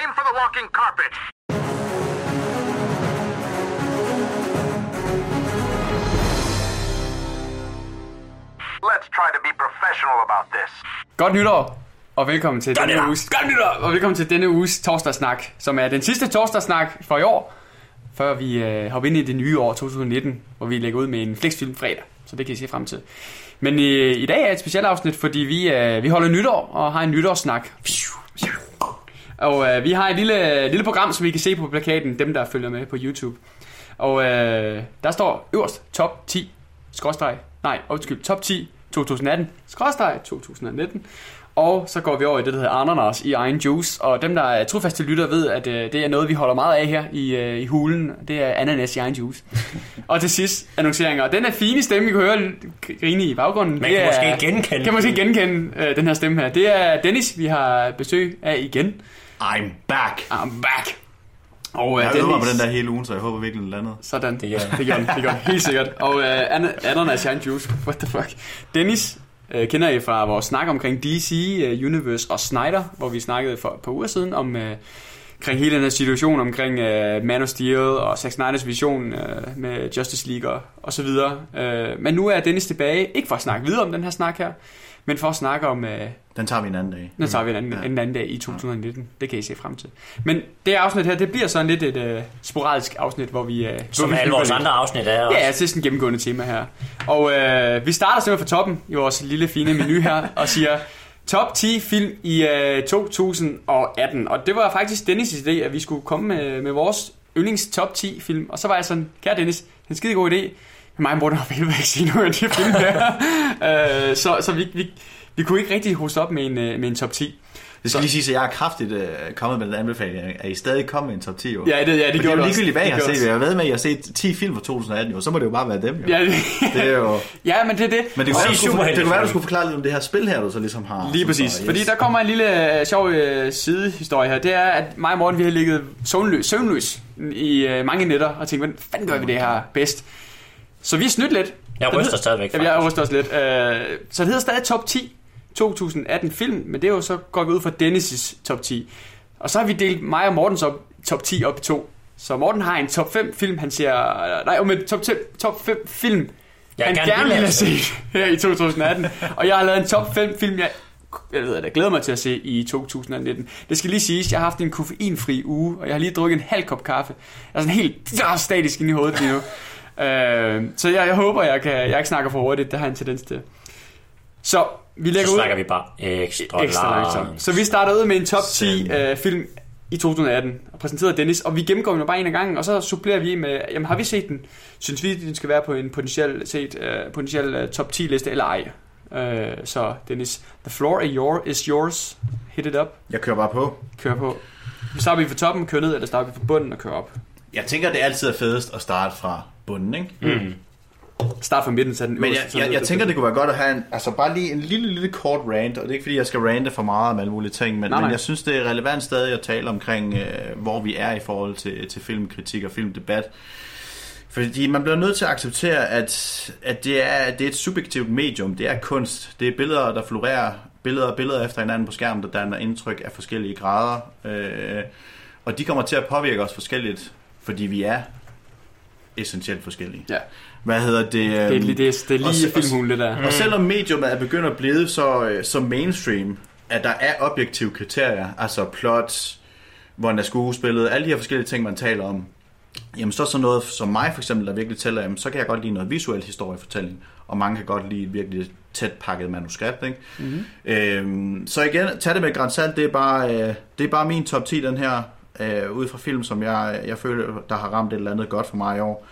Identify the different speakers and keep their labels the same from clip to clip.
Speaker 1: Time for the walking carpet. Let's try to be professional about this.
Speaker 2: Godt nytår, og velkommen til denne uges torsdagssnak, som er den sidste torsdagssnak for i år, før vi hopper ind i det nye år 2019, hvor vi lægger ud med en flexfilm fredag, så det kan I se frem til. Men i dag er et specielt afsnit, fordi vi holder nytår og har en nytårssnak. Og vi har et lille program, som I kan se på plakaten, dem der følger med på YouTube. Og der står øverst top 10 top 10 2018/2019. Og så går vi over i det, der hedder ananas i egen juice. Og dem, der er trofaste lytter, ved, at det er noget, vi holder meget af her i hulen. Det er ananas i egen juice. Og til sidst, annonceringer. Og den er fine stemme, vi kan høre grine i baggrunden.
Speaker 3: Man kan måske genkende
Speaker 2: den her stemme her. Det er Dennis, vi har besøg af igen.
Speaker 4: I'm back.
Speaker 2: Og
Speaker 4: jeg øver mig på den der hele ugen, så jeg håber virkelig den lander.
Speaker 2: Sådan, det gør den helt sikkert. Og ananas i egen juice, what the fuck. Dennis kender I fra vores snak omkring DC, Universe og Snyder, hvor vi snakkede for et par uger siden om omkring hele den her situation omkring Man of Steel og Zack Snyders vision med Justice League og så videre. Men nu er Dennis tilbage, ikke for at snakke videre om den her snak her, men for at snakke om...
Speaker 4: Den tager vi en anden dag.
Speaker 2: Den tager vi en anden dag i 2019. Det kan I se frem til. Men det afsnit her, det bliver sådan lidt et sporadisk afsnit, hvor vi...
Speaker 3: som alle vores andre afsnit er også.
Speaker 2: Ja, det er sådan et gennemgående tema her. Og vi starter simpelthen fra toppen i vores lille fine menu her, og siger top 10 film i 2018. Og det var faktisk Dennis' idé, at vi skulle komme med vores yndlings top 10 film. Og så var jeg sådan, kære Dennis, det er en skide god idé. Men mig og Morten har vel ikke sige noget af de film her. Så vi kunne ikke rigtig hoste op med en top 10.
Speaker 4: Det skal lige sige, at jeg har kraftigt kommet med den anbefaling, at I stadig kommer med en top 10. Jo.
Speaker 2: Ja, det gjorde det også.
Speaker 4: Ligegyldigt hvad jeg har set. Jeg ved med, at jeg har set 10 film fra 2018, jo. Så må det jo bare være dem. Jo.
Speaker 2: Ja,
Speaker 4: det er jo...
Speaker 2: ja, men det er det.
Speaker 4: Men det kunne være, du skulle forklare lidt om det her spil her, du så ligesom har...
Speaker 2: Lige præcis. Så, yes. Fordi der kommer en lille sjov sidehistorie her. Det er, at mig og Morten, vi har ligget søvnløs i mange nætter og tænkt, hvordan fanden gør vi det her bedst? Så vi har snydt lidt.
Speaker 3: Jeg ryster stadigvæk.
Speaker 2: Ja, jeg ryster også lidt. Så det hedder stadig top 10 2018 film, men det er jo så går vi ud fra Dennis' top 10. Og så har vi delt mig og Mortens top 10 op i to. Så Morten har en top 5 film, han siger... men top 5 film, han gerne vil have set her i 2018. Og jeg har lavet en top 5 film, jeg glæder mig til at se i 2019. Det skal lige siges, jeg har haft en koffeinfri uge, og jeg har lige drukket en halv kop kaffe. Jeg er sådan helt statisk inde i hovedet lige nu. Så jeg håber, jeg ikke snakker for hurtigt. Det har en tendens til. Så vi lægger ud.
Speaker 3: snakker vi bare ekstra langt.
Speaker 2: Så vi starter ud med en top 10 film i 2018 og præsenterede Dennis, og vi gennemgår den bare en af gangen, og så supplerer vi med, jamen har vi set den? Synes vi, den skal være på en potentiel top 10 liste eller ej? Så Dennis, the floor is yours. Hit it up.
Speaker 4: Jeg kører bare på.
Speaker 2: Kør på. Starter vi fra toppen, kører ned, eller starter vi fra bunden og kører op?
Speaker 4: Jeg tænker, det altid er fedest at starte fra bunden, ikke?
Speaker 2: Mm. Start fra midten, så den
Speaker 4: men jeg tænker, det kunne være godt at have bare lige en lille kort rant, og det er ikke fordi, jeg skal rante for meget om alle mulige ting, men jeg synes, det er relevant stadig at tale omkring, hvor vi er i forhold til filmkritik og filmdebat. Fordi man bliver nødt til at acceptere, at det er et subjektivt medium, det er kunst, det er billeder, der florerer, billeder efter hinanden på skærmen, der danner indtryk af forskellige grader, og de kommer til at påvirke os forskelligt, fordi vi er essentielt forskellige.
Speaker 2: Ja.
Speaker 4: Hvad hedder det?
Speaker 2: Det er lige filmhulen, det der.
Speaker 4: Og selvom mediumet er begyndt at blive så mainstream, at der er objektive kriterier, altså plot, hvordan er skuespillet, alle de her forskellige ting, man taler om, jamen så noget som mig for eksempel, der virkelig tæller, jamen, så kan jeg godt lide noget visuel historiefortælling, og mange kan godt lide virkelig tæt pakket manuskript, ikke? Mm-hmm. Så igen, tag det med gran salt, det er bare min top 10, den her, ud fra film, som jeg føler, der har ramt et eller andet godt for mig i år.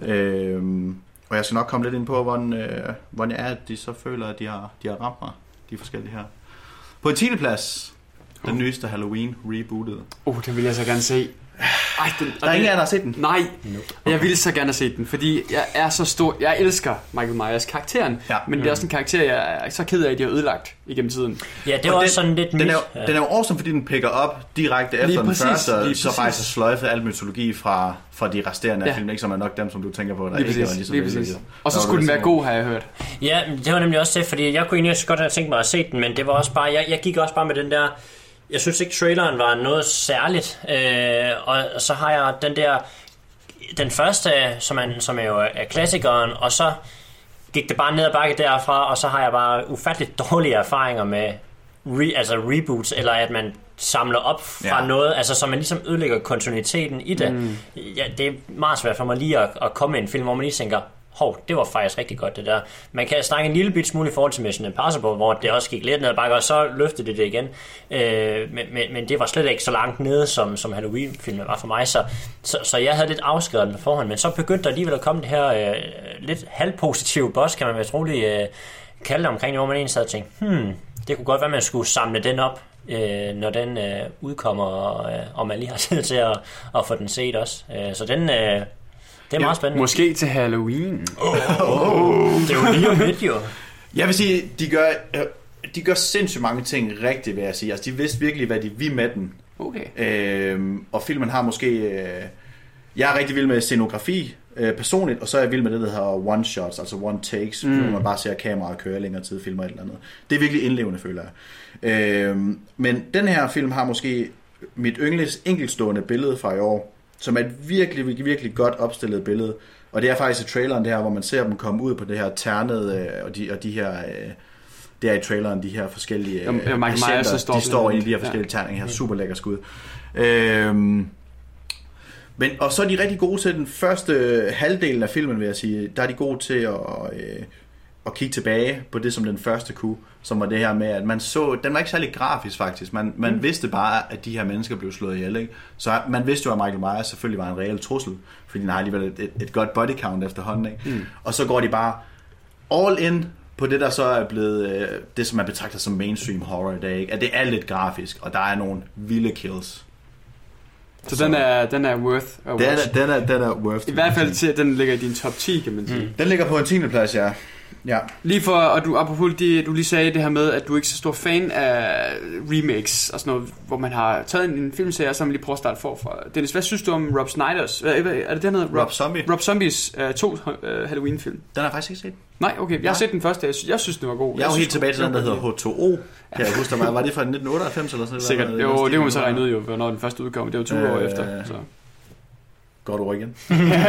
Speaker 4: Og jeg skal nok komme lidt ind på, hvordan jeg er, at de så føler, at de har ramt mig, de forskellige her. På en 10. plads, den nyeste Halloween rebootet.
Speaker 2: Det vil jeg så gerne se.
Speaker 4: Der er ingen af jer, der har set den?
Speaker 2: Nej, jeg ville så gerne have set den, fordi jeg er så stor. Jeg elsker Michael Myers karakteren, men det er også en karakter, jeg er så ked af, at de har ødelagt igennem tiden.
Speaker 3: Ja, det var også sådan lidt
Speaker 4: den er jo awesome, fordi den picker op direkte efter den første, og så faktisk har sløjfet al mytologi fra de resterende film, ikke som er nok dem, som du tænker på, der ikke var lige så.
Speaker 2: Og så skulle den være god, har jeg hørt.
Speaker 3: Ja, det var nemlig også det, fordi jeg kunne egentlig også godt have tænkt mig at se den, men det var også bare, jeg gik også bare med den der Jeg synes ikke, traileren var noget særligt. Og så har jeg den første, som jo er klassikeren, og så gik det bare ned ad bakke derfra, og så har jeg bare ufatteligt dårlige erfaringer med reboots, eller at man samler op fra noget, altså så man ligesom ødelægger kontinuiteten i det. Ja, det er meget svært for mig lige at komme med en film, hvor man lige tænker, det var faktisk rigtig godt det der. Man kan snakke en lille bit smule i forhold til Mission Impossible, hvor det også gik lidt ned ad bakke, og så løftede det igen. Men det var slet ikke så langt nede, som Halloween-filmen var for mig, så jeg havde lidt afskrevet den på forhånd, men så begyndte der alligevel at komme det her lidt halvpositive boss, kan man vist roligt kalde det omkring, hvor man egentlig sad og tænkte, det kunne godt være, at man skulle samle den op, når den udkommer, og man lige har tid til at få den set også. Så den... Det er meget spændende.
Speaker 2: Måske til Halloween.
Speaker 3: Det er jo lige om lidt, jo.
Speaker 4: Jeg vil sige, de gør sindssygt mange ting rigtigt, vil jeg sige. Altså, de vidste virkelig, hvad de vil med den.
Speaker 2: Okay.
Speaker 4: Og filmen har måske... jeg er rigtig vild med scenografi personligt, og så er jeg vild med det, der hedder one shots, altså one takes, hvor man bare ser kameraet køre længere tid, filmer et eller andet. Det er virkelig indlevende, føler jeg. Men den her film har måske mit yndlings enkeltstående billede fra i år, som er et virkelig, virkelig godt opstillet billede. Og det er faktisk i traileren det her, hvor man ser dem komme ud på det her ternede, og de her... det er i traileren, de her forskellige patienter, de står i de her forskellige terninger, her super lækker skud. Og så er de rigtig gode til den første halvdelen af filmen, vil jeg sige. Der er de gode til at kigge tilbage på det, som den første kunne, som var det her med, at man så, den var ikke særlig grafisk faktisk, man vidste bare, at de her mennesker blev slået ihjel, ikke? Så man vidste jo, at Michael Myers selvfølgelig var en reel trussel, fordi den har alligevel et godt body count efterhånden, ikke? Og så går de bare all in på det, der så er blevet det, som man betragter som mainstream horror i dag, ikke? At det er lidt grafisk, og der er nogle vilde kills.
Speaker 2: Så den er worth a watch.
Speaker 4: Den er worth.
Speaker 2: I hvert fald til, at den ligger i din top 10, kan man sige.
Speaker 4: Den ligger på en 10. plads, ja. Ja.
Speaker 2: Lige for, og du, apropos det, du lige sagde det her med, at du ikke er så stor fan af remakes og sådan noget, hvor man har taget en filmserie, og så man lige prøver at starte forfra. Dennis, hvad synes du om Rob Snyders? Er det der noget? Rob Zombies 2 Halloween-film. Den
Speaker 4: har jeg faktisk ikke set.
Speaker 2: Nej, okay. Jeg har set den første. Jeg synes, den var god.
Speaker 4: Jeg er jo helt tilbage til den, der hedder H2O. Kan jeg huske, var det fra 1998 eller sådan noget?
Speaker 2: Sikkert. Jo, det må man så regne ud, jo, når den første udkom. Det var 20 år efter. Så.
Speaker 4: Godt ord igen.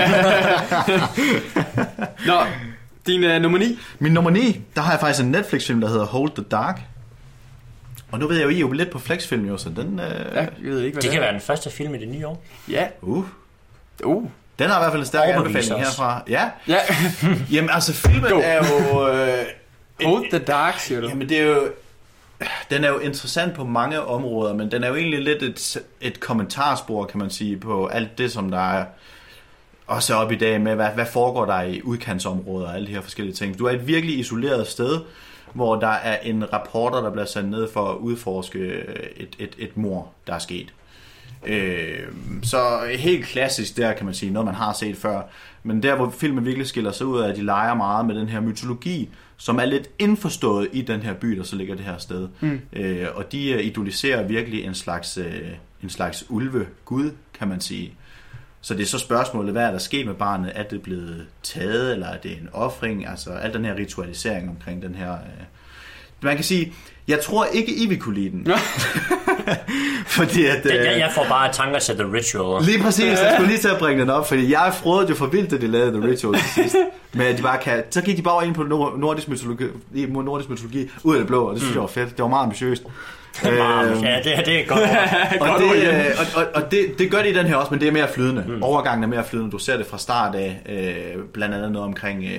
Speaker 2: Nå, din nummer 9?
Speaker 4: Min nummer 9, der har jeg faktisk en Netflix-film, der hedder Hold the Dark. Og nu ved jeg jo, I er jo lidt på Flexfilm, jo, så den...
Speaker 2: jeg ved ikke, hvad
Speaker 3: det kan være den første film i det nye år.
Speaker 2: Ja.
Speaker 4: Den har i hvert fald en stærk anbefaling herfra. Ja. Jamen altså, filmen er jo...
Speaker 2: Hold the Dark, siger du?
Speaker 4: Jamen det er jo... Den er jo interessant på mange områder, men den er jo egentlig lidt et kommentarspor, kan man sige, på alt det, som der er også op i dag med, hvad foregår der i udkantsområder og alle de her forskellige ting. Du er et virkelig isoleret sted, hvor der er en rapporter, der bliver sendt ned for at udforske et mord, der er sket. Så helt klassisk der, kan man sige, noget man har set før. Men der, hvor filmen virkelig skiller sig ud af, at de leger meget med den her mytologi, som er lidt indforstået i den her by, der så ligger det her sted. Og de idoliserer virkelig en slags ulve-gud, kan man sige. Så det er så spørgsmålet, hvad er der sket med barnet? Er det blevet taget, eller er det en ofring? Altså al den her ritualisering omkring den her... Man kan sige, jeg tror ikke, I vil kunne lide den. Fordi at...
Speaker 3: Jeg får bare tanker til The Ritual.
Speaker 4: Lige præcis, jeg skulle lige til at bringe den op, fordi jeg frøede jo for vildt, at de lavede The Ritual til sidst. Men at de bare kan... Så gik de bare ind på nordisk mytologi ud af det blå, og det synes jeg var fedt. Det var meget ambitiøst.
Speaker 3: Ja, det er godt.
Speaker 4: Og det gør det i den her også, men det er mere flydende. Overgangen er mere flydende. Du ser det fra start af, blandt andet noget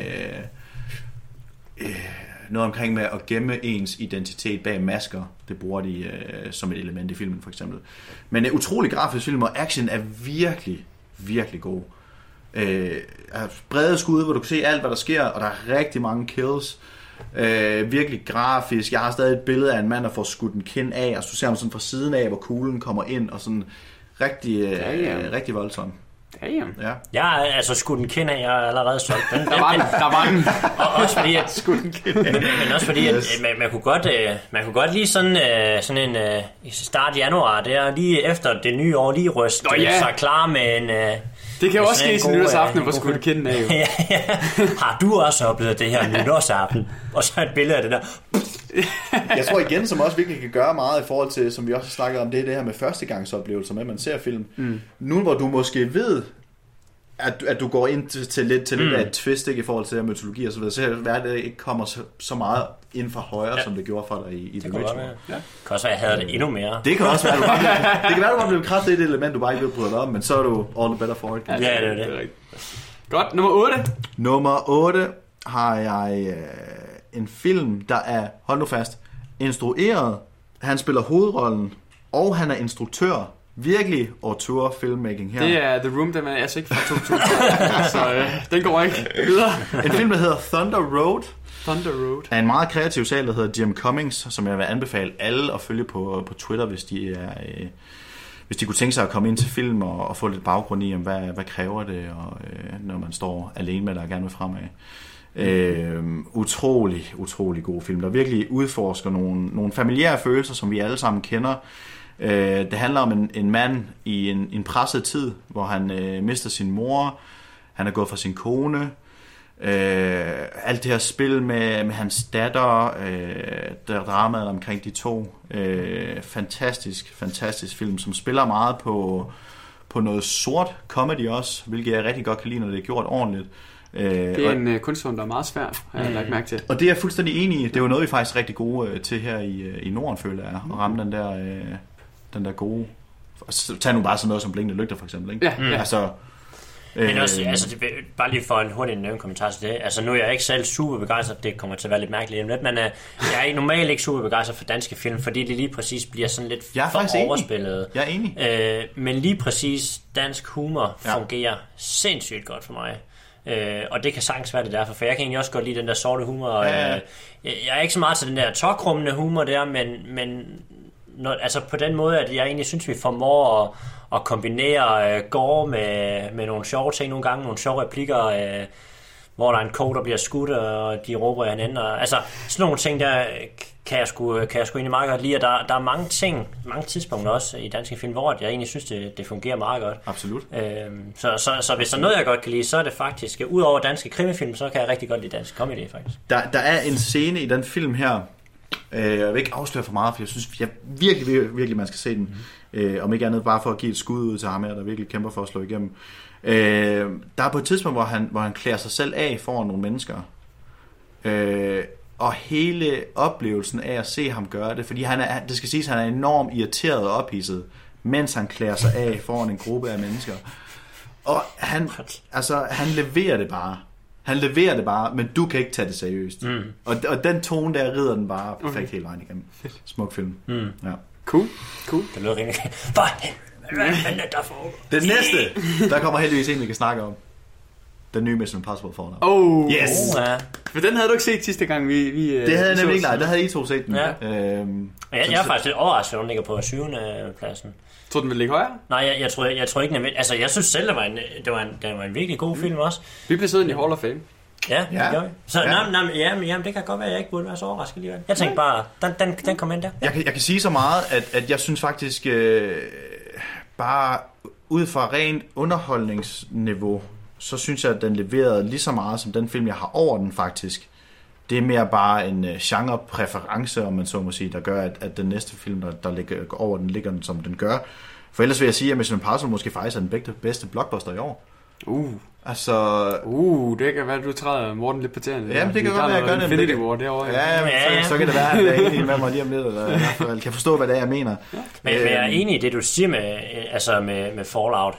Speaker 4: omkring med at gemme ens identitet bag masker. Det bruger de som et element i filmen, for eksempel. Men en utrolig grafisk film, og action er virkelig, virkelig god. Brede skud, hvor du kan se alt, hvad der sker, og der er rigtig mange kills. Virkelig grafisk. Jeg har stadig et billede af en mand, der får skudt en kind af, og så ser man sådan fra siden af, hvor kuglen kommer ind, og sådan rigtig voldsom.
Speaker 2: Ja.
Speaker 3: Jeg er altså skudt en kind af, jeg er allerede solgt.
Speaker 2: Der var den.
Speaker 3: Og også fordi, at skudt en kind af. Men også fordi, at man kunne godt lige sådan en start januar, det er lige efter det nye år, lige ryste sig klar med en...
Speaker 2: Det kan jo også ske til nytårsaften, hvor skulle du kende af.
Speaker 3: Ja. Har du også oplevet det her nytårsaften? Og så et billede af det der.
Speaker 4: Jeg tror igen, som også virkelig kan gøre meget i forhold til, som vi også har snakket om, det her med førstegangsoplevelser, med at man ser film. Nu hvor du måske ved, at du går ind til lidt af et twist, ikke, i forhold til mytologi og så videre, så er det ikke kommer så meget ind fra højre, som det gjorde for dig i The Ritual.
Speaker 3: Det kan også være, at jeg havde det endnu mere.
Speaker 4: Det kan også være, det kan være, du bare blev kraftigt et element, du bare ikke vil bryde dig om, men så er du all the better for it.
Speaker 3: Ja, det er det.
Speaker 2: Godt, nummer 8.
Speaker 4: Nummer 8 har jeg en film, der er, hold nu fast, instrueret. Han spiller hovedrollen, og han er instruktør. Virkelig auteur filmmaking her.
Speaker 2: Det er The Room, den er altså ikke fra 2000. Så den går ikke videre.
Speaker 4: En film, der hedder Thunder Road.
Speaker 2: Thunder Road.
Speaker 4: Er en meget kreativ sal, der hedder Jim Cummings, som jeg vil anbefale alle at følge på Twitter, hvis de kunne tænke sig at komme ind til film og få lidt baggrund i, om hvad kræver det, og når man står alene med det og gerne vil fremad. Utrolig god film, der virkelig udforsker nogle familiære følelser, som vi alle sammen kender. Det handler om en mand i en presset tid, hvor han mister sin mor, han er gået fra sin kone, alt det her spil med hans datter, dramaet omkring de to, fantastisk film, som spiller meget på noget sort comedy også, hvilket jeg rigtig godt kan lide, når det er gjort ordentligt.
Speaker 2: Det er en kunstform, der er meget svær, har jeg lagt mærke til.
Speaker 4: Og det er jeg fuldstændig enig i. Det er jo noget, vi faktisk er rigtig gode til her i Norden, føler jeg, at ramme den der gode. Tag nu bare sådan noget som blinkende lygter, for eksempel, ikke?
Speaker 2: Ja.
Speaker 4: Altså,
Speaker 3: men også, altså, bare lige for en hurtig kommentar til det. Altså, nu er jeg ikke selv super begejstret, det kommer til at være lidt mærkeligt, men jeg er normalt ikke super begejstret for danske film, fordi det lige præcis bliver sådan lidt for overspillet.
Speaker 4: Jeg er enig.
Speaker 3: Men lige præcis dansk humor fungerer sindssygt godt for mig. Og det kan sagtens være det derfor, for jeg kan egentlig også godt lide den der sorte humor. Jeg er ikke så meget til den der tokrummende humor der, men altså på den måde, at jeg egentlig synes, vi formår at kombinere gore med nogle sjove ting nogle gange, nogle sjove replikker, hvor der er en ko, der bliver skudt, og de råber af hinanden. Altså sådan nogle ting, der kan jeg sgu egentlig meget godt lide, og der er mange tidspunkter også i danske film, hvor jeg egentlig synes, det fungerer meget godt.
Speaker 4: Absolut.
Speaker 3: Så hvis der er noget, jeg godt kan lide, så er det faktisk, ud over danske krimifilm, så kan jeg rigtig godt lide dansk comedy, faktisk.
Speaker 4: Der er en scene i den film her, jeg vil ikke afsløre for meget, for jeg synes virkelig man skal se den. Om ikke andet bare for at give et skud ud til ham her, der virkelig kæmper for at slå igennem. Der er på et tidspunkt, hvor han klæder sig selv af foran nogle mennesker. Og hele oplevelsen af at se ham gøre det, fordi det skal siges, at han er enormt irriteret og ophidset, mens han klæder sig af foran en gruppe af mennesker. Og han leverer det bare. Han leverer det bare, men du kan ikke tage det seriøst. Og den tone der rider den bare perfekt hele vejen igennem. Smuk film. Ja.
Speaker 2: Cool.
Speaker 3: Det lyder rimelig. Hvad er der for?
Speaker 4: Den næste, der kommer heldigvis en, vi kan snakke om. Den nye Mission Impossible Fallout.
Speaker 2: Yes! For den havde du ikke set sidste gang, vi
Speaker 4: det havde jeg nemlig ikke. Nej, der havde I to set den.
Speaker 3: Ja. Jeg er faktisk lidt overrasket, at den ligger på 7. pladsen.
Speaker 2: Tror du, den ville ligge højere?
Speaker 3: Nej, jeg tror ikke, altså jeg synes selv, det var en virkelig god film også.
Speaker 2: Vi blev siddet i Hall of Fame.
Speaker 3: Ja, det gør vi. Så jamen, det kan godt være, at jeg ikke burde være så overrasket alligevel. Jeg tænkte bare, den kom ind der.
Speaker 4: Jeg kan sige så meget, at jeg synes faktisk, bare ud fra rent underholdningsniveau, så synes jeg, at den leverede lige så meget som den film, jeg har over den faktisk. Det er mere bare en genrepræference, om man så må sige, der gør, at den næste film, der ligger over den, ligger den, som den gør. For ellers vil jeg sige, at Mission Impossible måske faktisk er den bedste blockbuster i år. Altså...
Speaker 2: det kan være, du træder Morten lidt på tæerne.
Speaker 4: Ja, men det kan godt være, jeg gør det.
Speaker 2: Infinity War derovre.
Speaker 4: Ja. Så kan det være, at jeg er enig med mig lige om lidt, eller i hvert fald kan forstå, hvad det er, jeg mener.
Speaker 3: Men jeg er enig i det, du siger med Fallout.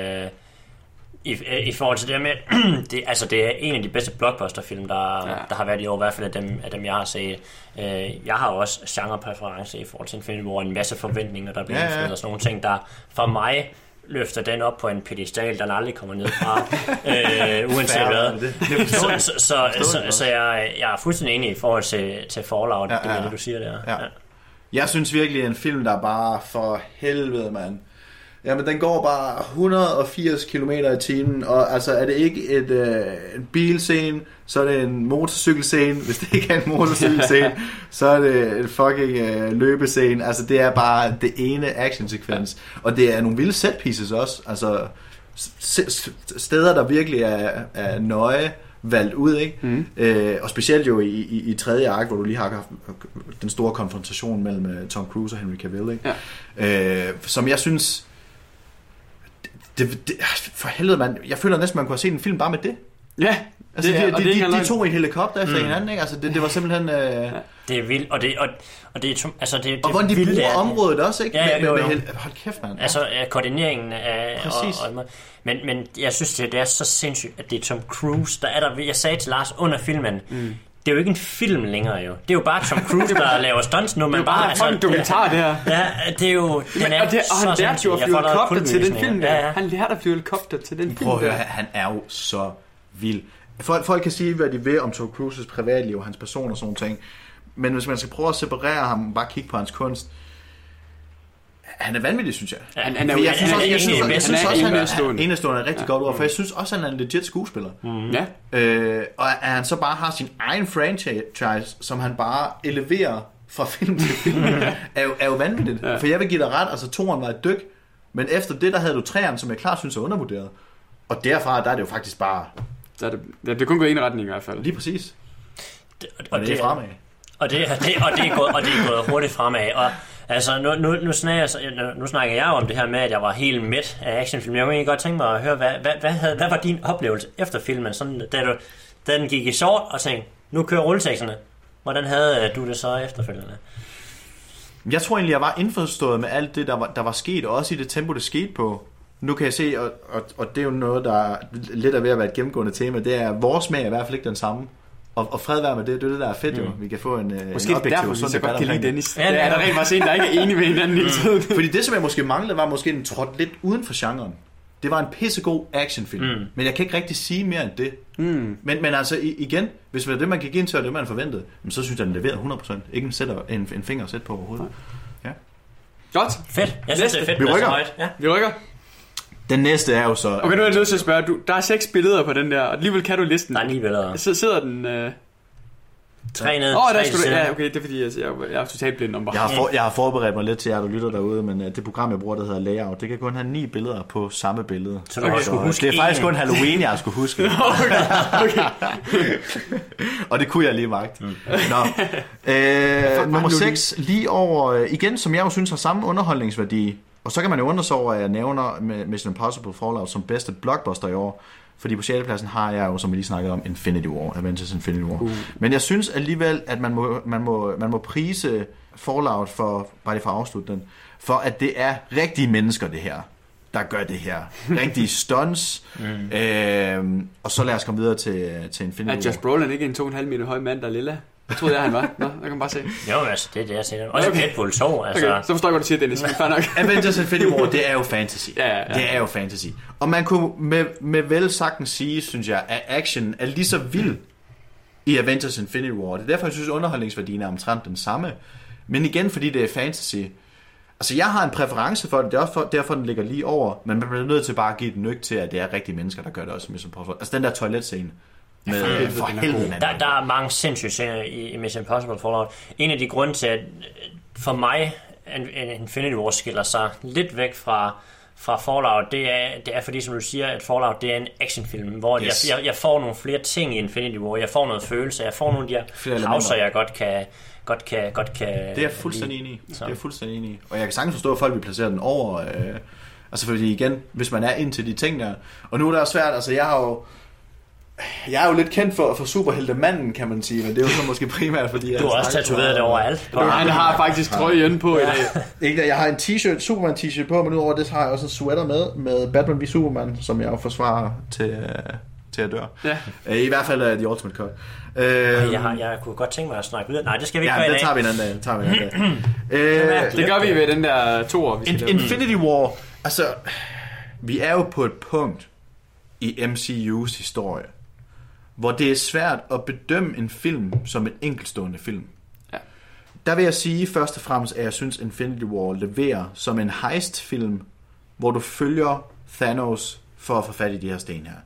Speaker 3: I forhold til det med, det er en af de bedste blockbusterfilm, der har været i år, i hvert fald af dem jeg har set. Jeg har også genrepræference i forhold til Infinity War, en masse forventninger, der bliver indfriet og sådan nogle ting, der for mig løfter den op på en pedestal, der aldrig kommer ned fra, uanset hvad. Så jeg er fuldstændig enig i forhold til Fallout, det du siger der. Ja.
Speaker 4: Jeg synes virkelig, en film, der bare for helvede, mand. Jamen, den går bare 180 km i timen, og altså, er det ikke en bilscene, så er det en motorcykelscene. Hvis det ikke er en motorcykelscene, så er det en fucking løbescene. Altså, det er bare det ene actionsekvens. Og det er nogle vilde set pieces også. Altså, steder, der virkelig er nøje valgt ud, ikke? Og specielt jo i tredje ark, hvor du lige har haft den store konfrontation mellem Tom Cruise og Henry Cavill, ikke? Ja. Som jeg synes, for helvede, jeg føler næsten, man kunne have set en film bare med det.
Speaker 2: Ja,
Speaker 4: altså, de tog en helikopter efter hinanden, ikke? Altså, det var simpelthen...
Speaker 3: Det er vildt, og det er altså det
Speaker 4: og hvordan de bruger området også, ikke?
Speaker 3: Ja, jo.
Speaker 4: Hold kæft, mand. Ja.
Speaker 3: Altså koordineringen af...
Speaker 4: Præcis.
Speaker 3: Men jeg synes, det er så sindssygt, at det er Tom Cruise, der er der... Jeg sagde til Lars under filmen, det er jo ikke en film længere, jo. Det er jo bare Tom Cruise, der laver stunts nu.
Speaker 2: Det er jo bare en dokumentar, det her.
Speaker 3: Ja, det er jo...
Speaker 2: Og han lærte jo at flyve helikopter til den film der. Ja. Han lærte at flyve helikopter til den film der.
Speaker 4: Prøv at høre, han er jo så vild. Folk kan sige, hvad de vil om Tom Cruises privatliv og hans person og sådan ting. Men hvis man skal prøve at separere ham, bare kigge på hans kunst, han er vanvittig, synes jeg.
Speaker 2: Ja, han er
Speaker 4: enestående er rigtig godt ord, for jeg synes også, han er en legit skuespiller.
Speaker 2: Ja.
Speaker 4: Og at han så bare har sin egen franchise, som han bare eleverer fra film til film, er jo vanvittigt. Ja. For jeg vil give dig ret, altså 2'eren var et dyk, men efter det, der havde du 3'eren, som jeg klart synes er undervurderet. Og derfra, der er det jo faktisk bare...
Speaker 2: Det kun går i en retning i hvert fald.
Speaker 4: Lige præcis.
Speaker 3: Og
Speaker 4: det er fremad.
Speaker 3: Og det er gået hurtigt fremad. Og altså, nu snakker jeg jo om det her med, at jeg var helt midt af actionfilm. Jeg kunne egentlig godt tænke mig at høre, hvad var din oplevelse efter filmen? Sådan, da den gik i sort og tænkte, nu kører rulleteksterne. Hvordan havde du det så efterfølgende?
Speaker 4: Jeg tror egentlig, jeg var indforstået med alt det, der var sket, og også i det tempo, det skete på. Nu kan jeg se, og det er jo noget, der lidt er ved at være et gennemgående tema, det er, vores smag er i hvert fald ikke den samme. Og fred være med det, det er det, der er fedt jo. Vi kan få en
Speaker 2: måske
Speaker 4: objektiv
Speaker 2: derfor, vi så godt kan lide Dennis.
Speaker 3: Ja,
Speaker 2: det er der rent faktisk en, der ikke er enig med hinanden hele tiden.
Speaker 4: Fordi det, som jeg måske manglede, var måske en trådt lidt uden for genren. Det var en pissegod actionfilm. Men jeg kan ikke rigtig sige mere end det. Men altså igen, hvis det er det, man gik ind til, og det man forventede, så synes jeg, den leverer 100%. Ikke en finger at sætte på overhovedet. Ja.
Speaker 2: Godt.
Speaker 3: Fedt. Jeg synes, det er fedt.
Speaker 4: Vi rykker.
Speaker 3: Ja.
Speaker 2: Vi rykker.
Speaker 4: Den næste er jo så...
Speaker 2: Okay, nu er jeg nødt til at spørge. Der er 6 billeder på den der, og alligevel kan du listen.
Speaker 3: Der er 9 billeder.
Speaker 2: Så sidder den...
Speaker 3: 3 ned,
Speaker 2: 3 side. Ja, okay, det er fordi, jeg er totalt blind om bare.
Speaker 4: Jeg har forberedt mig lidt til jer, der lytter derude, men det program, jeg bruger, der hedder Layout, det kan kun have 9 billeder på samme billede.
Speaker 3: Så du skulle huske
Speaker 4: det er faktisk kun Halloween, jeg skulle huske.
Speaker 2: Okay.
Speaker 4: Og det kunne jeg lige magt. Nummer 6, lige over, igen, som jeg jo synes har samme underholdningsværdi. Og så kan man jo undre sig over, at jeg nævner Mission Impossible Fallout som bedste blockbuster i år. Fordi på 6. pladsen har jeg jo, som vi lige snakkede om, Infinity War, Avengers Infinity War. Men jeg synes alligevel, at man må prise Fallout for, bare lige for at afslutte den, for at det er rigtige mennesker, det her, der gør det her. Rigtige stunts. Og så lad os komme videre til Infinity War.
Speaker 2: Er Josh Brolin ikke en 2,5 meter høj mand, der er lille? Jeg troede jeg, han var. Nå, jeg kan bare se.
Speaker 3: Jo, altså, det er det, jeg siger. Også Deadpool 2, altså.
Speaker 2: Okay, så forstår jeg, hvad du siger, Dennis.
Speaker 4: Avengers Infinity War, det er jo fantasy.
Speaker 2: Ja.
Speaker 4: Det er jo fantasy. Og man kunne med vel sagtens sige, synes jeg, at action er lige så vild i Avengers Infinity War. Det er derfor, jeg synes, underholdningsværdien er omtrent den samme. Men igen, fordi det er fantasy. Altså, jeg har en præference for det. Det er også derfor, den ligger lige over. Men man bliver nødt til bare at give et nyk til, at det er rigtige mennesker, der gør det også. Altså, den der toiletscene. For helvede,
Speaker 3: der er mange sindssyge scener i Mission Impossible Fallout. En af de grunde til, at for mig Infinity War skiller sig lidt væk fra Fallout, det er fordi, som du siger, at Fallout det er en actionfilm, hvor jeg får nogle flere ting i Infinity War. Jeg får noget følelse, jeg får nogle af de her pauser, jeg godt kan
Speaker 4: det er jeg fuldstændig enig i. Det er jeg fuldstændig enig i. Og jeg kan sagtens forstå, at folk vil placere den over. Altså fordi igen, hvis man er ind til de ting der. Og nu er det også svært, altså jeg er jo lidt kendt for superheltemanden, kan man sige, men det er jo så måske primært, fordi...
Speaker 3: Du har også tatoveret det overalt.
Speaker 2: Han har faktisk trøjen på i dag.
Speaker 4: Ikke, jeg har en t-shirt, Superman t-shirt på, men udover det har jeg også en sweater med Batman v Superman, som jeg jo forsvarer til at døre. Ja. I hvert fald The Ultimate Cut.
Speaker 3: Jeg kunne godt tænke mig at snakke videre. Nej, det skal vi ikke gøre i dag.
Speaker 4: Det tager vi en anden dag.
Speaker 2: Det gør vi ved den der 2'er.
Speaker 4: Infinity War, altså, vi er jo på et punkt i MCU's historie, hvor det er svært at bedømme en film som en enkeltstående film. Ja. Der vil jeg sige først og fremmest, at jeg synes, Infinity War leverer som en heist-film, hvor du følger Thanos for at få fat i de her sten her.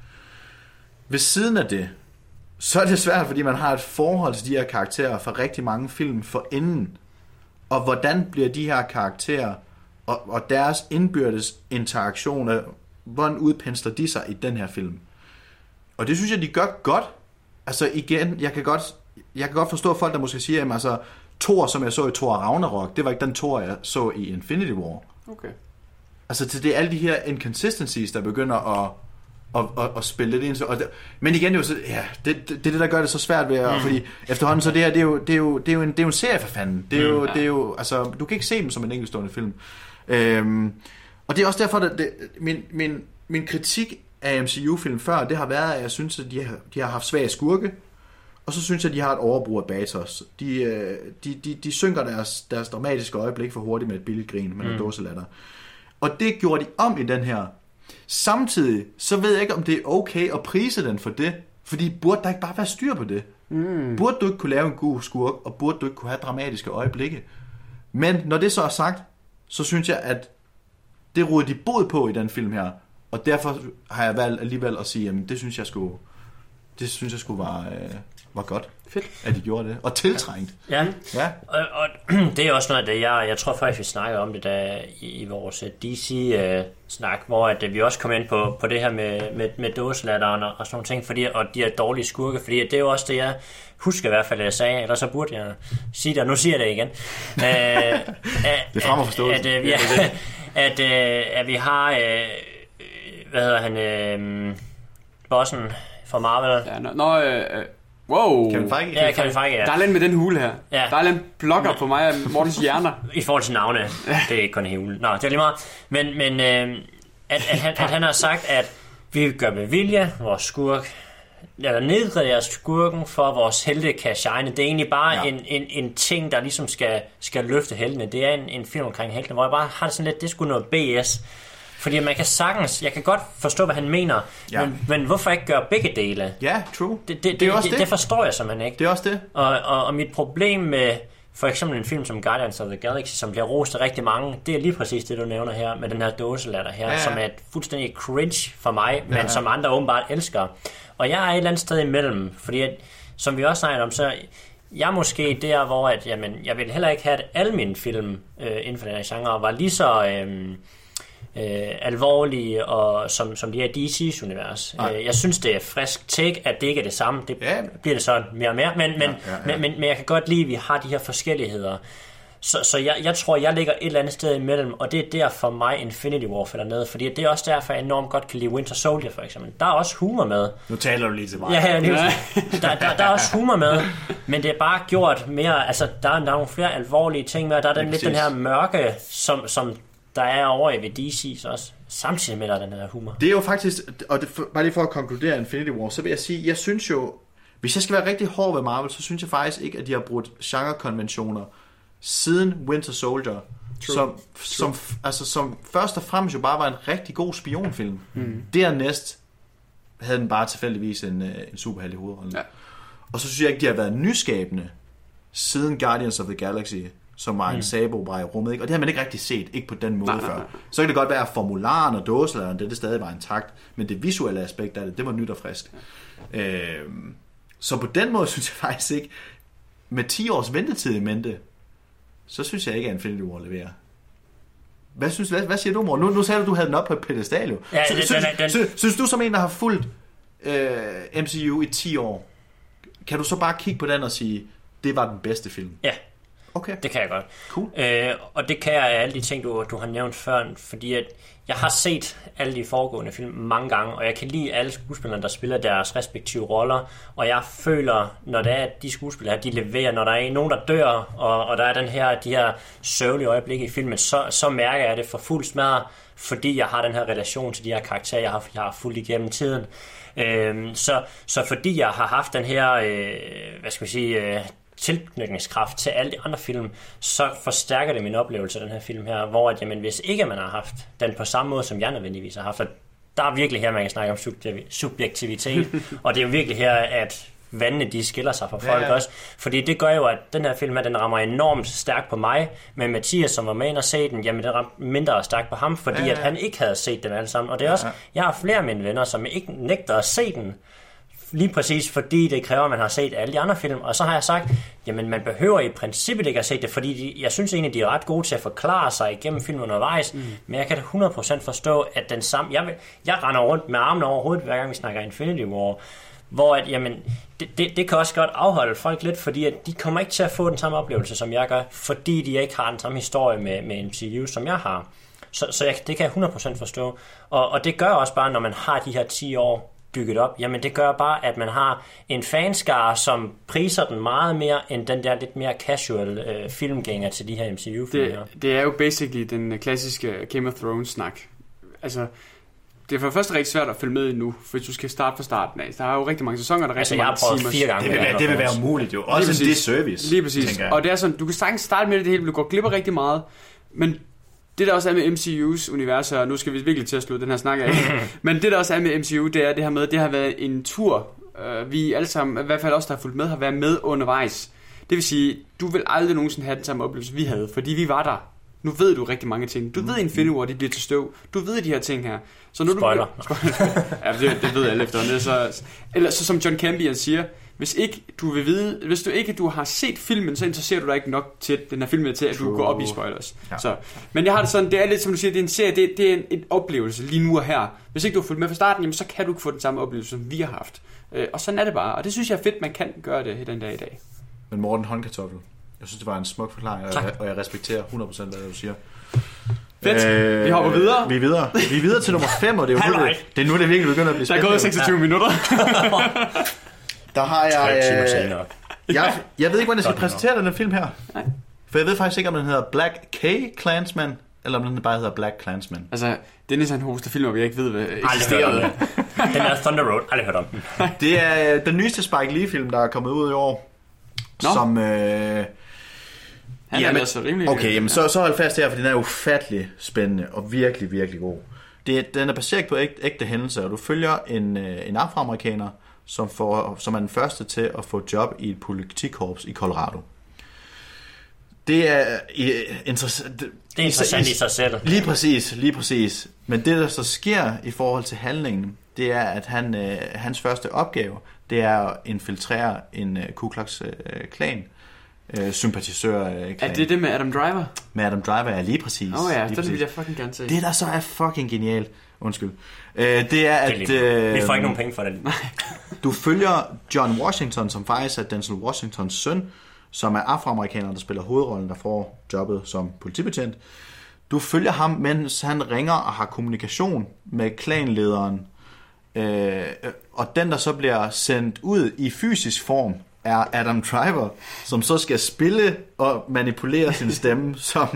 Speaker 4: Ved siden af det, så er det svært, fordi man har et forhold til de her karakterer fra rigtig mange film forinden. Og hvordan bliver de her karakterer og deres indbyrdes interaktioner, hvordan udpensler de sig i den her film? Og det synes jeg, de gør godt. Altså igen, jeg kan godt forstå folk, der måske siger, at altså, Thor, som jeg så i Thor Ragnarok, det var ikke den Thor, jeg så i Infinity War.
Speaker 2: Okay.
Speaker 4: Altså det er alle de her inconsistencies, der begynder at spille lidt ind. Men igen, jo, så, ja, det er det, der gør det så svært ved fordi efterhånden, så det her, det er jo en serie for fanden. Det er jo, altså, du kan ikke se dem som en enkeltstående film. Og det er også derfor, at min kritik af MCU-film før, det har været, at jeg synes, at de har haft svage skurke, og så synes jeg, at de har et overbrug af Batos. De synker deres dramatiske øjeblik for hurtigt med et billigt grin, med en dåselatter. Og det gjorde de om i den her. Samtidig, så ved jeg ikke, om det er okay at prise den for det, fordi burde der ikke bare være styr på det? Burde du ikke kunne lave en god skurk, og burde du ikke kunne have dramatiske øjeblikke? Men når det så er sagt, så synes jeg, at det ruder de bod på i den film her, og derfor har jeg valgt alligevel at sige, jamen det synes jeg skulle var godt.
Speaker 2: Fedt.
Speaker 4: At de gjorde det. Og tiltrængt.
Speaker 3: Ja. Og det er også noget af det, jeg tror faktisk, vi snakkede om det der i vores DC-snak, hvor at vi også kom ind på det her med dåselatteren og sådan nogle ting, og de her dårlige skurke, fordi det er jo også det, jeg husker i hvert fald, at jeg sagde, eller så burde jeg sige det, og nu siger jeg det igen.
Speaker 4: Det er frem at forstå
Speaker 3: at vi har, hvad hedder han, bossen fra Marvel.
Speaker 2: Ja, wow.
Speaker 4: Kevin Feige.
Speaker 3: Ja, Kevin Feige, ja.
Speaker 2: Der er lidt med den hule her.
Speaker 3: Ja.
Speaker 2: Der er lidt blokker på mig af Mortens hjerner.
Speaker 3: I forhold til navne. Det er ikke kun en hule. Nå, det er lige meget. Men at han har sagt, at vi gør med vilje vores skurk, eller nedgraderer skurken for, at vores helte kan shine. Det er egentlig bare en ting, der ligesom skal løfte heltene. Det er en film omkring heltene, hvor jeg bare har det sådan lidt, det skulle noget BS. Fordi man kan sagtens, jeg kan godt forstå, hvad han mener, men hvorfor ikke gøre begge dele?
Speaker 4: Ja, true.
Speaker 3: Det forstår jeg simpelthen ikke.
Speaker 4: Det er også det.
Speaker 3: Og mit problem med for eksempel en film som Guardians of the Galaxy, som bliver rost af rigtig mange, det er lige præcis det, du nævner her, med den her dåselatter her, som er et fuldstændig cringe for mig, men som andre åbenbart elsker. Og jeg er et eller andet sted imellem, fordi at, som vi også snakkede om, så jeg er måske der, hvor at, jamen, jeg vil heller ikke have, at alle mine film inden for den her genre var lige så alvorlige og som de her DC's univers. Jeg synes, det er frisk take, at det ikke er det samme. Det bliver det så mere og mere, men jeg kan godt lide, at vi har de her forskelligheder. Så jeg tror, jeg ligger et eller andet sted imellem, og det er der for mig Infinity War falder ned, fordi det er også derfor, jeg enormt godt kan lide Winter Soldier for eksempel. Der er også humor med.
Speaker 4: Nu taler du lige til mig.
Speaker 3: Ja, der er også humor med, men det er bare gjort mere, altså der er nogle flere alvorlige ting med, og der er lidt den her mørke, som der er over ved DC's også, samtidig med der den her humor.
Speaker 4: Det er jo faktisk, og bare lige for at konkludere Infinity War, så vil jeg sige, jeg synes jo, hvis jeg skal være rigtig hård ved Marvel, så synes jeg faktisk ikke, at de har brudt genrekonventioner siden Winter Soldier, som først og fremmest jo bare var en rigtig god spionfilm. Dernæst havde den bare tilfældigvis en superhelt i hovedrollen. Ja. Og så synes jeg ikke, de har været nyskabende siden Guardians of the Galaxy, som var en sabelbrag i rummet, ikke? Og det har man ikke rigtig set, ikke på den måde før. Så kan det godt være, at formularen og dåseladderen, det stadig var intakt, men det visuelle aspekt af det var nyt og frisk. Så på den måde synes jeg faktisk ikke, med 10 års ventetid i mente, så synes jeg ikke, at Infinity War leverer. Hvad siger du, mor? Nu sagde du havde den op på et pedestal, jo. Ja, synes du som en, der har fulgt MCU i 10 år, kan du så bare kigge på den og sige, det var den bedste film?
Speaker 3: Ja.
Speaker 4: Okay.
Speaker 3: Det kan jeg godt.
Speaker 4: Cool.
Speaker 3: Og det kan jeg af alle de ting, du har nævnt før, fordi at jeg har set alle de foregående film mange gange, og jeg kan lide alle skuespillerne, der spiller deres respektive roller, og jeg føler, når det er, at de skuespillere, de leverer, når der er nogen, der dør, og der er de her sørgelige øjeblikke i filmen, så mærker jeg det for fuld smadre, fordi jeg har den her relation til de her karakterer, jeg har fulgt igennem tiden. Så fordi jeg har haft den her, tilknytningskraft til alle de andre film, så forstærker det min oplevelse af den her film her, hvor at, jamen, hvis ikke man har haft den på samme måde, som jeg nødvendigvis har haft, og der er virkelig her, man kan snakke om subjektivitet, og det er jo virkelig her, at vandene, de skiller sig fra folk også, fordi det gør jo, at den her film, den rammer enormt stærkt på mig, men Mathias, som var med ind og se den, jamen, det ramte mindre stærkt på ham, fordi at han ikke havde set den alle sammen, og det er også, jeg har flere af mine venner, som ikke nægter at se den, lige præcis fordi det kræver, at man har set alle de andre film. Og så har jeg sagt, jamen man behøver i princippet ikke at se det, fordi jeg synes egentlig, de er ret gode til at forklare sig igennem filmen undervejs. Men jeg kan da 100% forstå, at den samme... Jeg render rundt med armene over hovedet, hver gang vi snakker Infinity War. Hvor at, jamen, det kan også godt afholde folk lidt, fordi at de kommer ikke til at få den samme oplevelse, som jeg gør, fordi de ikke har den samme historie med MCU, som jeg har. Så det kan jeg 100% forstå. Og det gør også bare, når man har de her 10 år bygget op, jamen det gør bare, at man har en fanskare, som priser den meget mere, end den der lidt mere casual filmgænger til de her MCU-film.
Speaker 2: Det er jo basically den klassiske Game of Thrones-snak. Altså... Det er for det første rigtig svært at følge med nu, hvis du skal starte fra starten af. Der er jo rigtig mange sæsoner, der er rigtig mange timer.
Speaker 3: Jeg har prøvet 4 gange.
Speaker 4: Det vil være umuligt jo. Også det service.
Speaker 2: Lige præcis. Og det er sådan, du kan sagtens starte med det hele, men du går glip af rigtig meget. Men det der også er med MCU's univers, og nu skal vi virkelig til at slutte den her snak af. Men det der også er med MCU, det er det her med, det har været en tur. Vi alle sammen, i hvert fald os, der har fulgt med, har været med undervejs. Det vil sige, du vil aldrig nogensinde have den samme oplevelse, vi havde, fordi vi var der. Nu ved du rigtig mange ting. Du ved Infinity War, de bliver til støv. Du ved de her ting her. Så nu
Speaker 3: Spoiler.
Speaker 2: Ja, det ved alle efterhånden. Eller så som John Campion siger, hvis du ikke har set filmen, så interesserer du dig ikke nok til den her film til, at du går op i spoilers. Ja. Så, men jeg har det sådan, det er lidt som du siger, det er en serie, det er en oplevelse lige nu og her. Hvis ikke du har fulgt med fra starten, jamen, så kan du ikke få den samme oplevelse, som vi har haft. Og sådan er det bare. Og det synes jeg er fedt, man kan gøre det den dag i dag.
Speaker 4: Men Morten Håndkartoffel, jeg synes, det var en smuk forklaring, og jeg respekterer 100% hvad du siger.
Speaker 2: Fedt. Vi hopper videre.
Speaker 4: Vi er videre til nummer 5, og det er jo det er nu, det virkelig begynder at blive spændende.
Speaker 2: Der er gået 26 minutter.
Speaker 4: Der har jeg ved ikke, hvordan jeg skal præsentere den her film her.
Speaker 2: Nej.
Speaker 4: For jeg ved faktisk ikke, om den hedder Black Klansman, eller om den bare hedder Black Klansman.
Speaker 2: Altså, Dennis han hoster film, og vi ikke ved, hvad
Speaker 3: eksisterer. Den er Thunder Road. Aldrig hørt om den.
Speaker 4: Det er den nyeste Spike Lee-film, der er kommet ud i år. Som...
Speaker 2: Han er altså rimelig...
Speaker 4: Okay, jamen, så hold fast her, for den er ufattelig spændende og virkelig, virkelig god. Den er baseret på ægte hændelser, og du følger en afroamerikaner, som er den første til at få job i et politikorps i Colorado. Det er interessant.
Speaker 3: Det er interessant i sig selv.
Speaker 4: Lige præcis. Men det, der så sker i forhold til handlingen, det er, at hans første opgave, det er at infiltrere en Ku Klux Klan. Sympatisør-klan.
Speaker 2: Er det med Adam Driver?
Speaker 4: Med Adam Driver, ja, lige præcis.
Speaker 2: Det vil jeg fucking gerne se.
Speaker 4: Det der så er fucking genialt, undskyld, det er at...
Speaker 3: vi får ikke nogen penge for det.
Speaker 4: Du følger John Washington, som faktisk er Denzel Washingtons søn, som er afroamerikaner, der spiller hovedrollen, der får jobbet som politibetjent. Du følger ham, mens han ringer og har kommunikation med klanlederen, og den, der så bliver sendt ud i fysisk form, er Adam Driver, som så skal spille og manipulere sin stemme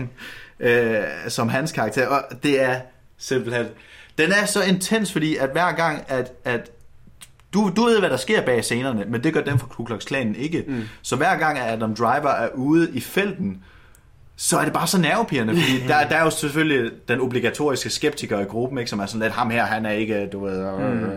Speaker 4: som hans karakter. Og det er simpelthen... Den er så intens, fordi at hver gang, at du ved, hvad der sker bag scenerne, men det gør dem fra Ku Klux Klanen ikke. Så hver gang, at Adam Driver er ude i felten, så er det bare så nervepirrende, fordi der er jo selvfølgelig den obligatoriske skeptiker i gruppen, ikke, som er sådan lidt, ham her, han er ikke, du ved...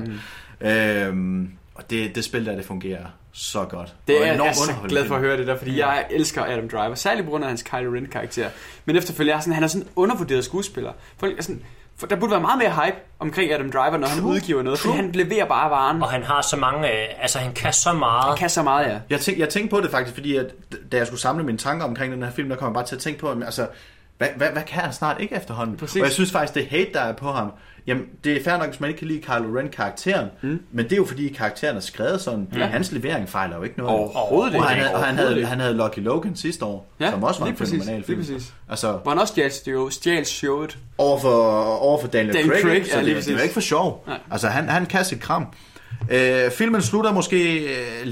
Speaker 4: Og det spil der, det fungerer så godt.
Speaker 2: Det er jeg så glad for at høre det der, fordi jeg elsker Adam Driver, særligt på grund af hans Kylo Ren karakter. Men efterfølgende, han er sådan en undervurderet skuespiller. Folk er sådan, der burde være meget mere hype omkring Adam Driver, når han udgiver noget, fordi han leverer bare varen.
Speaker 3: Og han har så mange, han kan så meget.
Speaker 2: Han kan så meget, ja.
Speaker 4: Jeg tænkte på det faktisk, fordi at, da jeg skulle samle mine tanker omkring den her film, der kom jeg bare til at tænke på, altså, hvad kan han snart ikke efterhånden? Præcis. Og jeg synes faktisk, det hate, der er på ham, jamen, det er fair nok, hvis man ikke kan lide Kylo Ren-karakteren, men det er jo fordi, karakteren er skrevet sådan, hans levering fejler jo ikke noget.
Speaker 2: Overhovedet ikke.
Speaker 4: Og han havde Lucky Logan sidste år, som også var en fænomenal film.
Speaker 2: Altså, hvor han også stjal showet.
Speaker 4: Over for Daniel Craig, så det er ikke for sjov.
Speaker 2: Nej.
Speaker 4: Altså, han kan sit kram. Filmen slutter måske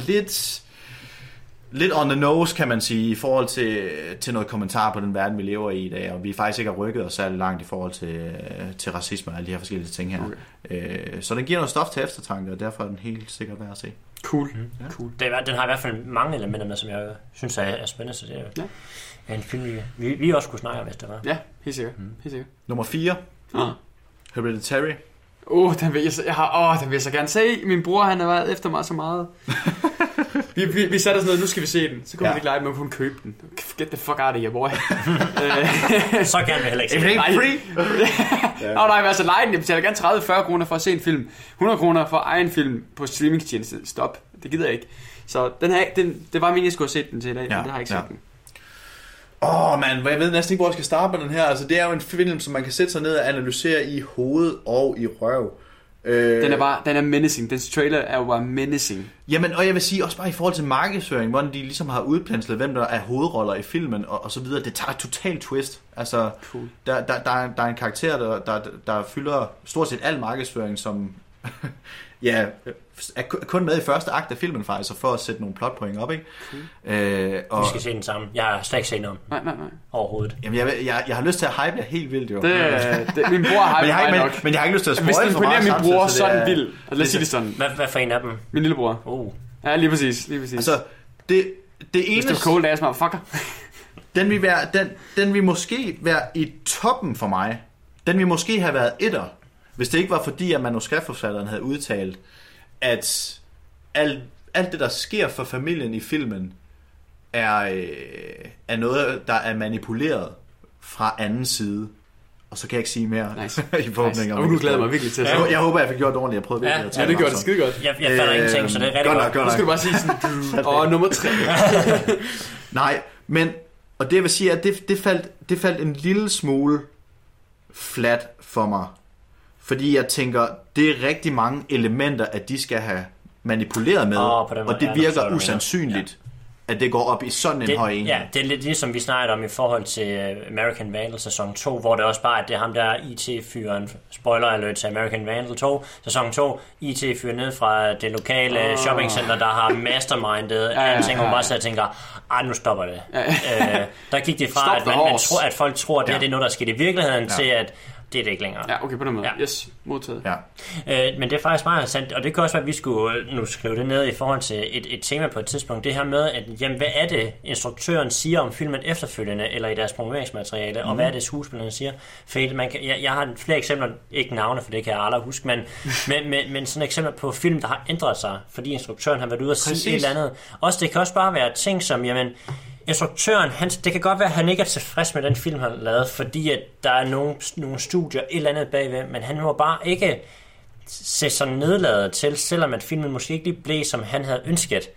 Speaker 4: lidt on the nose, kan man sige, i forhold til noget kommentar på den verden, vi lever i dag, og vi faktisk ikke har rykket os særlig langt i forhold til racisme og alle de her forskellige ting her. Okay. Så den giver noget stof til eftertanke, og derfor er den helt sikkert værd at se.
Speaker 2: Cool.
Speaker 3: Cool. Den har i hvert fald mange elementer med, som jeg synes er spændende, så det er en film, vi også kunne snakke om, hvis det var.
Speaker 2: Ja, helt sikkert.
Speaker 4: Nummer 4. Hereditary.
Speaker 2: Den vil jeg så gerne se. Min bror, han har været efter mig så meget. vi satte os ned, nu skal vi se den. Så kunne vi ikke lege, men kunne købe den. Get the fuck out of here, boy.
Speaker 3: Så kan vi heller ikke se
Speaker 4: det.
Speaker 2: Nej, free. Nej, altså lege den. Jeg betaler gerne 30-40 kroner for at se en film. 100 kroner for egen film på streamingtjeneste. Stop. Det gider jeg ikke. Så det var min, jeg skulle have set den til i dag, men det har jeg ikke set den.
Speaker 4: Man, jeg ved næsten ikke, hvor jeg skal starte med den her. Altså, det er jo en film, som man kan sætte sig ned og analysere i hoved og i røv.
Speaker 2: Den er menacing. Dens trailer er jo bare menacing.
Speaker 4: Jamen, og jeg vil sige også bare i forhold til markedsføring, hvordan de ligesom har udpenslet, hvem der er hovedroller i filmen og så videre. Det tager et totalt twist. Altså, cool. Der er en karakter, der fylder stort set al markedsføring, som er kun med i første akt af filmen faktisk, for at sætte nogle plotpoint op, ikke?
Speaker 3: Cool. Vi skal se den sammen. Jeg har slet ikke set noget.
Speaker 2: Nej.
Speaker 3: Overhovedet.
Speaker 4: Jamen, jeg har lyst til at hype jer helt vildt, jo.
Speaker 2: Min bror har
Speaker 4: men jeg har ikke lyst til at spoil
Speaker 2: for meget. Hvis den min bror, så er den vild. Lad os sige det sådan.
Speaker 3: Hvad for en af dem?
Speaker 2: Min lillebror. Ja, lige præcis.
Speaker 4: Altså, det eneste...
Speaker 2: Mr. Cold Ass motherfucker.
Speaker 4: Den vil måske være i toppen for mig. Den vil måske have været etter, hvis det ikke var fordi, at manuskriptforfatteren havde udtalt, at alt det, der sker for familien i filmen, er noget, der er manipuleret fra anden side. Og så kan jeg ikke sige mere i forhåbninger.
Speaker 2: Og nu glæder mig virkelig til at se.
Speaker 4: Jeg håber, jeg fik gjort det ordentligt. Jeg prøvede virkelig at tage
Speaker 2: det gjorde det skide godt.
Speaker 3: Jeg fatter ingenting, så det er rigtig godt.
Speaker 2: Nu skal du bare sige sådan, nummer 3.
Speaker 4: Nej, men, og det jeg vil sige, at det faldt en lille smule flat for mig. Fordi jeg tænker, det er rigtig mange elementer, at de skal have manipuleret med, og det virker usandsynligt, at det går op i sådan en høj enhed.
Speaker 3: Ja, det er lidt ligesom vi snakkede om i forhold til American Vandal sæson 2, hvor det også bare, at det er ham der IT-fyren, spoiler alert til American Vandal 2, sæson 2, IT-fyren ned fra det lokale shoppingcenter, der har mastermindet alting, og bare så jeg tænker, nu stopper det. Der gik det fra, at man tror, at folk tror, at det er noget, der sker i virkeligheden, til at det er det ikke længere.
Speaker 2: Ja, okay, på den måde. Ja. Yes, modtaget.
Speaker 4: Ja.
Speaker 3: Men det er faktisk meget interessant, og det kan også være, at vi skulle nu skrive det ned i forhold til et tema på et tidspunkt. Det her med, at jamen, hvad er det, instruktøren siger om filmen efterfølgende, eller i deres promoveringsmateriale, og hvad er det, skuespillerne siger? For jeg har flere eksempler, ikke navne, for det kan jeg aldrig huske, men sådan eksempler på film, der har ændret sig, fordi instruktøren har været ude og sige et eller andet. Også, det kan også bare være ting som, jamen, instruktøren, det kan godt være, at han ikke er tilfreds med den film, han har lavet, fordi at der er nogle studier et eller andet bagved, men han må bare ikke se sådan nedladet til, selvom at filmen måske ikke lige blev, som han havde ønsket,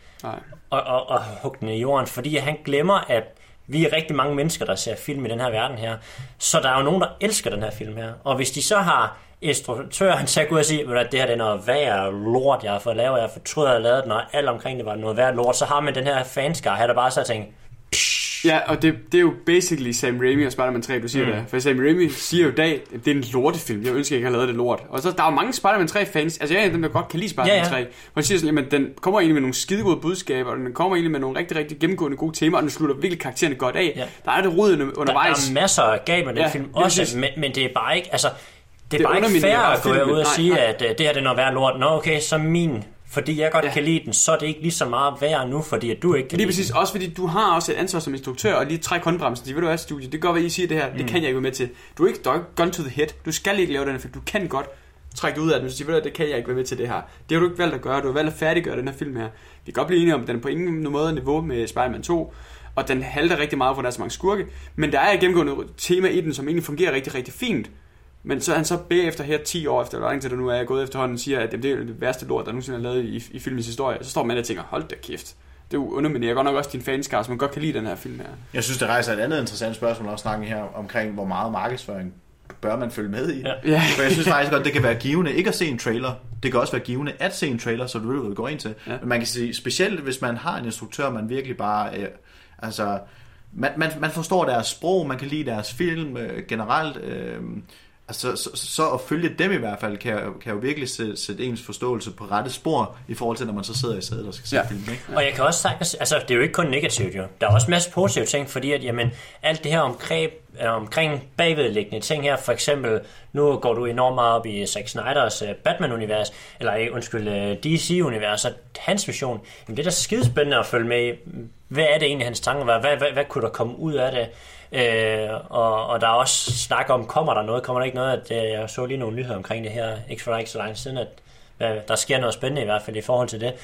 Speaker 3: og hugge den i jorden, fordi han glemmer, at vi er rigtig mange mennesker, der ser film i den her verden her, så der er jo nogen, der elsker den her film her, og hvis de så har instruktøren til at gå ud og sige, at det her det er noget værd lort, jeg har fået lavet, jeg fortryder, at jeg lavede den, og alt omkring det var noget værd lort, så har man den her fanskare her, der bare så tænker,
Speaker 2: ja, og det er jo basically Sam Raimi og Spider-Man 3, du siger der. For Sam Raimi siger jo i dag, at det er en lortefilm. Jeg ønsker ikke at have lavet det lort. Og så der er jo mange Spider-Man 3 fans. Altså jeg er en af dem, der godt kan lide Spider-Man 3. Hvor de siger sådan, jamen den kommer egentlig med nogle skidegode budskaber, og den kommer egentlig med nogle rigtig, rigtig gennemgående gode temaer, og den slutter virkelig karaktererne godt af. Ja. Der er det rodende undervejs.
Speaker 3: Der er masser af gab med den film også, men det er bare ikke, altså det er bare ikke fair at gå ud og sige, at det her det er noget værd lort. Nå okay, så min... Fordi jeg godt kan lide den, så er det ikke lige så meget værd nu, fordi at du ikke kan lide
Speaker 2: præcis. Også fordi du har også et ansvar som instruktør, og lige trække håndbremsen. Det vil du også studie. Det kan godt være, I siger det her. Det kan jeg ikke være med til. Du er ikke gun to the head. Du skal ikke lave den her film. Du kan godt trække det ud af den. Så det kan jeg ikke være med til det her. Det har du ikke valgt at gøre. Du har valgt at færdiggøre den her film her. Vi kan godt blive enige om, at den er på ingen måde niveau med Spider-Man 2. Og den halter rigtig meget, for der er så mange skurke. Men der er et gennemgående tema i den, som egentlig fungerer rigtig, rigtig fint. Men så er han så bagefter her 10 år efter, eller til det nu er jeg gået efterhånden, siger, at det er det værste lort, der nogensinde er lavet i filmens historie. Så står man og tænker, hold da kæft. Det er jo underminerer godt nok også din fanskare, som man godt kan lide den her film her.
Speaker 4: Jeg synes, det rejser et andet interessant spørgsmål også snakken her omkring, hvor meget markedsføring bør man følge med i. Ja. For jeg synes faktisk godt, det kan være givende ikke at se en trailer. Det kan også være givende at se en trailer, så du ved, hvad du går ind til. Ja. Men man kan sige, specielt hvis man har en instruktør, man virkelig bare... Man forstår deres sprog, man kan lide deres film generelt... Altså, så at følge dem i hvert fald kan jo virkelig sætte ens forståelse på rette spor i forhold til, når man så sidder i sædet og skal se film. Ikke?
Speaker 3: Og jeg kan også sagt, altså det er jo ikke kun negativt jo. Der er også en masse positive ting, fordi at jamen, alt det her omkring bagvedliggende ting her, for eksempel, nu går du enormt meget op i Zack Snyders Batman-univers, eller DC-univers, og hans vision, jamen det er da skidespændende at følge med i. Hvad er det egentlig, hans tanker var? Hvad kunne der komme ud af det? Og der er også snak om, kommer der ikke noget, at jeg så lige nogle nyheder omkring det her, ikke for så lang siden, at der sker noget spændende i hvert fald i forhold til det.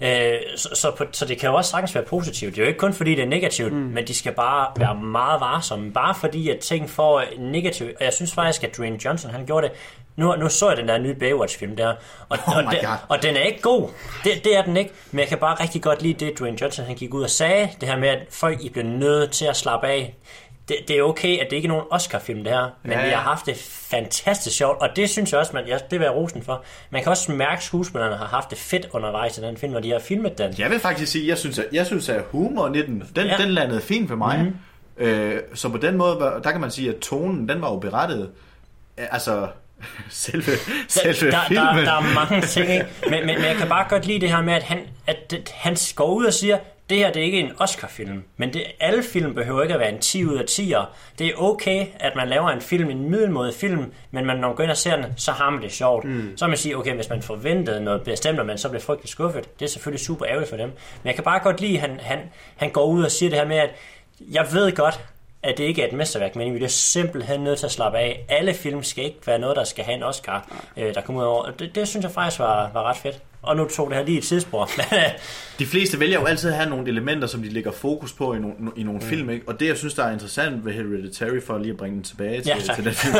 Speaker 3: Så det kan jo også sagtens være positivt. Det er jo ikke kun fordi det er negativt, men de skal bare være meget varsomme. Bare fordi at ting får negativt. Og jeg synes faktisk, at Dwayne Johnson, han gjorde det. Nu så jeg den der nye Baywatch-film der, og den er ikke god. Det er den ikke, men jeg kan bare rigtig godt lide det, Dwayne Johnson han gik ud og sagde, det her med, at folk I bliver nødt til at slappe af. Det er okay, at det ikke er nogen Oscar-film, det her, men vi har haft det fantastisk sjovt, og det synes jeg også, det vil jeg rosen for. Man kan også mærke, at skuespillerne har haft det fedt undervejs i den film, når de har filmet den.
Speaker 4: Jeg vil faktisk sige, jeg synes at humoren i den landede fint for mig. Så på den måde, der kan man sige, at tonen, den var jo berettiget. Altså, selve filmen.
Speaker 3: Der er mange ting, ikke? Men jeg kan bare godt lide det her med, at han går ud og siger, det her det er ikke en Oscar-film, men alle film behøver ikke at være en 10 ud af 10'er. Det er okay, at man laver en film, en middelmådig film, men når man går ind og ser den, så har man det sjovt. Så kan man sige, okay, hvis man forventede noget bestemt, men så bliver frygtelig skuffet. Det er selvfølgelig super ærgerligt for dem. Men jeg kan bare godt lide, at han går ud og siger det her med, at jeg ved godt, at det ikke er et mesterværk, men vi er simpelthen nødt til at slappe af. Alle film skal ikke være noget, der skal have en Oscar, der kommer ud over. Det synes jeg faktisk var ret fedt. Og nu tog det her lige et tidsspor.
Speaker 4: De fleste vælger jo altid at have nogle elementer, som de lægger fokus på i nogle film, ikke? Og det, jeg synes, der er interessant ved Hereditary, for lige at bringe den tilbage til den film.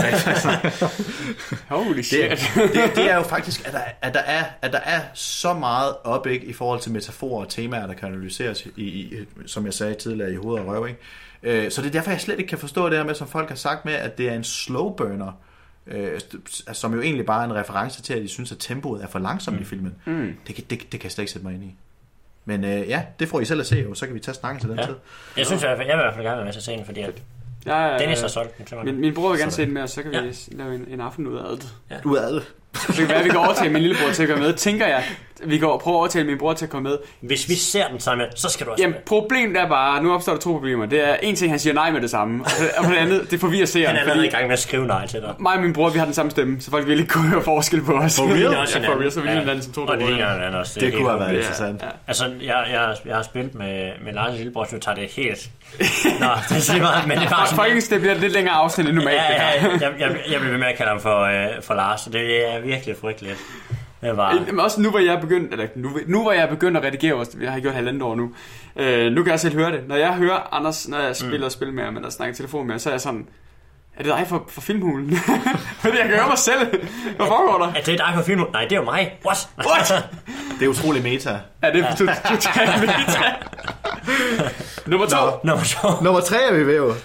Speaker 2: Holy shit.
Speaker 4: Det er jo faktisk, at der er så meget op, ikke, i forhold til metaforer og temaer, der kan analyseres, som jeg sagde tidligere, i hoved og røv, ikke? Så det er derfor, jeg slet ikke kan forstå det her med, som folk har sagt med, at det er en slow burner, som jo egentlig bare er en reference til, at de synes, at tempoet er for langsomt i filmen. Det kan jeg slet ikke sætte mig ind i. Men det får I selv at se, og så kan vi tage snakken til den tid.
Speaker 3: Jeg synes, jeg vil i hvert fald gerne være med til scenen, fordi den er så solgt.
Speaker 2: Min bror vil gerne se den med, og så kan vi lave en aften ud af det.
Speaker 4: Ud af det.
Speaker 2: Så kan være, vi kan overtale min lillebror til at komme med. Tænker jeg, vi kan prøve at overtale min bror til at komme med.
Speaker 3: Hvis vi ser den sammen, så skal du også.
Speaker 2: Jamen, problemet er bare, nu opstår der 2 problemer. Det er en ting, han siger nej med det samme, og på det andet, det forvirrer seeren.
Speaker 3: Han er allerede i gang med at skrive nej til dig.
Speaker 2: Mig og min bror, vi har den samme stemme, så folk vil ikke kunne høre forskel på os.
Speaker 4: For real?
Speaker 2: For real, så vi ligner den som 2
Speaker 3: og det ligner den også.
Speaker 4: Det kunne have været interessant.
Speaker 3: Altså, jeg har spillet med Lars lillebror, så tager det helt. Nå, det siger meget, men det er bare sådan.
Speaker 2: Faktisk, det bliver lidt længere afsnit end normalt.
Speaker 3: Jeg bliver ved med at kalde ham for Lars, så det er virkelig frygteligt.
Speaker 2: Men også nu hvor jeg begyndt at redigere, jeg har gjort 1,5 år nu. Nu kan jeg selv høre det. Når jeg hører Anders, når jeg spiller spil med ham, eller snakker i telefon med ham, så er jeg sådan, er det dig for filmhulen? Fordi jeg kan høre mig selv. Hvad foregår der?
Speaker 3: Er det dig for filmhulen? Nej, det er jo mig. What?
Speaker 4: Det er utrolig meta.
Speaker 2: Ja, det er totalt meta.
Speaker 4: Nummer 3 er vi ved jo.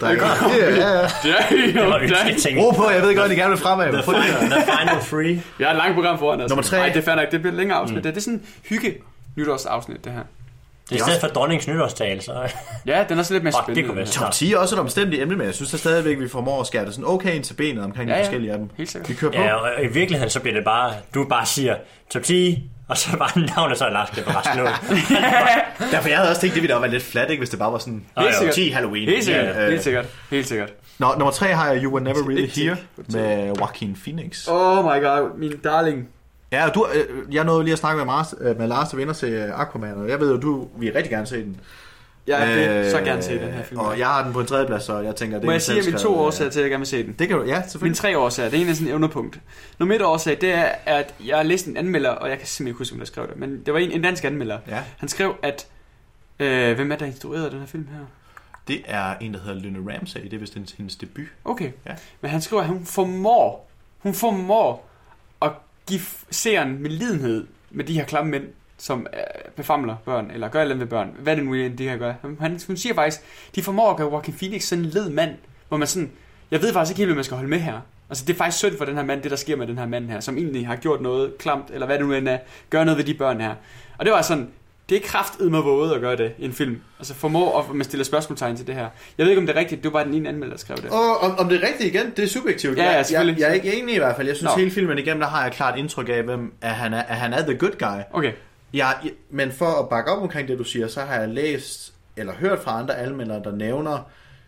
Speaker 4: Ro på, jeg ved godt, I gerne vil fremad.
Speaker 3: The final free.
Speaker 2: Vi har et langt program foran os.
Speaker 4: Nummer 3.
Speaker 2: Nej, det er fair nok. Det bliver længere afsnit. Det er sådan hygge nytårsafsnit, det her.
Speaker 3: Det er i stedet for dronningens nytårstale, så.
Speaker 2: Ja, den er så lidt mere spændende.
Speaker 4: Top 10 er også et omstændigt emne, men jeg synes da stadigvæk, vi formår at skære det sådan okay ind til benet omkring de forskellige af dem.
Speaker 2: Helt sikkert.
Speaker 4: Vi kører på.
Speaker 3: Ja, og i virkeligheden så bliver det bare, du bare siger top 10, og så bare navnet, så er Lars Klipper resten ud.
Speaker 4: Derfor jeg havde også tænkt, det ville da være lidt flat, ikke, hvis det bare var sådan 10 Halloween.
Speaker 2: Helt sikkert.
Speaker 4: Nå, nummer 3 har jeg You Were Never Really Here med Joaquin Phoenix.
Speaker 2: Oh my god, min darling.
Speaker 4: Ja, jeg nåede lige at snakke med Lars, der vinder til Aquaman, og jeg ved jo, du vil rigtig gerne se den.
Speaker 2: Jeg vil så gerne se den her film.
Speaker 4: Og jeg har den på en 3. plads, så jeg tænker, det
Speaker 2: må jeg sige, at mine 2 årsager til, at jeg gerne vil se den?
Speaker 4: Det kan du, ja, selvfølgelig.
Speaker 2: Mine 3 årsager, det er egentlig sådan et underpunkt. Nummer 1 årsag, det er, at jeg har læst en anmelder, og jeg kan simpelthen ikke huske, hvem der skrev det, men det var en dansk anmelder. Ja. Han skrev, at hvem er der instrueret den her film her?
Speaker 4: Det er en, der hedder Lynne Ramsay. Det er vist hendes debut.
Speaker 2: Okay, ja. Men han skriver, at hun formår at give seeren med lidenhed med de her klamme mænd, som befamler børn, eller gør alt ved børn. Hvad det nu er, de her gør. Hun siger faktisk, de formår at gøre Joaquin Phoenix sådan en led mand, hvor man sådan, jeg ved faktisk ikke helt, hvad man skal holde med her. Altså det er faktisk synd for den her mand, det der sker med den her mand her, som egentlig har gjort noget klamt, eller hvad det nu end er, gør noget ved de børn her. Og det var sådan, det er kraftedme våget at gøre det i en film. Altså formår, at man stiller spørgsmålstegn til det her. Jeg ved ikke, om det er rigtigt. Det var bare den ene anmelder, der skrev det.
Speaker 4: Og om det er rigtigt igen, det er subjektivt.
Speaker 2: Ja, selvfølgelig.
Speaker 4: Jeg er ikke enig i hvert fald. Jeg synes hele filmen igennem, der har jeg klart indtryk af, hvem han er the good guy.
Speaker 2: Okay.
Speaker 4: Men for at bakke op omkring det, du siger, så har jeg læst, eller hørt fra andre anmeldere, der nævner,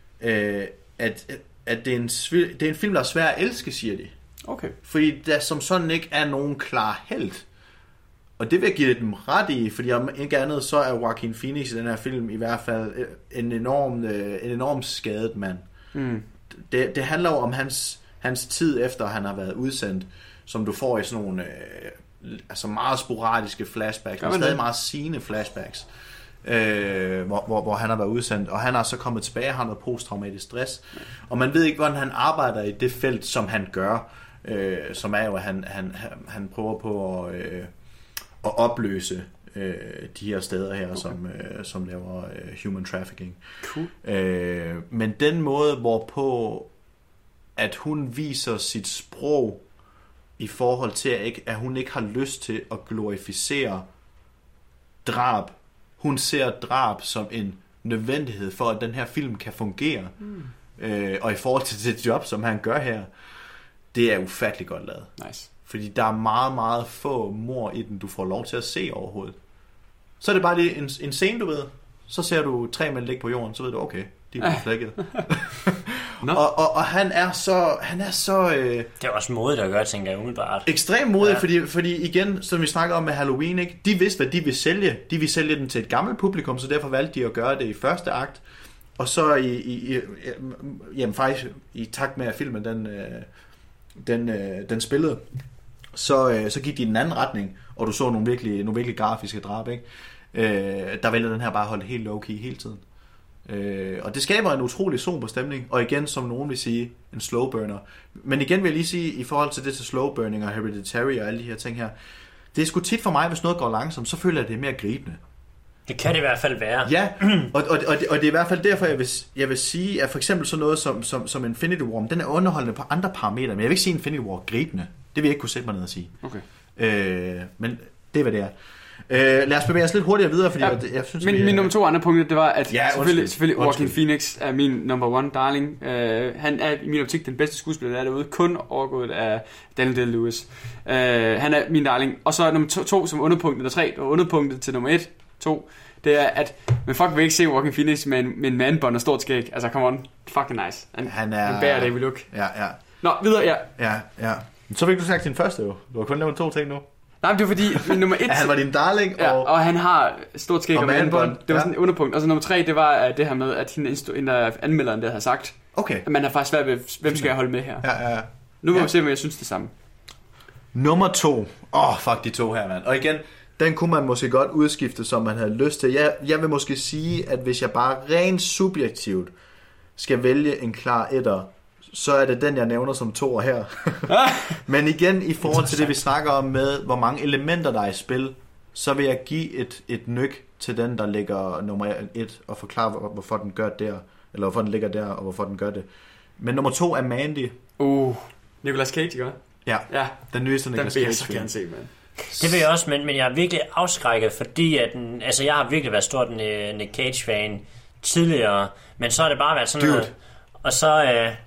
Speaker 4: at det er en film, der er svær at elske, siger de.
Speaker 2: Okay.
Speaker 4: Fordi der som sådan ikke er nogen klar helt. Og det vil jeg give dem ret i, fordi om ikke andet, så er Joaquin Phoenix i den her film i hvert fald en enorm skadet mand. Det handler jo om hans tid efter, han har været udsendt, som du får i sådan nogle altså meget sporadiske flashbacks, men stadig meget sigende flashbacks, hvor han har været udsendt, og han har så kommet tilbage, han har noget posttraumatisk stress, og man ved ikke, hvordan han arbejder i det felt, som han gør, som er jo, at han prøver på at opløse de her steder her, som laver human trafficking.
Speaker 2: Cool.
Speaker 4: Men den måde, hvorpå at hun viser sit sprog i forhold til, at hun ikke har lyst til at glorificere drab. Hun ser drab som en nødvendighed for, at den her film kan fungere. Og i forhold til det job, som han gør her, det er ufattelig godt lavet.
Speaker 2: Nice.
Speaker 4: Fordi der er meget, meget få mord i den, du får lov til at se overhovedet. Så er det bare lige en scene, du ved. Så ser du 3 mænd ligge på jorden, så ved du, okay, de er blevet flækket. No. Og han er så
Speaker 3: det er også modigt at gøre, tænker jeg umiddelbart.
Speaker 4: Ekstremt modigt, fordi igen, som vi snakker om med Halloween, ikke? De vidste, hvad de ville sælge. De ville sælge den til et gammelt publikum, så derfor valgte de at gøre det i første akt. Og så jamen faktisk i takt med at filmen den spillede, så gik de i den anden retning, og du så nogle virkelig grafiske drab, ikke? Der vælger den her bare at holde helt low-key hele tiden. Og det skaber en utrolig somber stemning, og igen, som nogen vil sige, en slow burner. Men igen vil jeg lige sige, i forhold til det til slow burning og Hereditary og alle de her ting her, det er sgu tit for mig, hvis noget går langsomt, så føler jeg, at det er mere gribende.
Speaker 3: Det kan det i hvert fald være.
Speaker 4: Ja, og det er i hvert fald derfor, jeg vil sige, at for eksempel sådan noget som Infinity War, den er underholdende på andre parametre, men jeg vil ikke sige Infinity War gribende. Det vil jeg ikke kunne sætte mig ned og sige.
Speaker 2: Okay.
Speaker 4: Men det er, hvad det er. Lad os bevæge os lidt hurtigere videre, fordi jeg synes,
Speaker 2: min nummer 2 andre punkter, det var, at selvfølgelig Joaquin Phoenix er min number 1 darling. Han er i min optik den bedste skuespiller, der er derude, kun overgået af Daniel Day-Lewis. Han er min darling. Og så nummer 2 som underpunkt, eller 3, og underpunktet til nummer 1, 2, det er, at men fuck vil ikke se Joaquin Phoenix med en manbånd og stort skæg. Altså, come on, fucking nice. Han er en bærer David look.
Speaker 4: Ja.
Speaker 2: Nå, videre,
Speaker 4: ja. Så fik du sagt din første jo. Du har kun nævnt 2 ting nu.
Speaker 2: Nej, det var fordi nummer 1...
Speaker 4: han var din darling,
Speaker 2: og han har stort skæg og manbånd. Det var sådan et underpunkt. Og så nummer 3, det var det her med, at hende anmelderen der har sagt, at man har faktisk svært ved, hvem skal jeg holde med her.
Speaker 4: Ja.
Speaker 2: Nu må vi se, om jeg synes det samme.
Speaker 4: Nummer 2. Fuck de 2 her, mand. Og igen, den kunne man måske godt udskifte, som man havde lyst til. Jeg vil måske sige, at hvis jeg bare rent subjektivt skal vælge en klar etter, så er det den, jeg nævner som 2'er her. Men igen, i forhold til det, vi snakker om med, hvor mange elementer der er i spil, så vil jeg give et nyk til den, der ligger nummer 1, og forklare, hvorfor den gør der, eller hvorfor den ligger der, og hvorfor den gør det. Men nummer 2 er Mandy.
Speaker 2: Nicolas Cage, ikke?
Speaker 4: Ja, den nyeste Nicolas Cage.
Speaker 2: Den vil jeg så gerne se, man.
Speaker 3: Det vil jeg også, men jeg er virkelig afskrækket, fordi at jeg har virkelig været stort Nick Cage-fan tidligere, men så har det bare været sådan noget. Og så...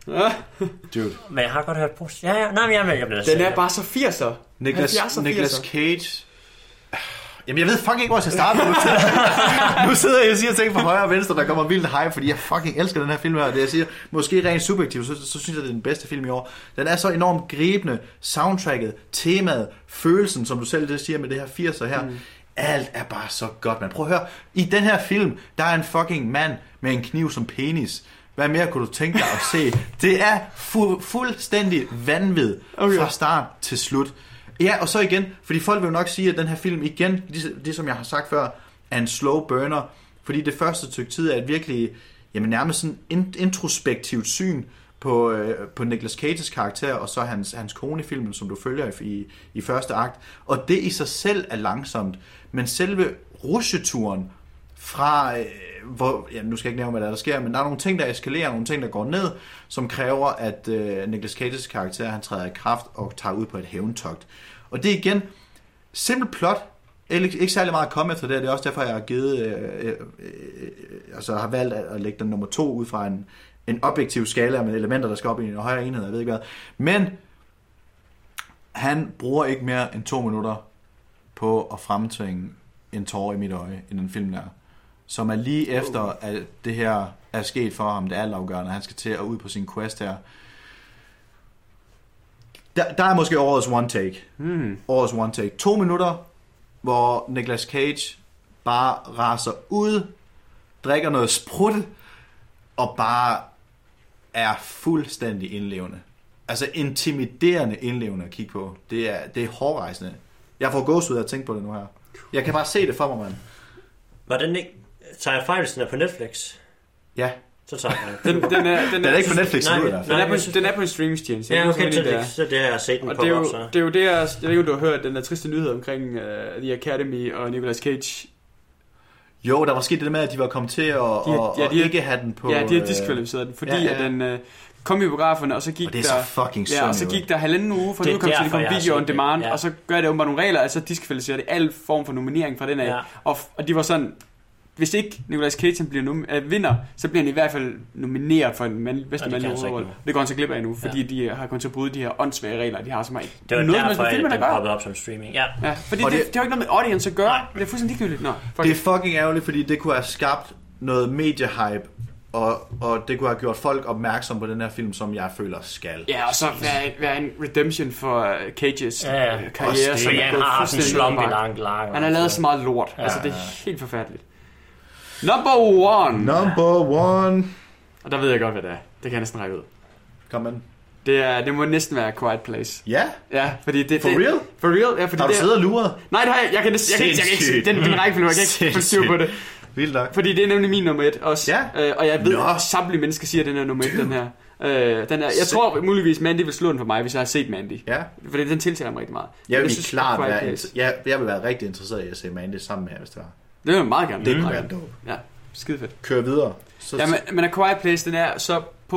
Speaker 4: Dude.
Speaker 3: Men jeg har godt hørt positivt. Ja. Nej, men jeg bliver
Speaker 2: den er bare så 80'er.
Speaker 4: Nicolas Cage... Jamen, jeg ved fucking ikke, hvor jeg skal starte nu. Nu sidder jeg og siger ting fra højre og venstre, der kommer vildt hype, fordi jeg fucking elsker den her film her. Det jeg siger, måske rent subjektivt, så synes jeg, det er den bedste film i år. Den er så enormt gribende. Soundtracket, temaet, følelsen, som du selv det siger med det her 80'er her. Alt er bare så godt, man. Prøv at høre. I den her film, der er en fucking mand med en kniv som penis. Hvad mere kunne du tænke dig at se? Det er fuldstændig vanvid fra start til slut. Ja, og så igen, fordi folk vil jo nok sige, at den her film igen, det som jeg har sagt før, er en slow burner, fordi det første stykke tid er et virkelig, jamen nærmest sådan introspektivt syn på Nicolas Cages karakter, og så hans kone i filmen, som du følger i første akt. Og det i sig selv er langsomt, men selve rusjeturen fra... nu skal jeg ikke nævne, hvad der sker, men der er nogle ting, der eskalerer, nogle ting, der går ned, som kræver, at Nicolas Cages karakter, han træder i kraft og tager ud på et hævntogt. Og det er igen, simpelt plot, ikke særlig meget at komme efter det er også derfor, jeg har givet, har valgt at lægge den nummer 2 ud fra en objektiv skala med elementer, der skal op i en højere enhed, jeg ved ikke hvad. Men han bruger ikke mere end 2 minutter på at fremtvinge en tårer i mit øje i den film der, som er lige efter, at det her er sket for ham, det er altafgørende, han skal til at ud på sin quest her. Der er måske årets one take. Årets one take. 2 minutter, hvor Nicolas Cage bare raser ud, drikker noget sprut, og bare er fuldstændig indlevende. Altså intimiderende indlevende at kigge på. Det er hårdrejsende. Jeg får gåsehud af at tænke på det nu her. Jeg kan bare se det for mig, mand.
Speaker 3: Var den ikke... Tager jeg fejl, hvis den er på Netflix?
Speaker 4: Ja.
Speaker 3: Så tager jeg
Speaker 2: den
Speaker 4: er ikke på Netflix nu,
Speaker 2: den er på en streamingstjeneste.
Speaker 3: Ja, okay, så det har jeg set den på.
Speaker 2: Det er jo det, jeg ved ikke, om du har hørt den der triste nyhed omkring The Academy og Nicolas Cage.
Speaker 4: Jo, der var sket det med, at de var kommet til at ikke have den på...
Speaker 2: Ja, de har diskvalificeret den, fordi at den kom i biograferne, og så gik
Speaker 4: og det er så fucking synd,
Speaker 2: og så gik der halvanden uge, for nu kom til kom video on demand, og så gør det jo bare nogle regler, altså diskvalificerer det al form for nominering fra den af. Og de var sådan, hvis ikke Nicolas Cage bliver vinder, så bliver han i hvert fald nomineret for en bedste mandlige hovedrolle. Det går han så glip af nu, fordi de har kun til at bryde de her åndssvage regler, de har som ikke.
Speaker 3: Det var derfor, at den poppede op som streaming. Ja,
Speaker 2: fordi det har jo ikke noget med audience at gøre. Det er fuldstændig ligegyldigt.
Speaker 4: Det er fucking ærgerligt, fordi det kunne have skabt noget mediehype, og det kunne have gjort folk opmærksom på den her film, som jeg føler skal.
Speaker 2: Ja, og så være en redemption for Cages karriere.
Speaker 3: Så han har haft en slump i lang.
Speaker 2: Han har lavet så meget lort. Altså, det er helt forfærdeligt. Number one. Og der ved jeg godt, hvad det er. Det kan jeg næsten række ud.
Speaker 4: Kom an.
Speaker 2: Det må næsten være Quiet Place.
Speaker 4: Ja?
Speaker 2: Ja, fordi det...
Speaker 4: For real?
Speaker 2: For real, ja. Fordi
Speaker 4: har du siddet og luret?
Speaker 2: Nej, det har jeg. Jeg kan ikke... Den rækkefølge, jeg kan ikke få styr på det.
Speaker 4: Vildt nok.
Speaker 2: Fordi det er nemlig min nummer 1 også.
Speaker 4: Ja?
Speaker 2: Og jeg ved, at samtlige mennesker siger, at den er nummer 1, den her. Jeg tror muligvis, Mandy vil slå den for mig, hvis jeg har set Mandy. Ja. Fordi den tiltaler mig rigtig meget.
Speaker 4: Jeg vil være rigtig interesseret i at se Mandy sammen med jer, hvis det var.
Speaker 2: Det vil jeg meget gerne.
Speaker 4: Det kunne være dope.
Speaker 2: Ja, skide fedt.
Speaker 4: Kør videre.
Speaker 2: Ja, men A Quiet Place, den er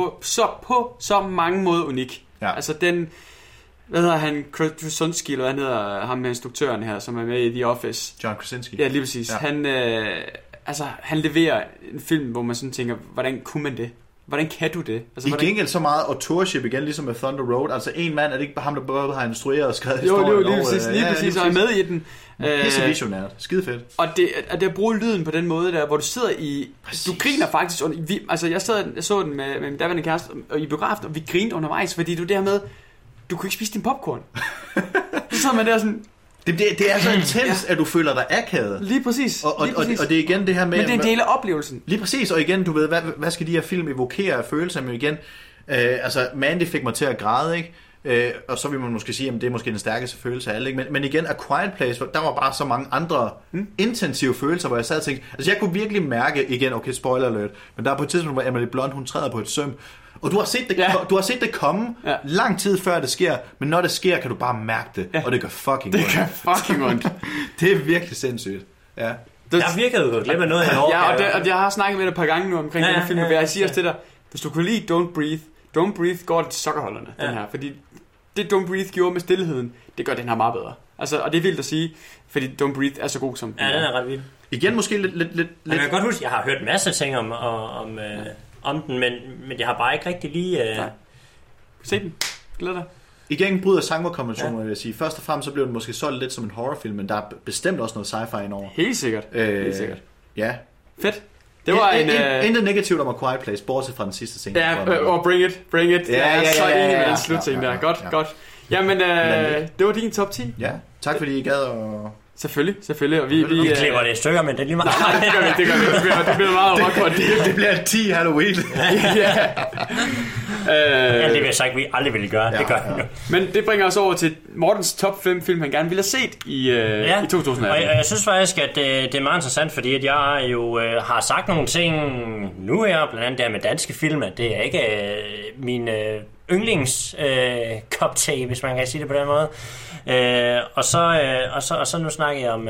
Speaker 2: så mange måder unik. Ja. Altså den... Hvad hedder han? Krasinski, eller hvad han hedder? Ham med instruktøren her, som er med i The Office.
Speaker 4: John Krasinski.
Speaker 2: Ja, lige præcis. Ja. Han leverer en film, hvor man sådan tænker, hvordan kunne man det? Hvordan kan du det?
Speaker 4: Altså, I gengæld så meget autorship igen, ligesom med Thunder Road. Altså en mand, er det ikke bare ham, der både har instrueret og skrevet historien?
Speaker 2: Jo, lige præcis, og er med i den.
Speaker 4: Pisse visionært. Skide fedt.
Speaker 2: Og det at bruge lyden på den måde der, hvor du sidder i... Præcis. Du griner faktisk. Jeg så den med min daværende kæreste i biografen, og vi grinede undervejs, fordi du dermed... Du kunne ikke spise din popcorn. Så sidder man der sådan...
Speaker 4: Det er så intens, at du føler dig akavet.
Speaker 2: Lige præcis.
Speaker 4: Og det er igen det her med...
Speaker 2: Men det er en del af oplevelsen.
Speaker 4: Lige præcis, og igen, du ved, hvad skal de her film evokere af følelser? Men igen, Mandy fik mig til at græde, ikke? Og så vil man måske sige, at det er måske den stærkeste følelse af alle, ikke? Men igen, A Quiet Place, der var bare så mange andre intensive følelser, hvor jeg sad og tænkte... Altså, jeg kunne virkelig mærke, igen, okay, spoiler alert, men der er på et tidspunkt, hvor Emily Blunt, hun træder på et søm, og du har set det komme lang tid før det sker, men når det sker, kan du bare mærke det, og det gør fucking ondt.
Speaker 2: Det gør fucking ondt.
Speaker 4: Det er virkelig sindssygt. Ja.
Speaker 3: Der virker jo glemme noget i år.
Speaker 2: Ja, og jeg har snakket med dig et par gange nu omkring den film, og jeg siger også til dig, hvis du kunne lide Don't Breathe går det til sokkerholderne, den her, fordi det Don't Breathe gjorde med stillheden, det gør den her meget bedre. Altså, og det er vildt at sige, fordi Don't Breathe er så god som den
Speaker 3: den er ret vild.
Speaker 4: Igen måske lidt...
Speaker 3: Jeg kan godt huske, jeg har hørt en masse ting om den, men jeg har bare ikke rigtig lige...
Speaker 2: Se den. Glæder dig.
Speaker 4: Igen bryder sangmordkonventionen, vil jeg sige. Først og fremmest så blev den måske solgt lidt som en horrorfilm, men der er bestemt også noget sci-fi indover.
Speaker 2: Helt sikkert.
Speaker 4: Ja.
Speaker 2: Fedt. Det var
Speaker 4: intet negativt om A Quiet Place, bortset fra den sidste scene.
Speaker 2: Ja, og Bring It. Jeg er så enig med den slutscene der. Godt. Jamen, det var din top 10.
Speaker 4: Ja, tak fordi I gad og...
Speaker 2: Selvfølgelig. Og vi
Speaker 3: klipper det i stykker, men det er lige meget.
Speaker 2: Nej, det gør vi. Det bliver meget rockhold.
Speaker 4: Det bliver 10 Halloween.
Speaker 3: Det vil jeg sagt, vi aldrig ville gøre. Det gør vi nu.
Speaker 2: Men det bringer os over til Mortens top 5 film, han gerne ville have set i 2018.
Speaker 3: Og jeg synes faktisk, at det er meget interessant, fordi at jeg jo har sagt nogle ting nu her, blandt andet der med danske film, at det er ikke min yndlings kop te, hvis man kan sige det på den måde. Og så nu snakker jeg om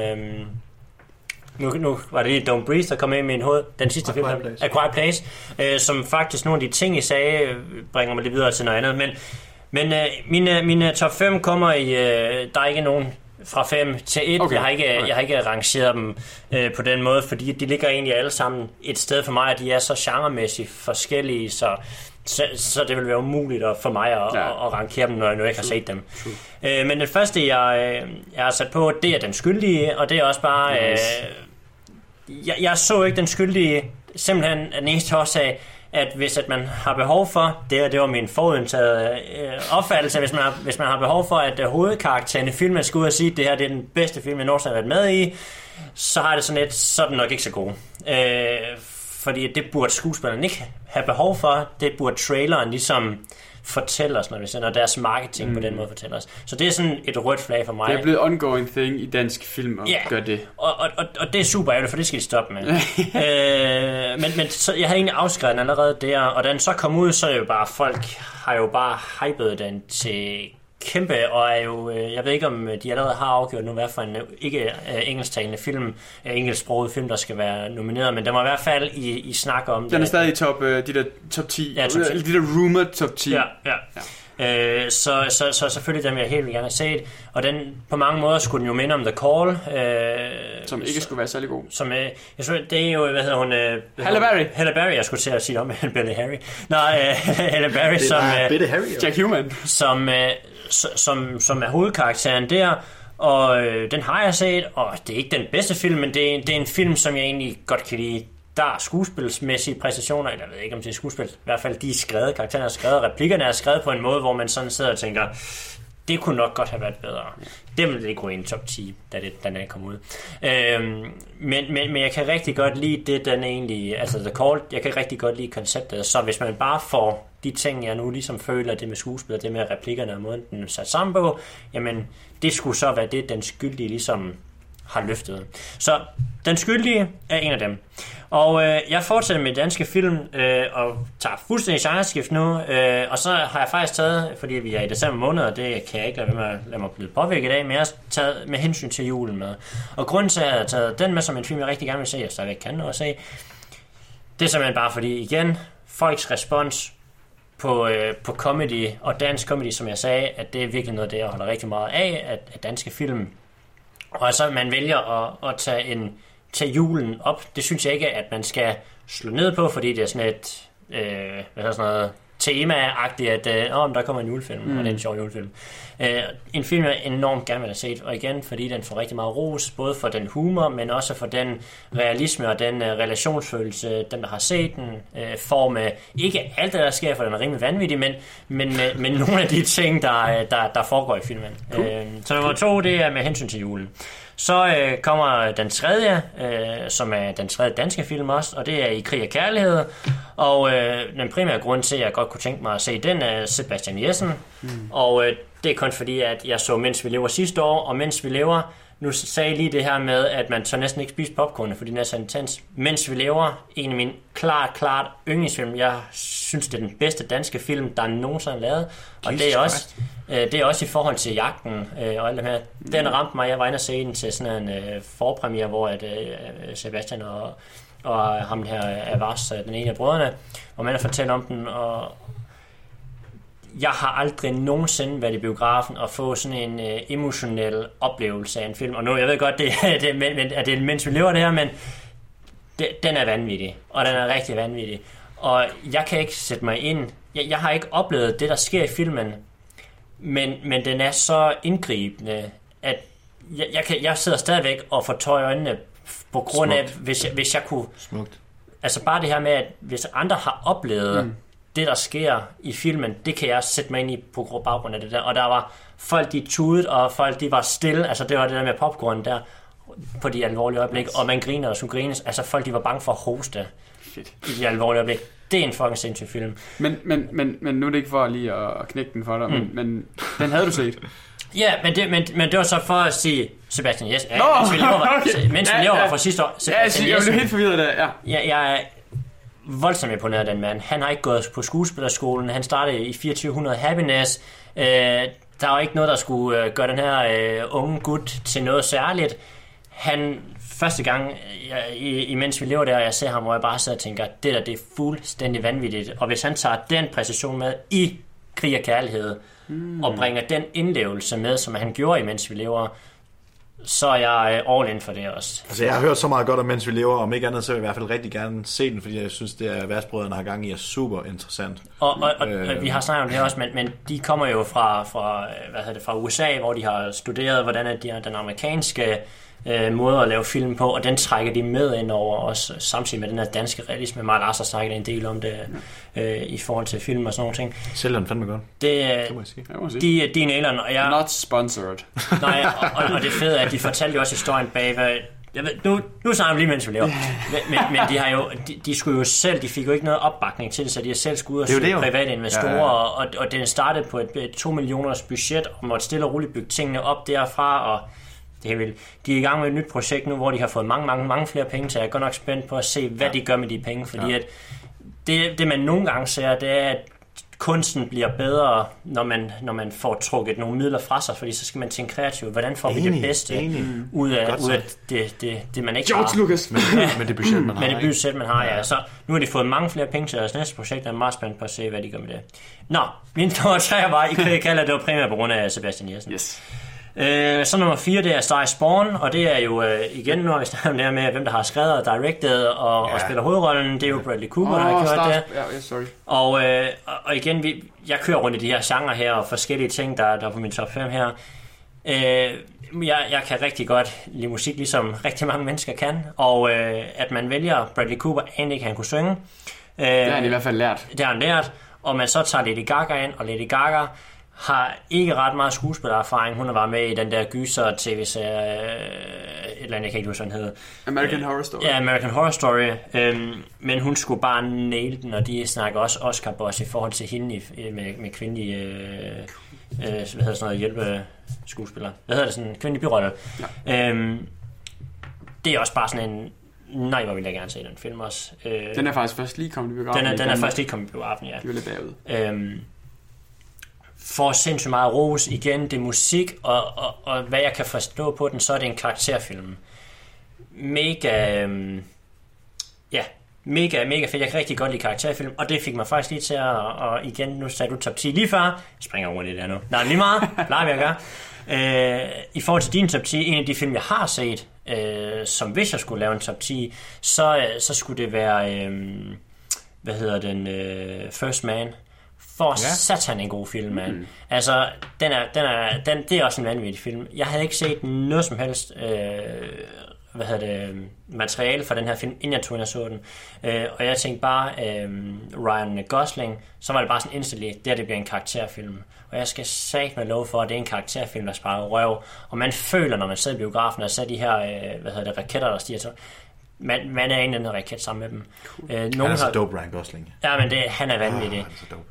Speaker 3: nu var det lige Don't Breathe, der kom ind i min hoved, den sidste film, A Quiet Place, som faktisk nogle af de ting I sagde bringer mig lidt videre til noget andet, men mine top 5 kommer i der er ikke nogen fra 5 til 1. Okay. Jeg har ikke rangeret dem på den måde, fordi de ligger egentlig alle sammen et sted for mig, og de er så genremæssigt forskellige, så det vil være umuligt for mig at rankere dem, når jeg nu ikke har set dem. Men det første, jeg har sat på, det er Den Skyldige, og det er også bare... Jeg så ikke Den Skyldige simpelthen af den eneste årsag, at hvis at man har behov for, det var min forudindtaget opfattelse, hvis man har behov for, at hovedkarakteren i filmen skal ud og sige, at det her det er den bedste film, jeg nogensinde har været med i, så har det sådan et, så er den nok ikke så god. Fordi det burde skuespilleren ikke have behov for. Det burde traileren ligesom fortællers, når deres marketing på den måde fortællers. Så det er sådan et rødt flag for mig.
Speaker 2: Det er blevet ongoing thing i dansk film at gøre det.
Speaker 3: Og det er super ærgerligt, for det skal de stoppe med. Men så, jeg havde egentlig afskrevet den allerede der, og da den så kom ud, så er jo bare, folk har jo bare hypet den til kæmpe, og er jo, jeg ved ikke om de allerede har afgjort nu, hvad for en ikke engelsktalende film, engelsksproget film, der skal være nomineret, men den var i hvert fald i snak om det.
Speaker 2: Den er stadig i de der top 10,
Speaker 3: ja, top 10.
Speaker 2: De der rumored top 10.
Speaker 3: Ja. Så selvfølgelig dem jeg helt vil gerne have set, og den på mange måder skulle den jo minde om The Call,
Speaker 2: som ikke skulle være særlig god.
Speaker 3: Som jeg tror, det er jo, hvad hedder hun? Halle Berry, jeg skulle til at sige om Billy Harry. Halle Berry som
Speaker 2: Jack Human,
Speaker 3: som er hovedkarakteren der. Og den har jeg set, og det er ikke den bedste film, men det er en film, som jeg egentlig godt kan lide. Der er skuespilsmæssige præstationer, eller jeg ved ikke om det er skuespil, i hvert fald de er skrevet, karaktererne er skrevet, replikkerne er skrevet på en måde, hvor man sådan sidder og tænker, det kunne nok godt have været bedre. Det ville ikke gå ind i top 10, da den kom ud. Men jeg kan rigtig godt lide det, den egentlig, altså The Call, jeg kan rigtig godt lide konceptet, så hvis man bare får de ting, jeg nu ligesom føler, det med skuespil, det med replikkerne og måden, den er sat sammen på, jamen det skulle så være det, den skyldige ligesom har løftet. Så Den Skyldige er en af dem. Og jeg fortsætter med danske film og tager fuldstændig genreskift nu. Og så har jeg faktisk taget, fordi vi er i december måned, og det kan jeg ikke lade mig blive påvirket af, men jeg har taget med hensyn til julen med. Og grunden til, at jeg har taget den med som en film, jeg rigtig gerne vil se, og så jeg kan nå at se, det er simpelthen bare fordi, igen, folks respons på comedy og dansk comedy, som jeg sagde, at det er virkelig noget, det jeg holder rigtig meget af, at danske film. Og så man vælger at tage julen op. Det synes jeg ikke, at man skal slå ned på, fordi det er sådan et sådan noget tema-agtigt, at der kommer en julefilm, og det er en sjov julefilm. En film, jeg enormt gerne vil have set, og igen, fordi den får rigtig meget ros, både for den humor, men også for den realisme og den relationsfølelse, dem, der har set den, får med ikke alt det, der sker, for den er rimelig vanvittig, men nogle af de ting, der foregår i filmen. Cool. Så nummer 2, det er med hensyn til julen. Så kommer den tredje, som er den tredje danske film også, og det er I Krig og Kærlighed. Og den primære grund til, at jeg godt kunne tænke mig at se den, er Sebastian Jessen. Og det er kun fordi, at jeg så Mens vi lever sidste år, og Mens vi lever, nu sagde jeg lige det her med, at man tør næsten ikke spise popcorn, fordi den er så intens. Mens vi lever, en af mine klart yndlingsfilm. Jeg synes, det er den bedste danske film, der nogensinde er lavet. Og det er også i forhold til jagten og alt det her. Den ramte mig, jeg var inde og se den til sådan en forpremiere, hvor at, Sebastian og ham her Avars, den ene af brødrene, og man har fortalt om den, og jeg har aldrig nogensinde været i biografen og få sådan en emotionel oplevelse af en film. Og nu, jeg ved godt, at det er mens vi lever det her, men den er vanvittig, og den er rigtig vanvittig. Og jeg kan ikke sætte mig ind. Jeg har ikke oplevet det, der sker i filmen, men den er så indgribende, at jeg sidder stadigvæk og får tår i øjnene på grund af, hvis jeg kunne...
Speaker 4: Smukt.
Speaker 3: Altså bare det her med, at hvis andre har oplevet det, der sker i filmen, det kan jeg sætte mig ind i på baggrund af det der. Og der var folk, de tudede, og folk, de var stille. Altså det var det der med popcorn der, på de alvorlige øjeblik. Og man griner og skulle grines. Altså folk, de var bange for at hoste i de alvorlige øjeblik. Det er en fucking sindssyg film.
Speaker 2: Men nu er det ikke for lige at knække den for dig, men den havde du set.
Speaker 3: Ja, men det var så for at sige Sebastian Jessen. Mens vi lever var fra sidste år.
Speaker 2: Jeg blev helt forvirret der.
Speaker 3: Ja, jeg er voldsomt imponeret af den mand. Han har ikke gået på skuespillerskolen. Han startede i 2400 Happiness. Der var ikke noget, der skulle gøre den her unge gut til noget særligt. Han første gang, imens vi lever der, og jeg ser ham, hvor jeg bare sidder og tænker, det er fuldstændig vanvittigt. Og hvis han tager den præcision med i Krig og Kærlighed, og bringer den indlevelse med, som han gjorde, imens vi lever, så er jeg all in for det også.
Speaker 4: Altså, jeg har hørt så meget godt om Mens vi lever, om ikke andet, så vil jeg i hvert fald rigtig gerne se den, fordi jeg synes, det er Værtsbrødrene har gang i er super interessant.
Speaker 3: Og vi har snakket om det også, men de kommer jo fra USA, hvor de har studeret, hvordan er den amerikanske måde at lave film på, og den trækker de med ind over også, samtidig med den her danske realisme. Mark Lars har snakket en del om det i forhold til film og sådan nogle ting.
Speaker 4: Sælger den fandme godt.
Speaker 3: Det må jeg sige. De er naileren, og jeg...
Speaker 2: Not sponsored.
Speaker 3: Nej, og det fede er, at de fortalte jo også historien bag, Jeg ved, nu snakker vi lige, mens vi lever. Men de har jo, de skulle jo selv, de fik jo ikke noget opbakning til det, så de har selv skulle ud og søge private investorer, og den startede på et 2 millioners budget, og måtte stille og roligt bygge tingene op derfra, og det er vel, de er i gang med et nyt projekt nu, hvor de har fået mange flere penge, så jeg er godt nok spændt på at se, hvad de gør med de penge, fordi at det man nogle gange ser, det er, at kunsten bliver bedre, når man får trukket nogle midler fra sig, fordi så skal man tænke kreativt. Hvordan får vi det bedste ud af det man ikke
Speaker 2: George
Speaker 3: har?
Speaker 2: Lucas.
Speaker 4: Med det budget, man har.
Speaker 3: Med det budget, man har, ja. Så nu har de fået mange flere penge til deres næste projekt, og jeg er meget spændt på at se, hvad de gør med det. Nå, min nummer 3 var, I kan kalde det var primært på grund af Sebastian Jessen.
Speaker 2: Yes.
Speaker 3: Så nummer 4, det er Star Spawn, og det er jo igen, når vi snakker om det her med, hvem der har skrevet og directed og spiller hovedrollen, det er jo Bradley Cooper, der har gjort det.
Speaker 2: Ja, sorry.
Speaker 3: Og igen, jeg kører rundt i de her genrer her, og forskellige ting, der er på min top 5 her. Jeg kan rigtig godt lide musik, ligesom rigtig mange mennesker kan, og at man vælger Bradley Cooper, egentlig ikke han kunne synge.
Speaker 2: Det har han i hvert fald lært.
Speaker 3: Det har han lært, og man så tager Lady Gaga ind, og Lady Gaga har ikke ret meget skuespillererfaring. Hun har været med i den der gyser tv-serie, et eller andet, jeg kan ikke huske, hvad den hedder.
Speaker 2: American Horror Story.
Speaker 3: Ja, American Horror Story. Men hun skulle bare nail den, og de snakker også Oscar Boss i forhold til hende med kvindelige hvad hedder sådan noget, hjælpeskuespillere. Hvad hedder det, sådan kvindelige birolle? Ja. Det er også bare sådan en... Nej, hvor vil jeg gerne se den film også.
Speaker 2: Den er faktisk først lige kommet i biografen.
Speaker 3: Den er først lige kommet i biografen, ja.
Speaker 2: Det er lidt bagud.
Speaker 3: får sindssygt meget ros igen, det er musik, og hvad jeg kan forstå på den, så er det en karakterfilm. Mega fedt. Jeg kan rigtig godt lide karakterfilm, og det fik mig faktisk lige til at igen, nu sagde du top 10 lige før. Jeg springer over det der nu. Nej, lige meget. Plejer vi at gøre. I forhold til din top 10, en af de film, jeg har set, som hvis jeg skulle lave en top 10, så skulle det være, hvad hedder den, First Man. For satan en god film, mand. Altså, det er også en vanvittig film. Jeg havde ikke set noget som helst materiale fra den her film, inden jeg tog ind og så den. Og jeg tænkte bare, Ryan Gosling, så var det bare sådan instantly, det bliver en karakterfilm. Og jeg skal sagt med lov for, at det er en karakterfilm, der sparer røv. Og man føler, når man sidder i biografen og ser de her, raketter, der stiger til. Man er en af den raket sammen med dem.
Speaker 4: Cool. Han er så dope, Ryan Gosling.
Speaker 3: Ja, men han er vanvittig.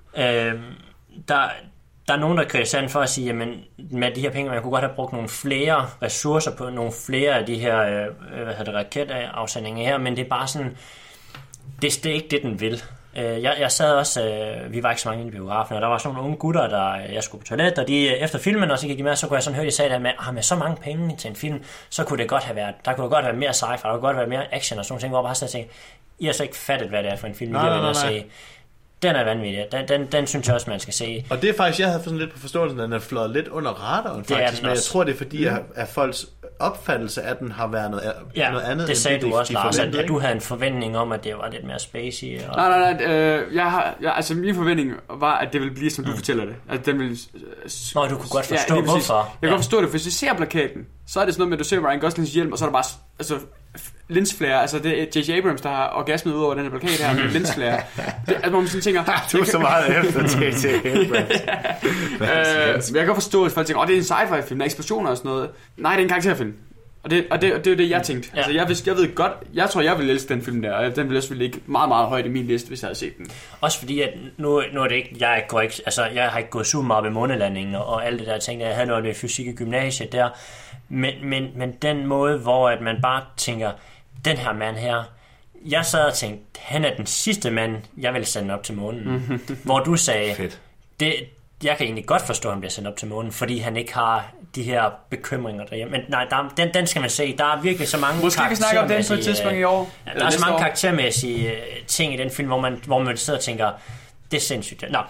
Speaker 3: Der er nogen, der kritiserer for at sige, jamen med de her penge, man kunne godt have brugt nogle flere ressourcer på nogle flere af de her raketafsendinger her, men det er bare sådan, det er ikke det, den vil. Jeg sad også, vi var ikke så mange inde i biografen, og der var sådan nogle unge gutter, der jeg skulle på toilet, og de efter filmen, og så gik de med, så kunne jeg sådan høre, de sagde der med så mange penge til en film, så kunne det godt have været, der kunne godt være mere sci-fi, der kunne godt være mere action og sådan nogle ting, hvor jeg bare sådan tænkte, I har så ikke fattet, hvad det er for en film, I har se. Den er vanvittig. Den synes jeg også, man skal se.
Speaker 4: Og det er faktisk, jeg havde sådan lidt på forståelsen, at den er fløjet lidt under radaren, faktisk. Men jeg tror, det er fordi, at folks opfattelse af den har været noget andet.
Speaker 3: Det sagde du også, Lars, at du havde en forventning om, at det var lidt mere spacey. Og...
Speaker 2: Nej. Altså, min forventning var, at det ville blive, som du fortæller det. At den ville...
Speaker 3: Nå, du kunne godt forstå, hvorfor.
Speaker 2: Jeg kan godt forstå det, for hvis vi ser plakaten, så er det sådan noget med, at du ser Ryan Goslings hjelm, og så er der bare... Altså, linsflare, altså det er J.J. Abrams, der har orgasmet ud over den her plakat her med linsflare. Altså hvor man sådan tænker...
Speaker 4: Du er så meget efter J.J. Abrams.
Speaker 2: Men jeg kan godt forstå, at folk tænker, det er en sci-fi film, der er eksplosioner og sådan noget. Nej, det er en karakterfilm. Og det er jo det, jeg tænkte. Altså jeg ved godt, jeg tror, jeg ville elske den film der, og den ville også ligge meget, meget højt i min liste, hvis jeg havde set den.
Speaker 3: Også fordi, at nu er det ikke, jeg har ikke gået super meget ved månelandingen og alt det der ting, jeg havde noget af fysik i gymnasiet der, men den måde, hvor at man bare tænker, den her mand her, jeg sad og tænkte, han er den sidste mand, jeg vil sende op til månen. Hvor du sagde, jeg kan egentlig godt forstå, at han bliver sendt op til månen, fordi han ikke har de her bekymringer derhjemme. Men nej, den skal man se. Der er virkelig så mange
Speaker 2: måske vi snakker om den på et tidspunkt i år.
Speaker 3: Der er så mange karaktermæssige ting i den film, hvor man sidder og tænker, det er sindssygt. Nå.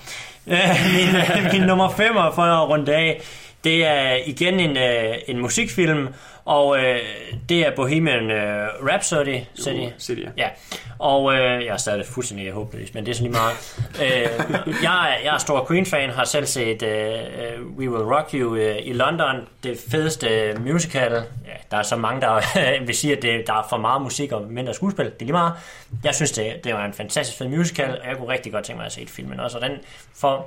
Speaker 3: Min nummer 5 for at runde af, det er igen en musikfilm, og det er Bohemian Rhapsody. Ja. Og jeg er stadig fuldstændig håbløs, men det er så lige meget. Jeg er stor Queen-fan, har selv set We Will Rock You i London, det fedeste musical. Ja, der er så mange, der vil sige, at der er for meget musik og mindre skuespil. Det er lige meget. Jeg synes, det var en fantastisk fed musical, og jeg kunne rigtig godt tænke mig at se filmen også. Og den for...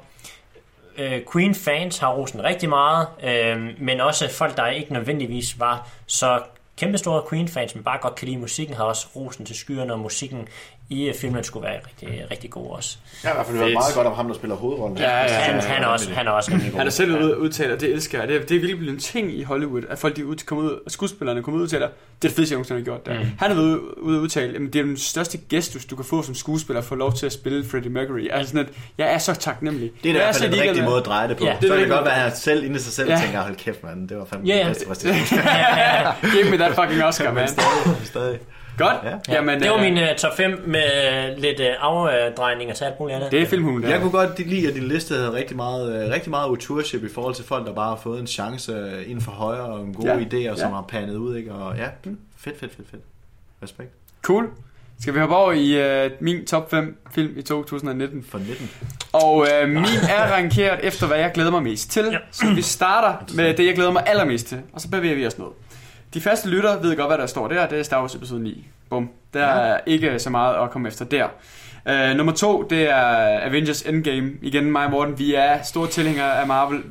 Speaker 3: Queen-fans har rosen rigtig meget, men også folk, der ikke nødvendigvis var så kæmpe store Queen-fans, men bare godt kan lide musikken, har også rosen til skyerne, og musikken i filmen skulle være rigtig, rigtig god også.
Speaker 5: Ja, i hvert fald hørt meget godt om ham, der spiller hovedrollen.
Speaker 2: Ja.
Speaker 3: Han er også rigtig god.
Speaker 2: Han er selv udtaler, det elsker jeg. Det er virkelig blevet en ting i Hollywood, at folk kommer ud, skuespillerne kommer ud og udtaler, det er det fedeste, han har gjort der. Han er ude at udtale, det er den største gestus, du kan få som skuespiller, at få lov til at spille Freddie Mercury. Altså sådan, at jeg er så taknemmelig.
Speaker 4: Det er i hvert fald en rigtig måde at dreje det på.
Speaker 3: Ja.
Speaker 4: Så kan det godt være, at han selv inde i sig selv tænker, hold kæft, mand, det var fandme det bedste præstation.
Speaker 2: Give me that fucking Oscar, man.
Speaker 4: Stadig.
Speaker 2: Godt.
Speaker 4: Ja.
Speaker 2: Jamen,
Speaker 3: det var min top 5 med lidt afdrejninger til alt muligt andet.
Speaker 2: Det er filmhulen der.
Speaker 4: Jeg kunne godt lide, at din liste havde rigtig meget autorship i forhold til folk, der bare har fået en chance inden for højre og en gode idéer, som har pandet ud, ikke? Og ja, fedt. Respekt.
Speaker 2: Cool. Skal vi hoppe over i min top 5 film i 2019?
Speaker 4: For 19.
Speaker 2: Og min er rankeret efter, hvad jeg glæder mig mest til. Ja. Så vi starter med det, jeg glæder mig allermest til, og så bevæger vi os ned. De faste lyttere ved godt, hvad der står der. Det er Star Wars episode 9. Bum. Der er ikke så meget at komme efter der. Nummer 2, det er Avengers Endgame. Igen, mig og Morten, vi er store tilhængere af Marvel.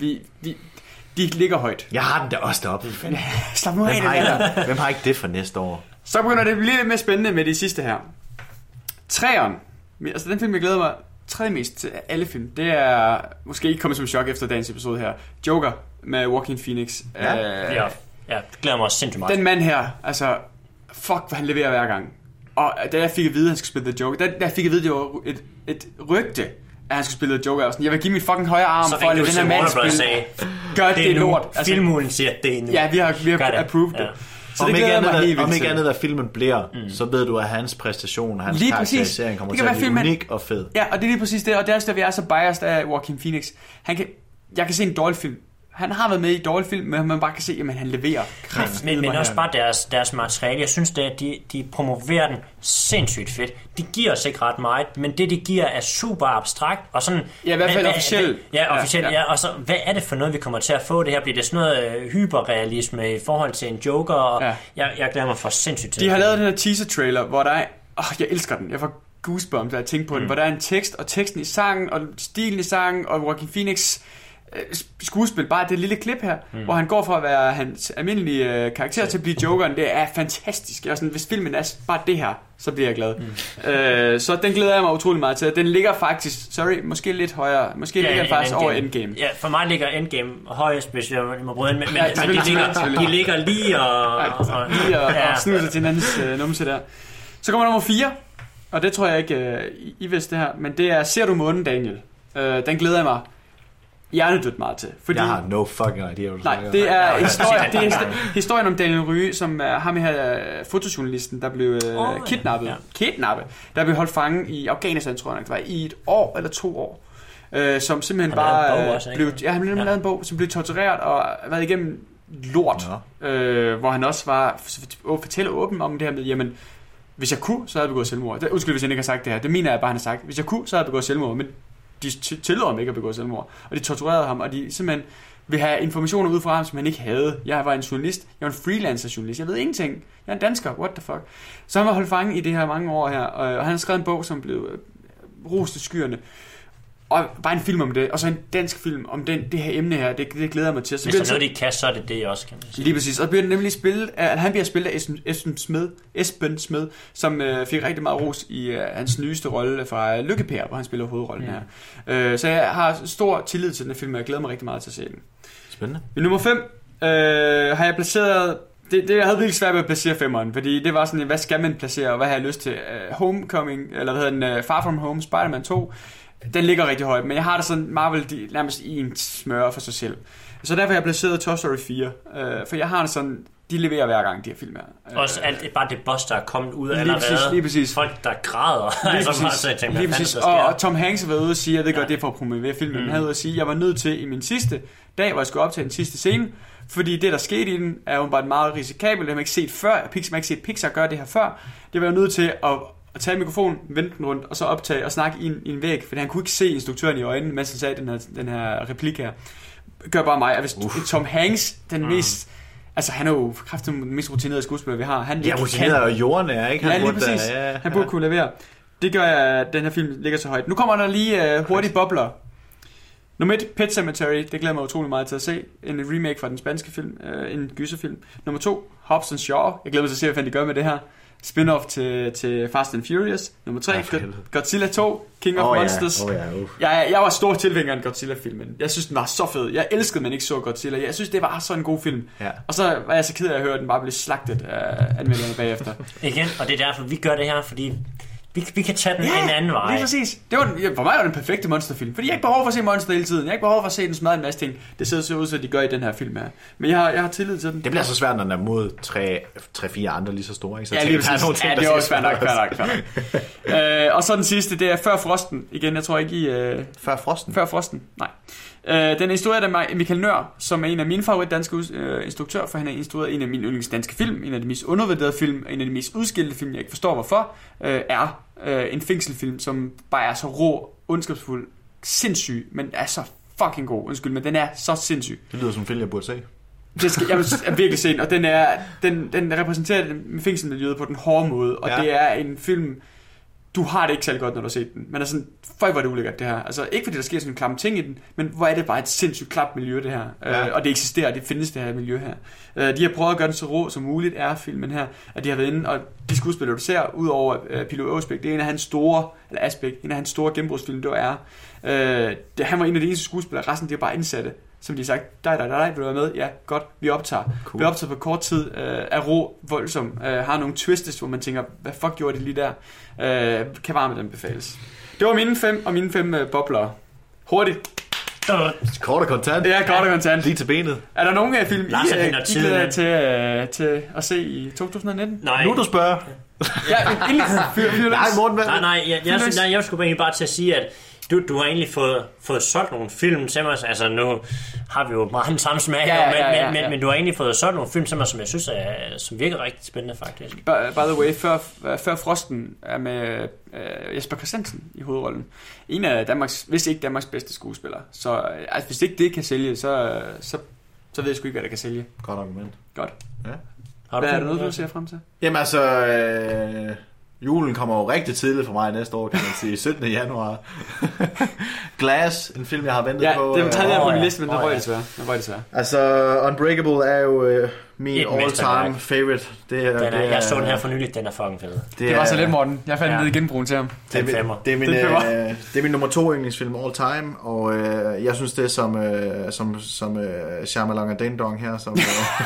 Speaker 2: De ligger højt.
Speaker 4: Jeg har den der også deroppe.
Speaker 2: Slap nu af.
Speaker 4: Hvem har ikke det for næste år?
Speaker 2: Så begynder det at blive lidt mere spændende med de sidste her. 3'eren. Altså den film, jeg glæder mig tredje mest til alle film, det er måske ikke kommet som chok efter dagens episode her. Joker med Joaquin Phoenix.
Speaker 3: Ja, det glæder mig også sindssygt meget.
Speaker 2: Den mand her, altså, fuck, hvad han leverer hver gang. Og da jeg fik at vide, at han skulle spille The Joker, da jeg fik at vide, at det var et rygte, at han skulle spille The Joker. Sådan, jeg vil give min fucking højre arm for at lade den her mand spille. Gør det lort.
Speaker 3: Altså, filmhulen siger, det er nu.
Speaker 2: Ja, vi har approved det. Så
Speaker 4: om ikke andet, hvad filmen bliver, så ved du, at hans præstation og hans karakterisering kommer til at blive unik og fed.
Speaker 2: Ja, og det er lige præcis det, og det er også der, vi er så biased af Joaquin Phoenix. Jeg kan se en dårlig film. Han har været med i dårlig film, men man bare kan se, at han leverer kraft.
Speaker 3: Men også bare deres materiale. Jeg synes, at de promoverer den sindssygt fedt. De giver os ikke ret meget, men det de giver er super abstrakt og sådan.
Speaker 2: Ja, i hvert fald officielt.
Speaker 3: Ja, officielt. Ja. Og så hvad er det for noget, vi kommer til at få det her? Bliver det sådan noget hyperrealisme i forhold til en Joker? Og jeg glæder mig for sindssygt til.
Speaker 2: De har lavet den her teaser trailer, hvor der er, jeg elsker den. Jeg får goosebumps, da jeg tænker på den, hvor der er en tekst og teksten i sangen og stilen i sangen og Joaquin Phoenix skuespil, bare det lille klip her, hvor han går fra at være hans almindelige karakter til at blive Jokeren. Det er fantastisk. Jeg er sådan, hvis filmen er bare det her, så bliver jeg glad. Så den glæder jeg mig utrolig meget til. Den ligger faktisk, måske lidt højere. Måske ligger den faktisk over Endgame.
Speaker 3: Ja, for mig ligger Endgame højest, hvis jeg må bryde ind. Men de ligger lige og
Speaker 2: snuser til hinandens numse der. Så kommer nummer 4, og det tror jeg ikke, I vidste det her, men det er Ser du månen, Daniel? Den glæder jeg mig hjernedødt meget til. Fordi,
Speaker 4: jeg har no fucking idea.
Speaker 2: Nej, det er historien om Daniel Rye, som er ham her fotojournalisten, der blev kidnappet. Der blev holdt fange i Afghanistan, tror jeg, det var i 1 år eller 2 år. Som simpelthen han blev lavet en bog, som blev tortureret og været igennem lort. Hvor han også var fortælle åbent om det her med, jamen, hvis jeg kunne, så havde jeg begået selvmord. Undskyld, hvis jeg ikke har sagt det her. Det mener jeg bare, han har sagt. Hvis jeg kunne, så havde jeg begået selvmord, men de tillod ham ikke at begå selvmord, og de torturerede ham, og de simpelthen vil have informationer ud fra ham, som han ikke havde. Jeg var en journalist, jeg var en freelancer journalist, jeg ved ingenting, jeg er en dansker, what the fuck. Så han var holdt fange i det her mange år her, og han har skrevet en bog, som blev rost til skyerne, og bare en film om det, og så en dansk film om det her emne her, det glæder jeg mig til.
Speaker 3: Så hvis der er noget, de kan, så er det også, kan man sige.
Speaker 2: Lige præcis, og bliver nemlig han bliver spillet af Esben Smed, som fik rigtig meget ros i hans nyeste rolle fra Lykke-Per, hvor han spiller hovedrollen her. Så jeg har stor tillid til den film, og jeg glæder mig rigtig meget til at se den.
Speaker 4: Spændende.
Speaker 2: I nummer 5 har jeg placeret... Jeg havde virkelig svært ved at placere 5'eren, fordi det var sådan, hvad skal man placere, og hvad har jeg lyst til? Homecoming, eller hvad hedder den, Far From Home, Spider-Man 2... Den ligger rigtig højt, men jeg har det sådan, Marvel nærmest i en smør for sig selv. Så derfor har jeg placeret Toy Story 4, for jeg har det sådan, de leverer hver gang, de her film her.
Speaker 3: Også alt, bare det boss, der er kommet ud allerede.
Speaker 2: Lige præcis.
Speaker 3: Folk, der græder.
Speaker 2: Lige præcis. Og Tom Hanks har været ude og sige, jeg ved godt, det er for at promovere filmen, men han har ude at sige, jeg var nødt til i min sidste dag, hvor jeg skulle optage den sidste scene, fordi det, der skete i den, er jo bare meget risikabelt. Det har man ikke set før. Man har ikke set Pixar gøre det her før. Det var jeg nødt til at tage mikrofonen, vende den rundt, og så optage og snakke i en væg, for han kunne ikke se instruktøren i øjnene, mens han sagde den her replik her. Gør bare mig, at hvis Tom Hanks, den mest... Altså, han er jo kraftigt den mest rutinerede skuespiller, vi har. Han
Speaker 4: rutineret og jorden er, ikke?
Speaker 2: Han lige præcis. Han burde kunne levere. Det gør, at den her film ligger så højt. Nu kommer der lige hurtige bobler. Nummer 1, Pet Sematary. Det glæder mig utrolig meget til at se. En remake fra den spanske film. En gyserfilm. Nummer 2, Hobbs & Shaw. Jeg glæder mig til at se, hvad de gør med det her. Spin-off til Fast and Furious. Nummer 3, Godzilla 2, King of Monsters. Jeg var stor tilhænger af en Godzilla-filmen. Jeg synes, den var så fed. Jeg elskede, man ikke så Godzilla. Jeg synes, det var så en god film. Ja. Og så var jeg så ked af at høre, at den bare blev slagtet af anmelderne bagefter.
Speaker 3: Igen, og det er derfor, vi gør det her, fordi vi kan tage den en anden vej.
Speaker 2: Lige præcis. For mig var det den perfekte monsterfilm. Fordi jeg har ikke behov for at se monster hele tiden. Jeg har ikke behov for at se den smadre en masse ting. Det ser så ud, som de gør i den her film her. Men jeg har tillid til den.
Speaker 5: Det bliver så svært, når den er mod 3-4 andre lige så store. Ikke? Så
Speaker 2: ja, lige præcis. Ja, det er også svært nok. Og så den sidste, det er Før Frosten. Igen, jeg tror ikke i...
Speaker 5: Før Frosten?
Speaker 2: Før Frosten, nej. Den er instrueret af Michael Nør, som er en af mine favoritdanske instruktører, for han har instrueret en af mine yndlingsdanske film, en af de mest undervurderede film, en af de mest udskilte film, jeg ikke forstår hvorfor, er en fængselfilm, som bare er så rå, ondskabsfuld, sindssyg, men er så fucking god, undskyld, men den er så sindssyg.
Speaker 5: Det lyder som en film, jeg burde se.
Speaker 2: Jeg vil virkelig se den, og den repræsenterer fængselsmiljøet på den hårde måde, og det er en film, du har det ikke særlig godt, når du har set den. Men er sådan, hvor er det ulækkert det her. Altså ikke fordi der sker sådan en klamme ting i den, men hvor er det bare et sindssygt klamt miljø det her. Og det eksisterer, det findes det her miljø her. De har prøvet at gøre den så rå som muligt, er filmen her, at de har været inde, og de skuespillere du ser, udover Pilou Asbæk, det er en af hans store gennembrudsfilm, det var han var en af de eneste skuespillere, resten de er bare indsatte, som de har sagt, dig, vil du være med? Ja, godt, vi optager. Cool. Vi optager på kort tid, er rå, voldsom, har nogle twists, hvor man tænker, hvad fuck gjorde de lige der? Kan varme den befales. Det var mine 5, og mine 5 bobler. Hurtigt.
Speaker 5: Kort og kontant.
Speaker 2: Ja, kort og kontant.
Speaker 5: Lige til benet.
Speaker 2: Er der nogen af film, I glæder til at se i 2019?
Speaker 3: Nej.
Speaker 5: Nu du spørger.
Speaker 2: Ja, fyr
Speaker 5: Nej, Morten,
Speaker 3: Nej, jeg skulle egentlig bare til at sige, at du har egentlig fået solgt nogle film til mig. Altså nu har vi jo meget den samme smag, men du har egentlig fået solgt nogle film til mig, som jeg synes som virker rigtig spændende faktisk.
Speaker 2: By the way, Før Frosten er med Jesper Christensen i hovedrollen. En af Danmarks, hvis ikke Danmarks bedste skuespiller. Så altså, hvis ikke det kan sælge, så ved jeg sgu ikke, hvad der kan sælge.
Speaker 5: Godt argument.
Speaker 2: Godt.
Speaker 5: Ja.
Speaker 2: Hvad er der noget, du ser frem til?
Speaker 5: Jamen altså... Julen kommer jo rigtig tidligt for mig næste år, kan man sige. 17. januar. Glass, en film, jeg har ventet på.
Speaker 2: Ja, den tager jeg på min liste, men den røg desværre.
Speaker 5: Altså, Unbreakable er jo min all-time favorite.
Speaker 3: Jeg så den her for nyligt, den er fucking fed.
Speaker 2: Det var så lidt, Morten. Jeg fandt den ned i genbrugen til ham.
Speaker 5: Det er min nummer 2 yndlingsfilm all time, og jeg synes det er som Shyamalan og Ding Dong her, som...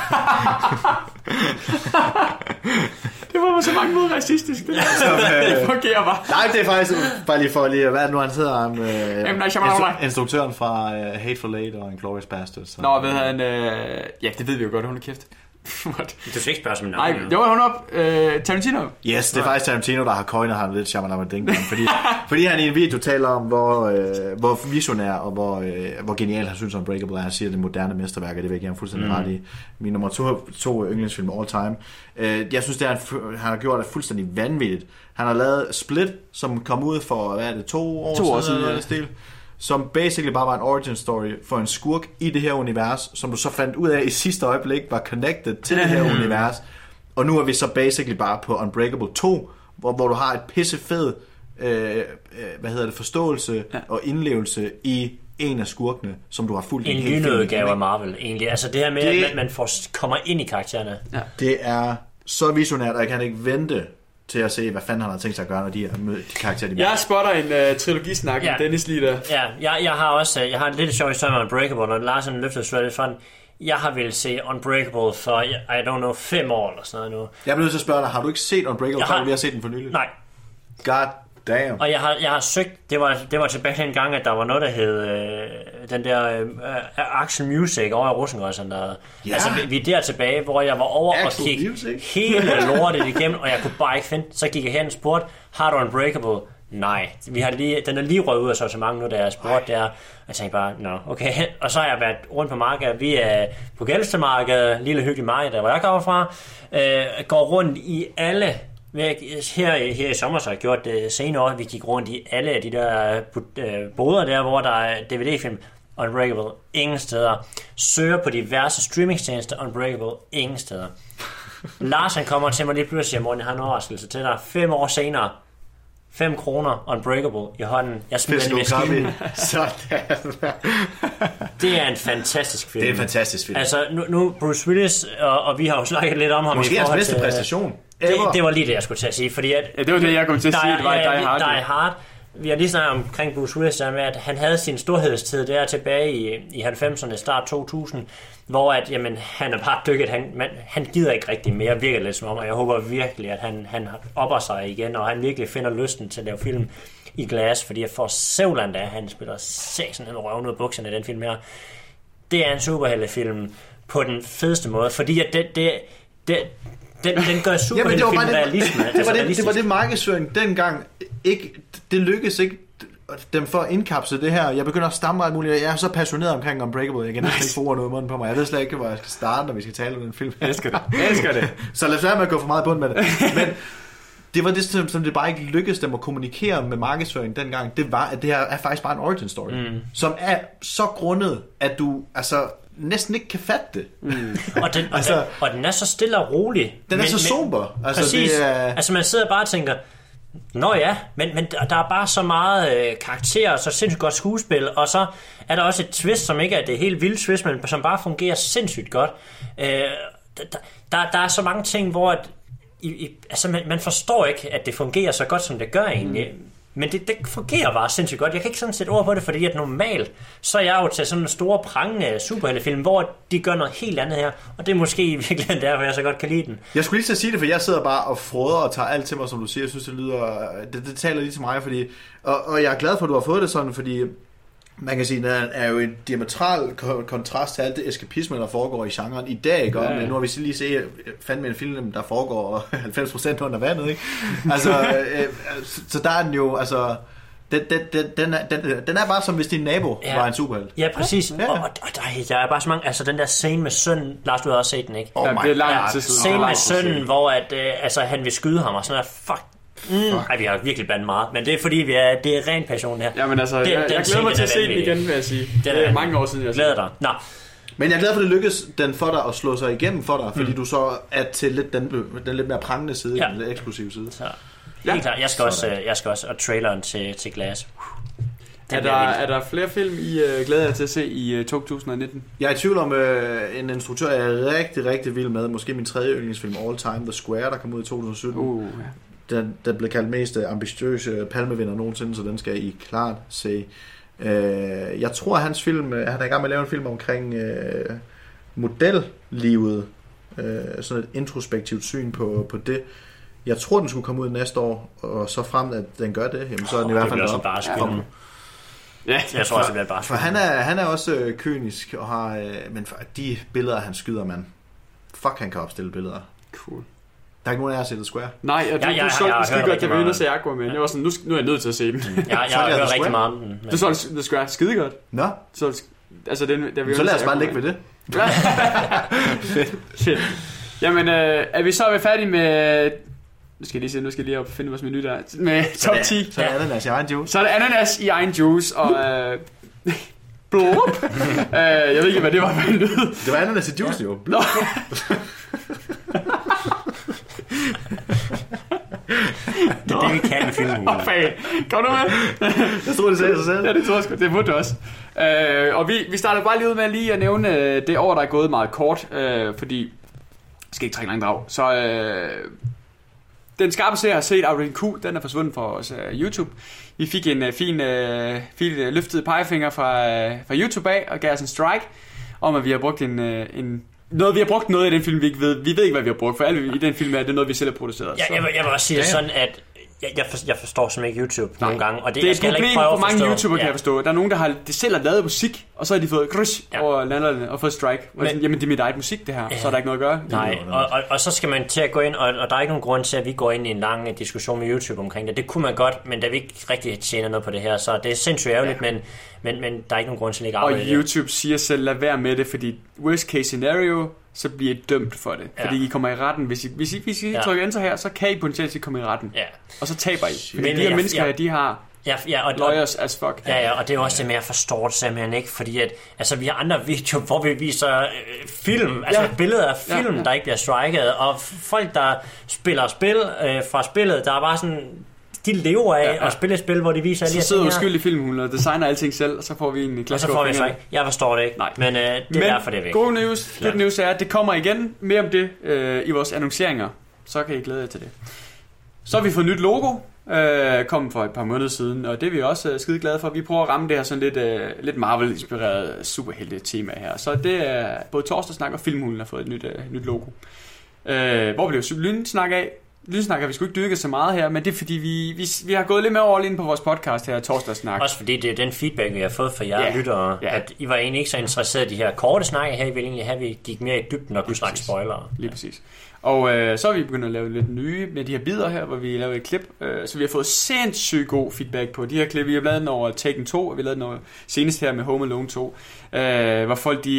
Speaker 2: Det var på så mange måder racistisk, det det fungerer bare.
Speaker 5: Nej, det er faktisk bare lige for lige, hvad nu han hedder instruktøren fra Hateful Eight og Inglourious Basterds.
Speaker 2: Nå, ved han, ja, det ved vi jo godt, hun er kæft.
Speaker 3: Du skal ikke spørge som en
Speaker 2: navn. Nej, det var hun op. Tarantino.
Speaker 5: Yes, det er faktisk Tarantino, der har coinet ham lidt Shyamalan og Ding Dong, fordi han i en video taler om, hvor visionær og hvor genial han synes Unbreakable er. Han siger, det moderne mesterværk, og det vil jeg give ham fuldstændig ret i. Min nummer 2 yndlingsfilm all time. Jeg synes, det han har gjort det fuldstændig vanvittigt. Han har lavet Split, som kom ud for, hvad er det, 2 år siden, stil, som basically bare var en origin story for en skurk i det her univers, som du så fandt ud af i sidste øjeblik var connected til det her univers. Og nu er vi så basically bare på Unbreakable 2, hvor du har et pissefed forståelse og indlevelse i en af skurkene, som du har fulgt
Speaker 3: en lynudgave af Marvel egentlig. Altså det her med, at man kommer ind i karaktererne.
Speaker 5: Ja. Det er så visionært, og jeg kan ikke vente til at se, hvad fanden han har tænkt sig at gøre, når de har mødt de karakterer, de
Speaker 2: Jeg spotter en trilogisnak med Dennis lige der.
Speaker 3: Ja, jeg har en lidt sjov historie med Unbreakable, når Larsen løftede sig lidt fra den. Jeg har vel se Unbreakable for, I don't know, 5 år eller sådan noget nu.
Speaker 5: Jeg bliver nødt til at spørge dig, har du ikke set Unbreakable, før du lige har set den for nylig?
Speaker 3: Nej.
Speaker 5: God damn.
Speaker 3: Og jeg har søgt, det var tilbage en gang, at der var noget, der hed den der Axel Music over i Rosengård. Ja. Altså vi er der tilbage, hvor jeg var over Axel og kiggede hele lortet igennem, og jeg kunne bare ikke finde. Så gik jeg hen og spurgte, har du Unbreakable? Nej, den er lige røget ud af sortiment nu, da jeg spurgte der. Jeg tænkte bare, okay. Og så har jeg været rundt på markedet. Vi er på Gældsted-markedet, lille hyggelig marked, der hvor jeg kommer fra. Går rundt i alle. Her i sommer så har jeg gjort det senere år. Vi gik rundt i alle af de der boder der, hvor der er DVD-film. Unbreakable, ingen steder. Søger på diverse streamingtjenester. Unbreakable, ingen steder. Lars han kommer til mig lige pludselig og siger, Morten, jeg har en overraskelse til dig. 5 år senere 5 kroner Unbreakable i hånden. Jeg smider den i maskinen. Det er en fantastisk film.
Speaker 5: Det er en fantastisk film.
Speaker 3: Altså, nu Bruce Willis, og vi har jo snakket lidt om ham.
Speaker 5: Måske hans bedste præstation.
Speaker 3: Det var lige det, jeg skulle til at sige. Fordi at,
Speaker 2: det var det, jeg kom til at sige. Det var Die Hard.
Speaker 3: Die Hard. Vi har lige snakket omkring Bruce Willis, at han havde sin storhedstid der tilbage i 90'erne, start 2000, hvor at, jamen, han er bare dykket. Han gider ikke rigtig mere, virker lidt som om, og jeg håber virkelig, at han opper sig igen, og han virkelig finder lysten til at lave film i Glass, fordi jeg får Sævland af, han spiller sådan en røven ud af bukserne i den film her. Det er en superheltefilm på den fedeste måde, fordi at den gør superheltefilm realisme.
Speaker 5: Det var det markedsføring dengang ikke, det lykkedes ikke dem for at indkapsle det her. Jeg begynder at stamme ret muligt. Jeg er så passioneret omkring Unbreakable. Jeg kan næsten ikke få noget i munden på mig. Jeg ved slet ikke, hvor jeg skal starte, når vi skal tale om den film.
Speaker 2: Jeg elsker det.
Speaker 5: Så lad os være med at gå for meget bund med det. Men det var det, som det bare ikke lykkedes dem at kommunikere med markedsføring dengang. Det var, at det her er faktisk bare en origin story, som er så grundet, at du næsten ikke kan fatte det.
Speaker 3: Og den er så stille og rolig.
Speaker 5: Den er så somber.
Speaker 3: Præcis. Altså man sidder bare og tænker, nå ja, men der er bare så meget karakter og så sindssygt godt skuespil, og så er der også et twist, som ikke er det helt vilde twist, men som bare fungerer sindssygt godt. Der er så mange ting, hvor altså man forstår ikke, at det fungerer så godt, som det gør egentlig. Men det fungerer bare sindssygt godt. Jeg kan ikke sådan sætte ord på det, fordi at normalt, så er jeg jo til sådan en store prangende superheltefilm, hvor de gør noget helt andet her. Og det er måske i virkeligheden derfor, jeg så godt kan lide den.
Speaker 5: Jeg skulle lige til at sige det, for jeg sidder bare og frodrer og tager alt til mig, som du siger. Jeg synes, det lyder... Det taler lige til mig, fordi... Og jeg er glad for, at du har fået det sådan, fordi... Man kan sige, at den er jo en diametral kontrast til alt det eskapisme, der foregår i genren i dag, ikke? Ja. Men nu har vi lige set fandme en film, der foregår 90% under vandet, ikke? Altså, så der er den jo, altså... Den er bare som hvis din nabo var en superhelt.
Speaker 3: Ja, præcis. Ja. Og der er bare så mange... Altså, den der scene med sønnen... Lars, du har også set den, ikke?
Speaker 2: Det er langt til
Speaker 3: scene med sønnen, hvor han vil skyde ham, og sådan der, fuck. Ej, vi har virkelig blandt meget, men det er fordi det er ren passion her.
Speaker 2: Jamen altså, jeg glæder mig til at se den igen, vil jeg sige. Det er mange år siden, jeg
Speaker 3: glæder dig. Nå.
Speaker 5: Men jeg er glad for, at det lykkes den for dig at slå sig igennem for dig, fordi du så er til lidt den lidt mere prangende side, den lidt eksplosive side. Så.
Speaker 3: Helt klart. Jeg skal også og traileren til Glass.
Speaker 2: Er der flere film, I glæder jer til at se i 2019?
Speaker 5: Jeg er i tvivl om en instruktør, jeg er rigtig, rigtig vild med. Måske min tredje yndlingsfilm, All Time, The Square, der kom ud i 2017. Den blev kaldt mest ambitiøse palmevinder nogensinde, så den skal I klart se. Jeg tror, hans film... Han er i gang med at lave en film omkring modellivet. Sådan et introspektivt syn på det. Jeg tror, den skulle komme ud næste år, og så frem, at den gør det, jamen, så er den i hvert fald
Speaker 3: også bare skylden. Ja, jeg tror også, det bliver bare
Speaker 5: skylden. For han er også kynisk, og har... men for de billeder, han skyder, man... Fuck, han kan opstille billeder.
Speaker 2: Cool.
Speaker 5: Der er ikke nogen af jer, der har set The Square?
Speaker 2: Nej, du solgte den skide godt, jeg vil ind og se Aquaman. Jeg var sådan, nu er jeg nødt til at se den.
Speaker 3: Jeg har hørt rigtig meget om den.
Speaker 2: Du så The Square skide godt.
Speaker 5: Nå.
Speaker 2: Så
Speaker 5: lad os bare lægge ved det.
Speaker 2: Shit. Jamen, er vi så færdige med... Nu skal jeg lige finde vores menu der. Med top 10.
Speaker 5: Så er det ananas i egen juice.
Speaker 2: Så er det ananas i egen juice, og... Blop. Jeg ved ikke, hvad det var for en lyd.
Speaker 5: Det var ananas i juice, jo.
Speaker 2: Blop.
Speaker 3: Det er det, vi kan i filmen.
Speaker 2: Kom nu med.
Speaker 5: Jeg tror, det sagde sig selv.
Speaker 2: Ja, det tror jeg sgu. Det burde du også. Og vi starter bare lige ud med lige at nævne det år, der er gået meget kort, fordi jeg skal ikke trække langt drag. Så den skarpe serie har set Irene Q, den er forsvundet fra vores YouTube. Vi fik en fin løftet pegefinger fra YouTube af og gav os en strike om, at vi har brugt vi har brugt noget i den film, vi ikke ved. Vi ved ikke, hvad vi har brugt, for alt i den film er det noget, vi selv har produceret.
Speaker 3: Ja, jeg vil også sige sådan, at jeg forstår simpelthen ikke YouTube nogle gange. Og
Speaker 2: det er et problem for mange YouTubere, kan jeg forstå. Der er nogen, der har selv lavet musik, og så har de fået kryds over landerne og fået strike. Og sådan, jamen, det er mit eget musik, det her, så er der ikke noget at gøre.
Speaker 3: Nej, og så skal man til at gå ind, og der er ikke nogen grund til, at vi går ind i en lang diskussion med YouTube omkring det. Det kunne man godt, men der vil ikke rigtig tjene noget på det her, så det er sindssygt ærgerligt, men der er ikke nogen grund til at lægge arbejde i det.
Speaker 2: Og YouTube siger selv, lad være med det, fordi worst case scenario, så bliver I dømt for det. Fordi I kommer i retten. Hvis I trykker enter her, så kan I potentielt komme i retten. Ja. Og så taber I. Fordi de her mennesker, de har lawyers as fuck.
Speaker 3: Ja, og det er også det med, at forstå det simpelthen ikke. Fordi at, altså, vi har andre videoer, hvor vi viser film, altså billeder af film, der ikke bliver striket. Og folk, der spiller spil fra spillet, der er bare sådan... de lever af at spille et spil, hvor de viser alle de her ting.
Speaker 2: Så sidder uskyldig filmhund og designer alting selv, og så får vi en
Speaker 3: og så får vi så ikke. Jeg forstår det ikke. Nej. Men det er derfor, det er væk.
Speaker 2: God news er, at det kommer igen. Mere om det i vores annonceringer. Så kan I glæde jer til det. Så har vi fået nyt logo. Kom for et par måneder siden, og det er vi også skide glade for. Vi prøver at ramme det her sådan lidt Marvel-inspireret superhelte-tema her. Så det er både Torsdagssnak og Filmhulen har fået et nyt logo. Hvor bliver jo lynsnak af? Lynsnak har vi sgu ikke dykket så meget her, men det er fordi vi har gået lidt mere over ind på vores podcast her, Torsdagssnak.
Speaker 3: Også fordi det er den feedback, vi har fået fra jer lyttere, at I var egentlig ikke så interesseret i de her korte snakke her. I ville egentlig have, at vi gik mere i dybden og kunne snakke spoilere.
Speaker 2: Lige præcis. Og så er vi begyndt at lave lidt nye med de her bidder her, hvor vi laver et klip. Så vi har fået sindssygt god feedback på de her klip. Vi har lavet den over Taken 2, og vi har lavet den over senest her med Home Alone 2. Hvor folk de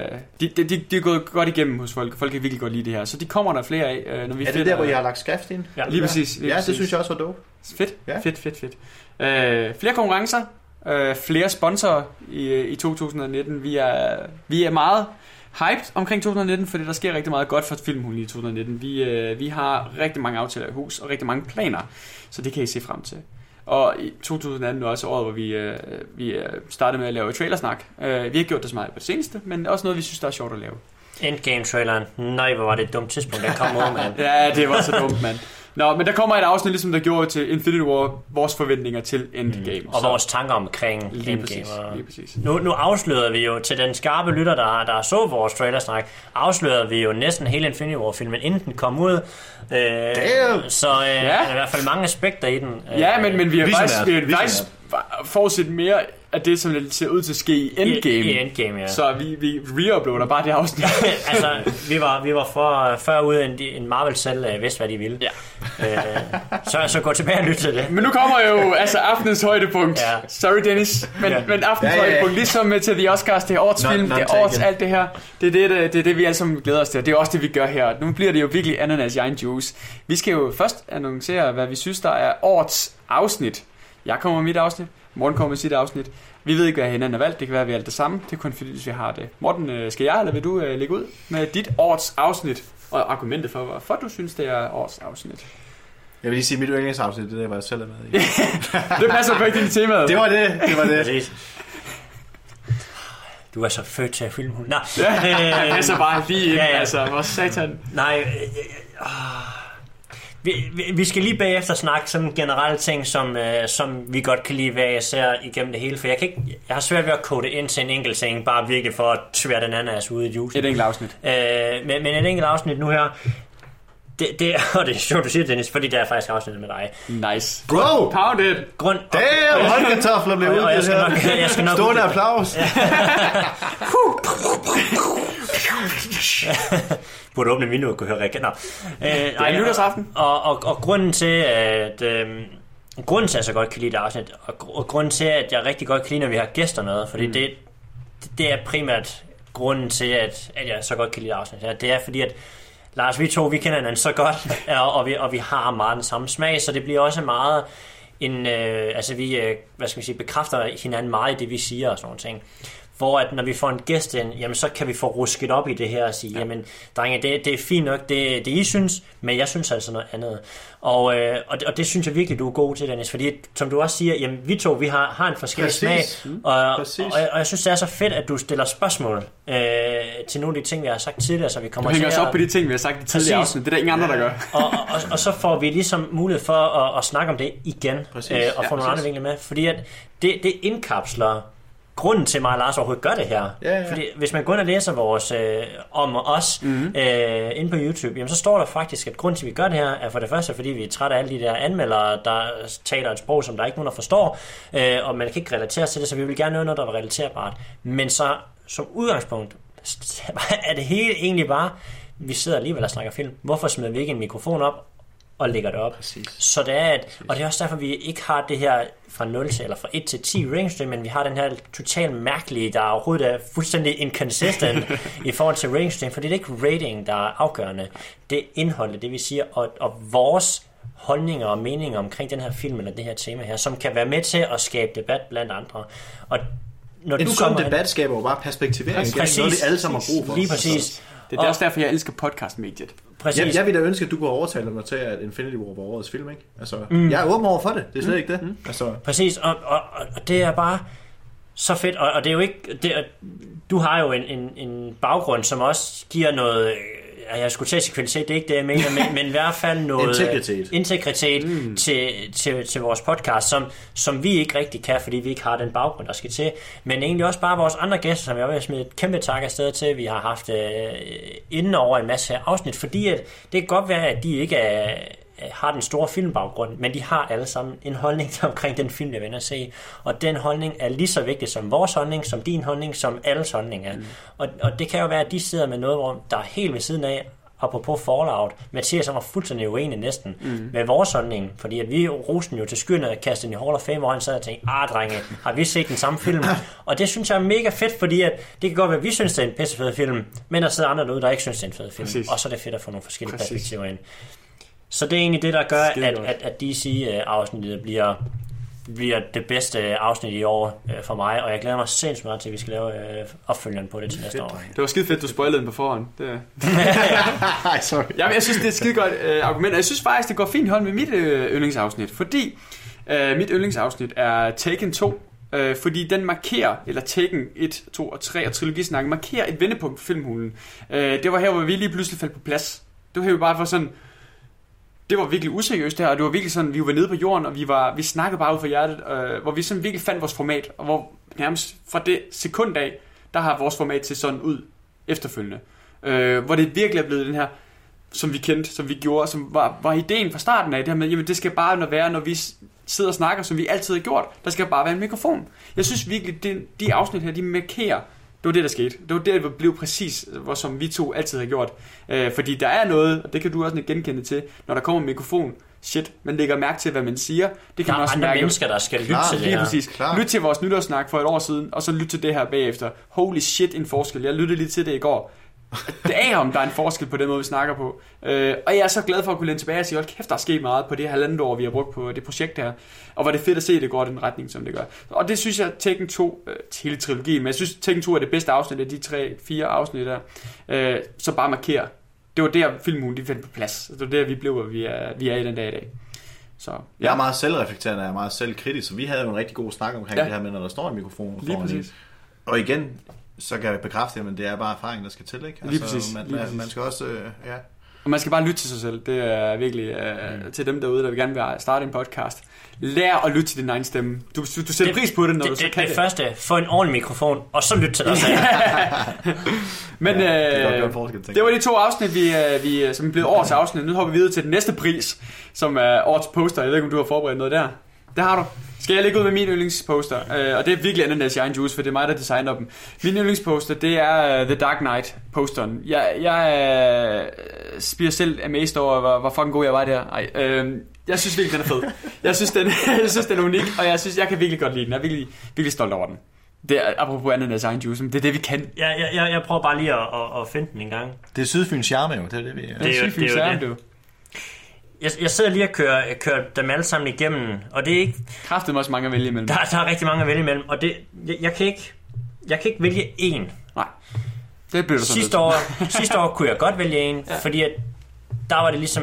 Speaker 2: er gået godt igennem hos folk. Folk kan virkelig godt lide det her. Så de kommer der flere af. Når vi
Speaker 5: er det der, hvor jeg har lagt skrift ind?
Speaker 2: Ja, lige præcis.
Speaker 5: Ja, det synes jeg også var dope.
Speaker 2: Fedt, ja. Fedt. Flere konkurrencer. Flere sponsorer i 2019. Vi er meget hyped omkring 2019, fordi der sker rigtig meget godt for Filmhulen i 2019. Vi har rigtig mange aftaler i hus og rigtig mange planer, så det kan I se frem til. Og i 2018 er også året, hvor vi startede med at lave trailersnak. Vi har gjort det så meget på det seneste, men også noget, vi synes, der er sjovt at lave.
Speaker 3: Endgame-traileren. Nej, hvor var det et dumt tidspunkt, der kom ud, mand.
Speaker 2: Ja, det var så dumt, mand. Nå, men der kommer et afsnit, ligesom der gjorde til Infinity War, vores forventninger til Endgame.
Speaker 3: Og vores tanker omkring Endgame.
Speaker 2: Lige præcis.
Speaker 3: Nu afslørede vi jo til den skarpe lytter, der så vores trailersnak, afslørede vi jo næsten hele Infinity War-filmen, inden den kom ud. Så er der i hvert fald mange aspekter i den.
Speaker 2: Ja, men vi har faktisk forudset mere af det, som det ser ud til at ske i Endgame.
Speaker 3: I Endgame, ja.
Speaker 2: Så vi reuploader bare det afsnit.
Speaker 3: Altså, vi var før ude en Marvel selv vidste, hvad de ville. Ja. Så gå tilbage og lyt til det.
Speaker 2: Men nu kommer jo aftenens højdepunkt. Ja. Sorry, Dennis. Men aftenens højdepunkt, ligesom til The Oscars, det er årets film, det er årets alt det her. Det er det, vi alle sammen glæder os til. Det er også det, vi gør her. Nu bliver det jo virkelig ananas i egen juice. Vi skal jo først annoncere, hvad vi synes, der er årets afsnit. Jeg kommer med mit afsnit. Morten kommer med sit afsnit. Vi ved ikke, hvad hinanden har valgt. Det kan være, at vi er alt det samme. Det er kun fordi, hvis vi har det. Morten, skal jeg, eller vil du lægge ud med dit årets afsnit? Og argumentet for, hvorfor du synes, det er årets afsnit?
Speaker 5: Jeg vil lige sige, mit yndlingsafsnit, det der, hvor jeg selv er med i.
Speaker 2: Det passer på ikke i temaet.
Speaker 5: Det var det.
Speaker 3: Du er så født til at filme hun. Nej.
Speaker 2: Ja, det passer bare lige ind. Altså, hvor satan. Nej,
Speaker 3: Vi skal lige bagefter snakke sådan generelle ting, som vi godt kan lide, hvad jeg ser igennem det hele. For jeg har svært ved at kode ind til en enkelt ting, bare virkelig for at tvære den anden ude i juicen.
Speaker 2: Et enkelt afsnit.
Speaker 3: Men et enkelt afsnit nu her, og det er sjovt, du siger, Dennis, fordi det er faktisk afsnittet med dig.
Speaker 2: Nice.
Speaker 5: Bro!
Speaker 2: Pound it!
Speaker 5: Damn! Håndkartofler blev ud.
Speaker 3: Jeg skal nok
Speaker 5: stående applaus.
Speaker 3: Burde åbne vinduet og kunne høre Rikke.
Speaker 2: Det er nytårsaften.
Speaker 3: Og grunden til, at jeg så godt kan lide det afsnit, og grunden til, at jeg rigtig godt kan lide, når vi har gæster med, fordi det er primært grunden til, at jeg så godt kan lide det afsnit. Det er fordi, at Lars, vi kender hinanden så godt, og vi har meget den samme smag, så det bliver også meget vi bekræfter hinanden meget i det, vi siger og sådan nogle ting. Hvor at når vi får en gæst ind, jamen så kan vi få rusket op i det her og sige, jamen drenge, det er fint nok, det I synes, men jeg synes altså noget andet. Og det synes jeg virkelig, du er god til, Dennis, fordi som du også siger, jamen vi har en forskellig smag, og jeg synes, det er så fedt, at du stiller spørgsmål til nogle af de ting, vi har sagt tidligere, så vi kommer til at...
Speaker 2: Du hænger os op på de ting, vi har sagt i tidligere afsnit, det er der ingen andre, der gør.
Speaker 3: og så får vi ligesom mulighed for at snakke om det igen, og få nogle andre vinkler med, fordi at det indkapsler grunden til mig og Lars overhovedet gør det her. Fordi hvis man går ind og læser vores om os inde på YouTube, jamen så står der faktisk, at grunden til, at vi gør det her, er for det første, fordi vi er trætte af alle de der anmeldere, der taler et sprog, som der ikke nogen, der forstår, og man kan ikke relatere til det, så vi vil gerne noget, der er relaterbart. Men så som udgangspunkt er det hele egentlig bare, vi sidder alligevel og snakker film. Hvorfor smider vi ikke en mikrofon op og lægger det op?
Speaker 5: Præcis.
Speaker 3: Så det er og det er også derfor, vi ikke har det her fra 0 til, eller fra 1 til 10 range, men vi har den her totalt mærkelige, der overhovedet er fuldstændig inconsistent i forhold til range, fordi det er ikke rating, der er afgørende. Det er indholdet, det vi siger, og vores holdninger og meninger omkring den her film, eller det her tema her, som kan være med til at skabe debat blandt andre. Og når
Speaker 5: en sådan debat skaber jo bare perspektivering.
Speaker 3: Præcis.
Speaker 5: Noget, vi alle sammen har brug for.
Speaker 3: Lige præcis.
Speaker 2: Det er også derfor, jeg elsker podcastmediet.
Speaker 3: Præcis.
Speaker 5: Jeg vil da ønske, at du kunne overtale mig til, at Infinity War var årets film, ikke? Altså, jeg er åben over for det. Det er slet ikke det. Altså.
Speaker 3: Præcis, og det er bare så fedt, og det er jo ikke... du har jo en baggrund, som også giver noget... Jeg skulle til at sige kvalitet, det er ikke det, jeg mener, men i hvert fald noget integritet til vores podcast, som vi ikke rigtig kan, fordi vi ikke har den baggrund, der skal til. Men egentlig også bare vores andre gæster, som jeg vil smide et kæmpe tak afsted til, vi har haft inden over en masse afsnit, fordi at det kan godt være, at de ikke har den store filmbaggrund, men de har alle sammen en holdning omkring den film, jeg vender at se. Og den holdning er lige så vigtig som vores holdning, som din holdning, som alles holdning er. Og det kan jo være, at de sidder med noget, hvor der er helt ved siden af, apropos Fallout, Mathias var fuldstændig uenig næsten med vores holdning, fordi at vi rosten jo til skyerne og kastede den i Hall of Fame, hvor han sad og tænkte, drenge, har vi set den samme film? Og det synes jeg er mega fedt, fordi at det kan godt være, at vi synes, det er en pissefed film, men der sidder andre derude, der ikke synes, det er en fed film. Præcis. Og så er det fedt at få nogle forskellige perspektiver ind. Så det er egentlig det, der gør, at DC-afsnittet bliver det bedste afsnit i år for mig, og jeg glæder mig sindssygt meget til, at vi skal lave opfølgeren på det til næste år.
Speaker 2: Det var skide fedt, du spoilede den på forhånd. Jamen, jeg synes, det er et skide godt argument, og jeg synes faktisk, det går fint i hånd med mit yndlingsafsnit, fordi mit yndlingsafsnit er Taken 2, fordi den markerer, eller Taken 1, 2 og 3 og trilogisnakken, markerer et vendepunkt på filmhulen. Det var her, hvor vi lige pludselig faldt på plads. Det var her bare for sådan... Det var virkelig useriøst der, og det var virkelig sådan, vi var nede på jorden, og vi snakkede bare ud fra hjertet, hvor vi sådan virkelig fandt vores format, og hvor nærmest fra det sekund af, der har vores format til sådan ud efterfølgende. Hvor det virkelig er blevet den her, som vi kendte, som vi gjorde, som var ideen fra starten af, det her med, jamen det skal bare være, når vi sidder og snakker, som vi altid har gjort, der skal bare være en mikrofon. Jeg synes virkelig, de afsnit her, de markerer, det var det, der skete. Det var det blev præcis, som vi to altid har gjort. Fordi der er noget, og det kan du også genkende til, når der kommer en mikrofon. Shit, man lægger mærke til, hvad man siger. Det kan
Speaker 3: der
Speaker 2: man også
Speaker 3: andre
Speaker 2: mærke.
Speaker 3: Mennesker, der skal lytte til det her.
Speaker 2: Præcis. Lyt til vores nytårssnak for et år siden, og så lyt til det her bagefter. Holy shit, en forskel. Jeg lyttede lige til det i går. Det er om der er en forskel på den måde, vi snakker på. Og jeg er så glad for at kunne læne tilbage og sige, hold kæft, der er sket meget på det halvandet år, vi har brugt på det projekt her. Og hvor det er fedt at se, at det går den retning, som det gør. Og det synes jeg, Taken 2, hele trilogien, men jeg synes, Taken 2 er det bedste afsnit af de 3-4 afsnit der, så bare markerer. Det var der filmen, de fandt på plads. Det var der, vi blev, hvor vi er i den dag i dag. Så, ja.
Speaker 5: Jeg er meget selvreflekterende, jeg er meget selvkritisk, så vi havde jo en rigtig god snak omkring det her med, når der står en mikrofon.
Speaker 2: Lige præcis.
Speaker 5: Og igen, så kan jeg bekræfte, men det er bare erfaring, der skal til, ikke?
Speaker 2: Altså, lige præcis.
Speaker 5: Man skal også, ja.
Speaker 2: Og man skal bare lytte til sig selv. Det er virkelig til dem derude, der vil gerne starte en podcast. Lær at lytte til din egen stemme. Du sætter pris på det, når du så kan det.
Speaker 3: Det første, få en ordentlig mikrofon, og så lyt til dig selv.
Speaker 2: Men det var de 2 afsnit, som er blevet årets afsnit. Nu hopper vi videre til den næste pris, som er årets poster. Jeg ved ikke, om du har forberedt noget der. Det har du. Skal jeg lægge ud med min yndlingsposter? Og det er virkelig ananas i egen juice, for det er mig, der designer dem. Min yndlingsposter, det er The Dark Knight posteren. Jeg bliver selv amazed over, hvor fucking god jeg var der. Jeg synes virkelig, den er fed. Jeg synes, den er unik, og jeg synes, jeg kan virkelig godt lide den. Jeg er virkelig, virkelig stolt over den. Det er apropos ananas i egen juice, det er det, vi kan.
Speaker 3: Jeg prøver bare lige at finde den en gang.
Speaker 5: Det er Sydfyns charme jo, det er det, vi...
Speaker 2: Det er Sydfyns charme, du.
Speaker 3: Jeg sidder lige og kører dem alle sammen igennem, og det er ikke...
Speaker 2: Kræftet også mange at vælge imellem.
Speaker 3: Der er rigtig mange at vælge imellem, og det, jeg kan ikke vælge én.
Speaker 2: Nej, det bliver du så
Speaker 3: sidste år kunne jeg godt vælge én, fordi at der var det ligesom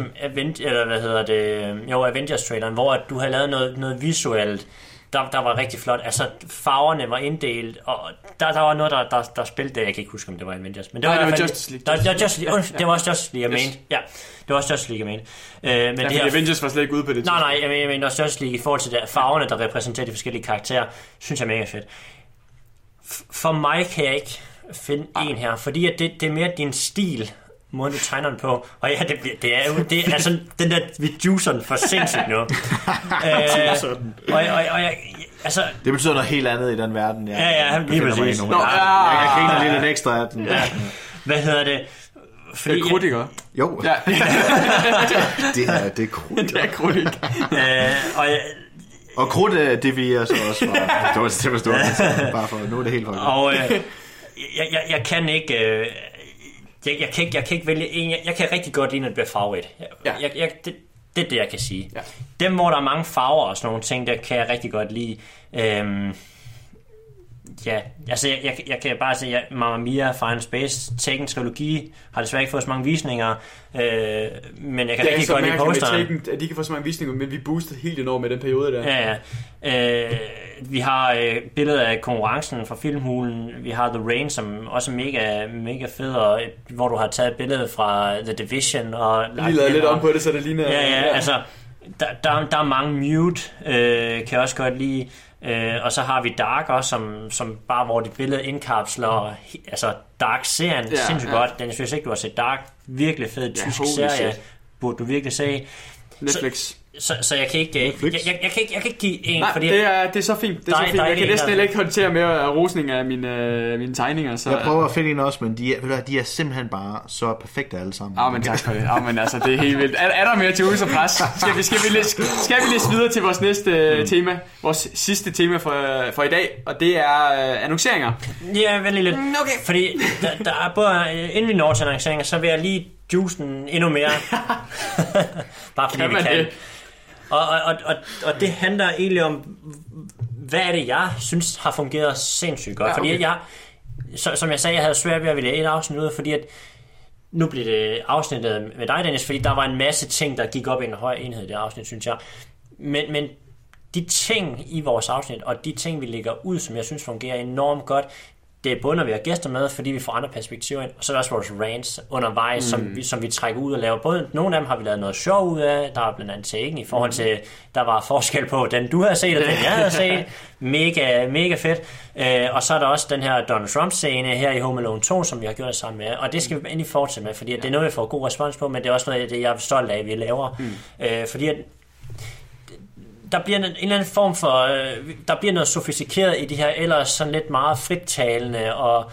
Speaker 3: Avengers-traileren, hvor du havde lavet noget visuelt, der var rigtig flot. Altså, farverne var inddelt, og der var noget, der spillede det. Jeg kan ikke huske, om det var Avengers. Men det var
Speaker 2: Justice League.
Speaker 3: Det var også Justice League, jeg mente. Ja, det var også Justice League, jeg mente. Men
Speaker 2: det her, Avengers var slet ikke ude på det.
Speaker 3: Nej, jeg mente også Justice League i forhold til farverne, der repræsenterer de forskellige karakterer. Synes jeg er mega fedt. For mig kan jeg ikke finde en her, fordi at det er mere din stil, måden du tegner den på. Og ja, det er altså den der, vi juicer den for sindssygt nu. Altså,
Speaker 5: det betyder noget helt andet i den verden.
Speaker 3: Ja, lige præcis.
Speaker 5: Jeg kan grine lidt ekstra af den.
Speaker 3: Ja. Hvad hedder det?
Speaker 2: Fordi krudt, ikke?
Speaker 5: Jo.
Speaker 2: Ja.
Speaker 5: det er krudt.
Speaker 2: Det er krudt, ikke?
Speaker 5: Og krudt, det vil jeg så også bare til at forstå. Bare for nu er det helt for.
Speaker 3: Og jeg kan ikke... Jeg kan ikke vælge en. Jeg kan rigtig godt lide, at det bliver farvet. Det er det, jeg kan sige. Ja. Dem, hvor der er mange farver og sådan nogle ting, der kan jeg rigtig godt lide. Ja, altså jeg kan bare sige, at Mamma Mia, Final Space, Taken-trilogi har desværre ikke fået så mange visninger, men jeg kan rigtig godt lide posteren.
Speaker 2: At de kan få så mange visninger, men vi boostede helt enormt med den periode der.
Speaker 3: Ja. Vi har billedet af konkurrencen fra Filmhulen, vi har The Rain, som også er mega fed, og hvor du har taget billedet fra The Division. Og
Speaker 2: lige lavet lidt om på det, så det ligner...
Speaker 3: Ja, altså, der er mange Mute, kan jeg også godt lide. Og så har vi Dark også, som bare hvor det billede indkapsler altså Dark-serien sindssygt godt. Den synes ikke du har set Dark, virkelig fed tysk serie, burde du virkelig se.
Speaker 2: Netflix.
Speaker 3: Så jeg kan ikke jeg kan ikke give en.
Speaker 2: Nej, fordi det er så fint. Det er så fint. Jeg kan næsten ikke håndtere mere rosning af mine tegninger. Så
Speaker 5: jeg prøver at finde en også, men de er simpelthen bare så perfekte alle sammen.
Speaker 2: Men tak for det. Men altså, det er helt vildt. Er der mere til uge og pres? Skal vi læse videre til vores næste tema? Vores sidste tema for i dag, og det er annonceringer.
Speaker 3: Ja, vældig lidt. Okay. Fordi der er både, inden vi når til annonceringer, så vil jeg lige juicen endnu mere. Bare fordi vi kan. Og det handler egentlig om, hvad er det, jeg synes har fungeret sindssygt godt. Fordi jeg, som jeg sagde, jeg havde svært ved at ville et afsnit ud, fordi at nu bliver det afsnittet med dig, Dennis, fordi der var en masse ting, der gik op i en høj enhed i det afsnit, synes jeg. Men de ting i vores afsnit, og de ting, vi lægger ud, som jeg synes fungerer enormt godt, det er både, når vi har gæster med, fordi vi får andre perspektiver ind, og så er der også vores rants undervejs, som vi trækker ud og laver. Både nogle af dem har vi lavet noget sjov ud af, der er blandt andet Taken i forhold til, der var forskel på den, du havde set, og den, jeg havde set. Mega fedt. Og så er der også den her Donald Trump-scene her i Home Alone 2, som vi har gjort sammen med, og det skal vi endelig fortsætte med, fordi det er noget, vi får god respons på, men det er også noget af det, jeg er stolt af, vi laver. Fordi at der bliver en eller anden form for, der bliver noget sofistikeret i de her ellers sådan lidt meget frittalende og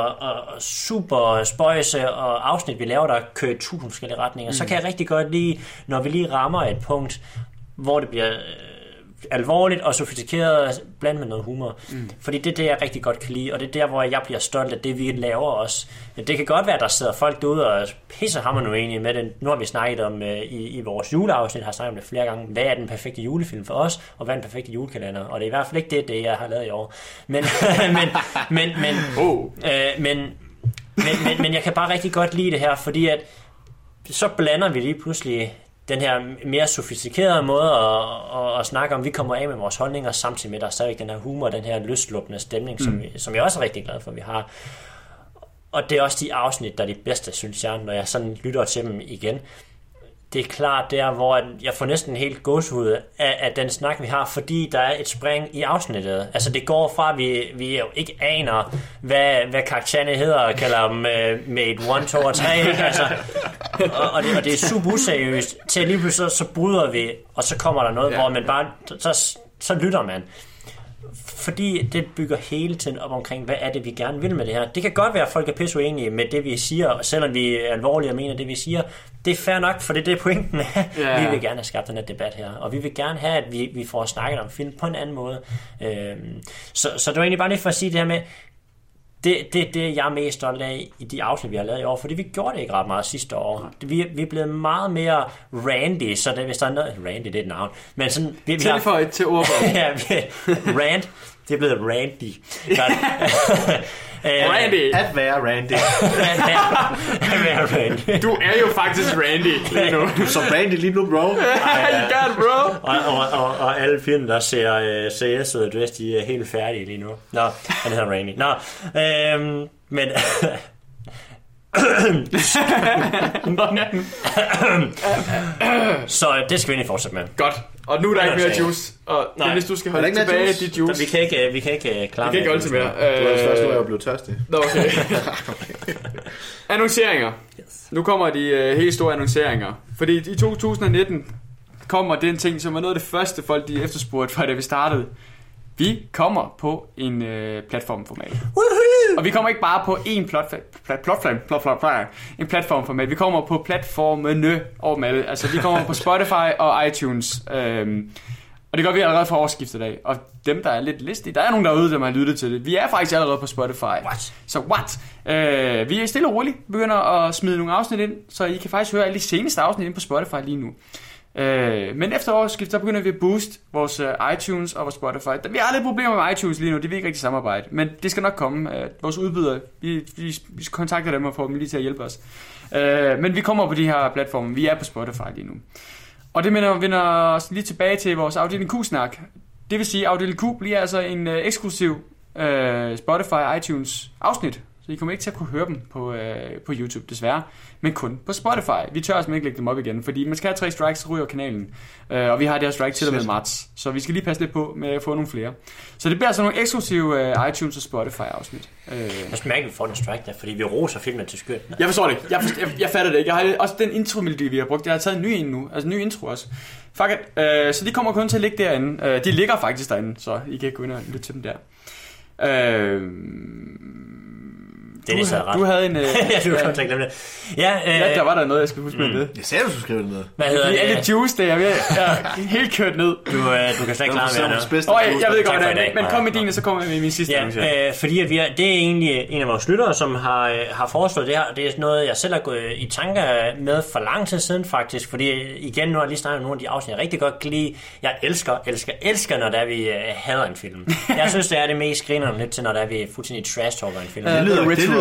Speaker 3: super spøjse og afsnit, vi laver, der kører i 1000 forskellige retninger. Så kan jeg rigtig godt lide, når vi lige rammer et punkt, hvor det bliver alvorligt og sofistikeret blandt med noget humor. Fordi det er det, jeg rigtig godt kan lide, og det er der, hvor jeg bliver stolt af det, vi laver også. Det kan godt være, at der sidder folk derude og pisser hammer nu egentlig med det. Nu har vi snakket om i vores juleafsnit, har snakket om det flere gange. Hvad er den perfekte julefilm for os, og hvad er den perfekte julekalender? Og det er i hvert fald ikke det jeg har lavet i år. Men jeg kan bare rigtig godt lide det her, fordi at så blander vi lige pludselig den her mere sofistikerede måde at snakke om, vi kommer af med vores holdninger, samtidig med, der er stadig den her humor, den her lystluppende stemning, som jeg også er rigtig glad for, vi har. Og det er også de afsnit, der er de bedste, synes jeg, når jeg sådan lytter til dem igen. Det er klart der, hvor jeg får næsten helt gåsehud af den snak, vi har, fordi der er et spring i afsnittet. Altså det går fra, at vi jo ikke aner, hvad karaktererne hedder, og kalder dem Mate 1, 2 og 3. Altså, og det er super useriøst, til lige pludselig så bryder vi, og så kommer der noget, hvor man bare, så lytter man. Fordi det bygger hele tiden op omkring, hvad er det, vi gerne vil med det her. Det kan godt være, at folk er pisse uenige med det, vi siger, selvom vi er alvorlige og mener det, vi siger. Det er fair nok, for det er pointen af. Vi vil gerne have skabt den her debat her, og vi vil gerne have, at vi får snakket om film på en anden måde. Så det var egentlig bare lige for at sige det her med, det jeg er mest stolt af i de afsnit, vi har lavet i år, fordi vi gjorde det ikke ret meget sidste år. Vi er blevet meget mere randy, så det, hvis der er noget... Randy, det er et navn. Men sådan...
Speaker 2: Tilføjet til ordbogen.
Speaker 3: Ja, rand. Det er blevet randy.
Speaker 2: Randy.
Speaker 5: At være Randy.
Speaker 3: At være Randy.
Speaker 2: Du er jo faktisk Randy lige nu.
Speaker 5: Du er så Randy lige nu, bro.
Speaker 2: You got it, bro.
Speaker 3: Og alle film, der ser CS ud af dress, de er helt færdige lige nu. Nå, han hedder Randy. Nå, men... Så det skal vi egentlig fortsætte med.
Speaker 2: Godt. Og nu er der ikke mere juice. Og Dennis, du skal holde tilbage dit juice.
Speaker 3: Vi kan ikke klare
Speaker 2: det. Vi kan ikke holde til mere.
Speaker 5: Nu er jeg blevet tørstig.
Speaker 2: Nå, okay. Annonceringer. Nu kommer de helt store annonceringer. Fordi i 2019 kommer den ting, som var noget af det første folk de efterspurgte fra da vi startede. Vi kommer på en platformformat. Og vi kommer ikke bare på én platformformat. Vi kommer på platformene over med. Altså vi kommer på Spotify og iTunes. Og det gør vi allerede fra årsskiftet af. Og dem der er lidt listige, der er nogen derude, der har lyttet til det. Vi er faktisk allerede på Spotify.
Speaker 3: What?
Speaker 2: Så vi er stille og roligt begynder at smide nogle afsnit ind, så I kan faktisk høre alle de seneste afsnit ind på Spotify lige nu. Men efter årsskiftet, der begynder vi at booste vores iTunes og vores Spotify. Vi har lidt problemer med iTunes lige nu, de vil ikke rigtig samarbejde, men det skal nok komme. Vores udbydere, vi kontakter dem og får dem lige til at hjælpe os. Men vi kommer på de her platforme, vi er på Spotify lige nu. Og det vender os lige tilbage til vores Afdeling Q-snak. Det vil sige, at Afdeling Q bliver altså en eksklusiv Spotify iTunes afsnit. Så I kommer ikke til at kunne høre dem på YouTube, desværre. Men kun på Spotify. Vi tør altså ikke lægge dem op igen, fordi man skal have 3 strikes, så ryger kanalen. Og vi har det her strike til og med marts. Så vi skal lige passe lidt på med at få nogle flere. Så det bliver altså nogle eksklusive iTunes og Spotify afsnit.
Speaker 3: Jeg synes mærke, at vi får den strike der, fordi vi roser filmen til skørt.
Speaker 2: Jeg forstår det ikke. Jeg fatter det ikke. Jeg har også den intro-melodi, vi har brugt. Jeg har taget en ny en nu. Altså en ny intro også. Fuck it. Så de kommer kun til at ligge derinde. De ligger faktisk derinde, så I kan gå ind og lytte til dem der. Du havde en...
Speaker 3: ja, du kan ikke glemme det.
Speaker 2: Ja, der var der noget, jeg skal huske med det.
Speaker 5: Jeg sagde, du skulle skrive det ned.
Speaker 3: Hvad hedder det?
Speaker 2: Alle juice, det er helt kørt ned.
Speaker 3: Du kan slet ikke klare mere nu.
Speaker 2: Jeg ved godt, hvordan, men kom med dine, så kommer jeg med min sidste.
Speaker 3: Fordi at det er egentlig en af vores lyttere, som har foreslået det her. Det er noget, jeg selv har gået i tanker med for lang tid siden faktisk. Fordi igen, nu har jeg lige snakket om nogle af de afsnit, jeg rigtig godt kan lide. Jeg elsker, når der vi hader en film. Jeg synes, det er det mest grinerende lidt til, når der vi fuldstændig trash-talker en film.
Speaker 5: Det lyder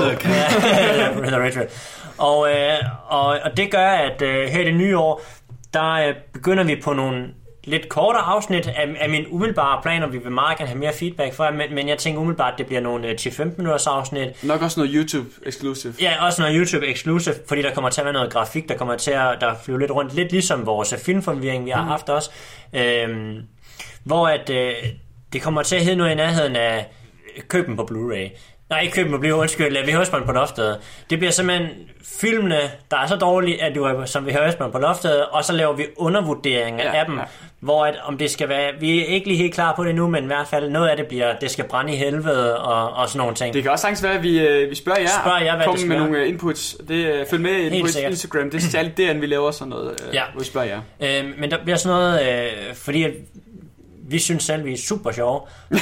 Speaker 3: og det gør, at her i det nye år, der begynder vi på nogle lidt kortere afsnit af mine umiddelbare planer. Vi vil meget gerne have mere feedback fra, men jeg tænker umiddelbart, at det bliver nogle 10-15 minutters afsnit.
Speaker 2: Nok også noget YouTube exclusive.
Speaker 3: Ja, også noget YouTube exclusive, fordi der kommer til at være noget grafik, der kommer til at flyve lidt rundt, lidt ligesom vores filmforvirring, vi har haft også. Hvor at det kommer til at hedde noget i nærheden af køben på Blu-ray. Nej, ikke køben på Blu-ray, undskyld, vi hører på loftet. Det bliver simpelthen filmene, der er så dårlige, at som vi hører på loftet, og så laver vi undervurderinger af dem, hvor at, om det skal være, vi er ikke lige helt klar på det nu, men i hvert fald noget af det bliver, det skal brænde i helvede og sådan nogle ting.
Speaker 2: Det kan også sagtens være, at vi spørger jer, komme med nogle inputs. Følg med på Instagram, det er særligt derinde, vi laver sådan noget, hvor vi spørger jer.
Speaker 3: Men der bliver sådan noget, fordi at vi synes selv, vi er super sjove.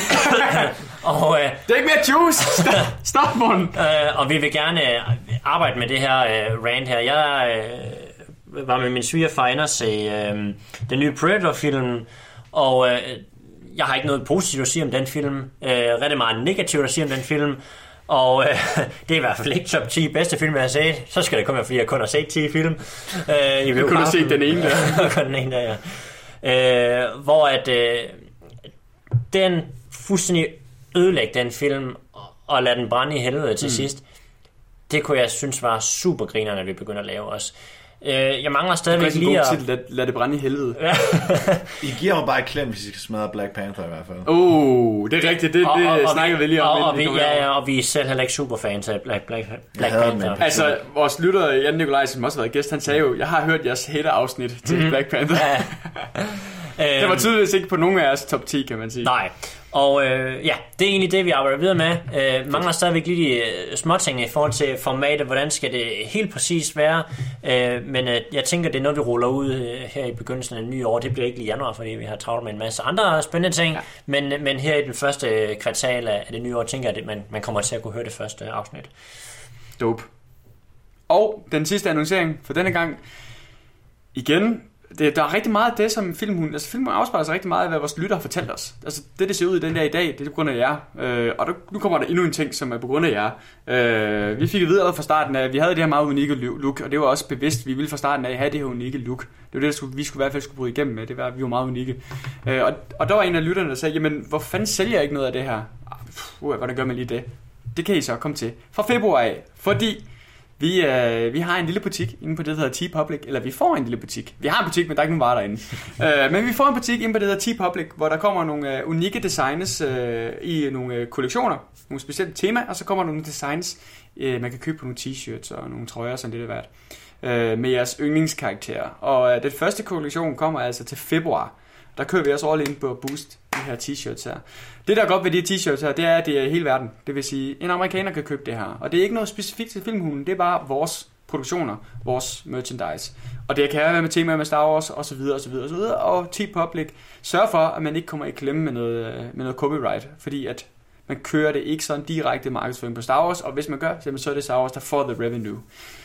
Speaker 3: Og,
Speaker 2: det er ikke mere juice! Stop, morgen!
Speaker 3: Og vi vil gerne arbejde med det her rant her. Jeg var med min svigerfar inde og se den nye Predator-film, og jeg har ikke noget positivt at sige om den film. Rigtig meget negativt at sige om den film. Og det er i hvert fald ikke top 10 bedste film, jeg har set. Så skal det komme med, fordi jeg kun har set 10 film.
Speaker 2: Jeg kunne have set den ene der.
Speaker 3: Kun den ene der, ja. Hvor at den fuldstændig ødelægge den film og lade den brænde i helvede til sidst, det kunne jeg synes var super griner, når vi begynder at lave også. Jeg mangler stadigvæk lige at...
Speaker 2: lade det brænde i helvede.
Speaker 5: I giver mig bare et klem, hvis I skal smadre Black Panther i hvert fald.
Speaker 2: Det er rigtigt, det snakker vi lige om.
Speaker 3: Og vi er selv heller ikke superfans af Black Panther.
Speaker 2: Altså, vores lytter, Jan Nikolaj, som også har været gæst, han sagde jo, jeg har hørt jeres hater-afsnit til Black Panther. Det var tydeligvis ikke på nogen af jeres top 10, kan man sige.
Speaker 3: Nej, og det er egentlig det, vi arbejder videre med. Mangler stadigvæk lige de småting i forhold til formatet, hvordan skal det helt præcis være. Men jeg tænker, det er noget, vi ruller ud her i begyndelsen af det nye år. Det bliver ikke lige januar, fordi vi har travlt med en masse andre spændende ting. Ja. Men her i den første kvartal af det nye år, tænker jeg, at man kommer til at kunne høre det første afsnit.
Speaker 2: Dope. Og den sidste annoncering for denne gang. Igen... Der er rigtig meget af det, som filmen afspejler sig rigtig meget af, hvad vores lytter har fortalt os. Altså det ser ud i den der i dag, det er på grund af jer. Og nu kommer der endnu en ting, som er på grund af jer. Vi fik at vide allerede fra starten af, at vi havde det her meget unikke look, og det var også bevidst, vi ville fra starten af have det her unikke look. Det var det, vi skulle i hvert fald bryde igennem med, det var, at vi var meget unikke. Og der var en af lytterne, der sagde, jamen hvor fanden sælger jeg ikke noget af det her? Hvordan gør man lige det? Det kan I så komme til fra februar af, fordi... Vi har en lille butik inde på det, der hedder T-Public. Eller vi får en lille butik. Vi har en butik, men der er ikke nogen varer derinde. Men vi får en butik inde på det, der hedder T-Public, hvor der kommer nogle unikke designs i nogle kollektioner. Nogle specielle tema, og så kommer nogle designs, man kan købe på nogle t-shirts og nogle trøjer, sådan det er værd. Med jeres yndlingskarakterer. Og den første kollektion kommer altså til februar. Der kører vi også all in på at boost de her t-shirts her. Det der er godt ved de her t-shirts her, det er, at det er hele verden. Det vil sige, en amerikaner kan købe det her. Og det er ikke noget specifikt til Filmhulen, det er bare vores produktioner, vores merchandise. Og det kan være med temaer med Star Wars, osv. Og T-Public sørger for, at man ikke kommer i klemme med noget copyright. Fordi at man kører det ikke sådan direkte markedsføring på Star Wars, og hvis man gør, så er det Star Wars, der får the revenue.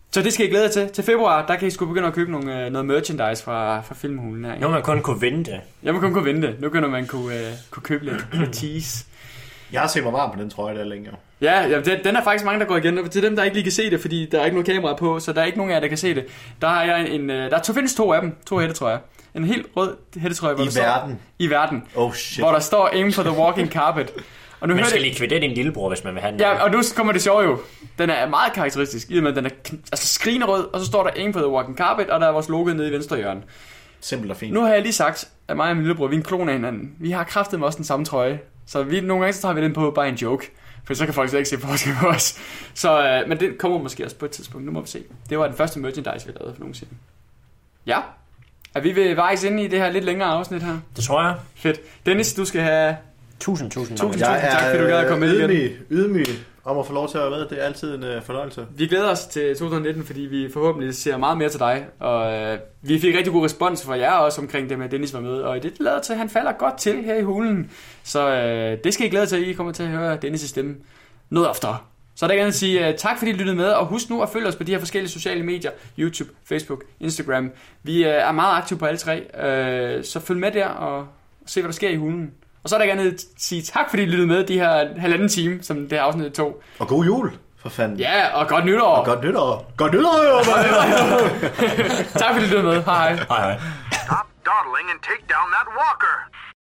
Speaker 2: Så det skal I glæde jer til. Til februar, der kan I sgu begynde at købe noget merchandise fra Filmhulen her.
Speaker 3: Nu man kun kunne vinde det.
Speaker 2: Ja, man kun kunne vinde det. Nu kan man kunne købe lidt tease.
Speaker 5: Jeg har set mig varm på den trøje der længe.
Speaker 2: Ja, den er faktisk mange, der går igen. Og til dem, der ikke lige kan se det, fordi der er ikke noget kamera på, så der er ikke nogen af jer, der kan se det. Der har jeg findes 2 af dem. 2 hættetrøjer. En helt rød hættetrøje, hvor I verden.
Speaker 5: Oh shit.
Speaker 2: Hvor der står aim for the walking carpet. Og nu
Speaker 3: man skal likvidere din lillebror, hvis man vil have den.
Speaker 2: Ja, og nu kommer det sjove jo. Den er meget karakteristisk, i og med, at den er skrigende rød, og så står der aim for the walking carpet, og der er vores logo nede i venstre hjørne.
Speaker 5: Simpelt og fint.
Speaker 2: Nu har jeg lige sagt, at mig og min lillebror, vi er en klon af hinanden. Vi har kraftedeme også den samme trøje. Så nogle gange så tager vi den på bare en joke. For så kan folk slet ikke se forskel på os. Så, men det kommer måske også på et tidspunkt. Nu må vi se. Det var den første merchandise, vi lavede for nogensinde. Ja. Er vi ved vejs inde i det her lidt længere afsnit her?
Speaker 3: Det tror jeg.
Speaker 2: Fedt. Dennis, du skal have...
Speaker 3: Tusind
Speaker 5: Jeg
Speaker 2: tak, fordi du gad at komme med igen.
Speaker 5: ydmyg om at få lov til at være med. Det er altid en fornøjelse.
Speaker 2: Vi glæder os til 2019, fordi vi forhåbentlig ser meget mere til dig. Og vi fik rigtig god respons fra jer også omkring det med, at Dennis var med. Og det lader til, at han falder godt til her i hulen. Så det skal I glæde til, at I kommer til at høre Dennis' stemme noget oftere. Så der kan jeg sige tak, fordi I lyttede med. Og husk nu at følge os på de her forskellige sociale medier. YouTube, Facebook, Instagram. Vi er meget aktive på alle 3. Så følg med der og se, hvad der sker i hulen. Og så er der gerne at sige tak, fordi I lyttede med de her 1,5 time, som det her afsnit 2.
Speaker 5: Og god jul, for fanden.
Speaker 2: Ja, og godt nytår.
Speaker 5: Og godt nytår. Godt nytår,
Speaker 2: tak fordi I lyttede med. Hej hej.
Speaker 3: Hej hej.
Speaker 1: Stop dawdling and take down that walker.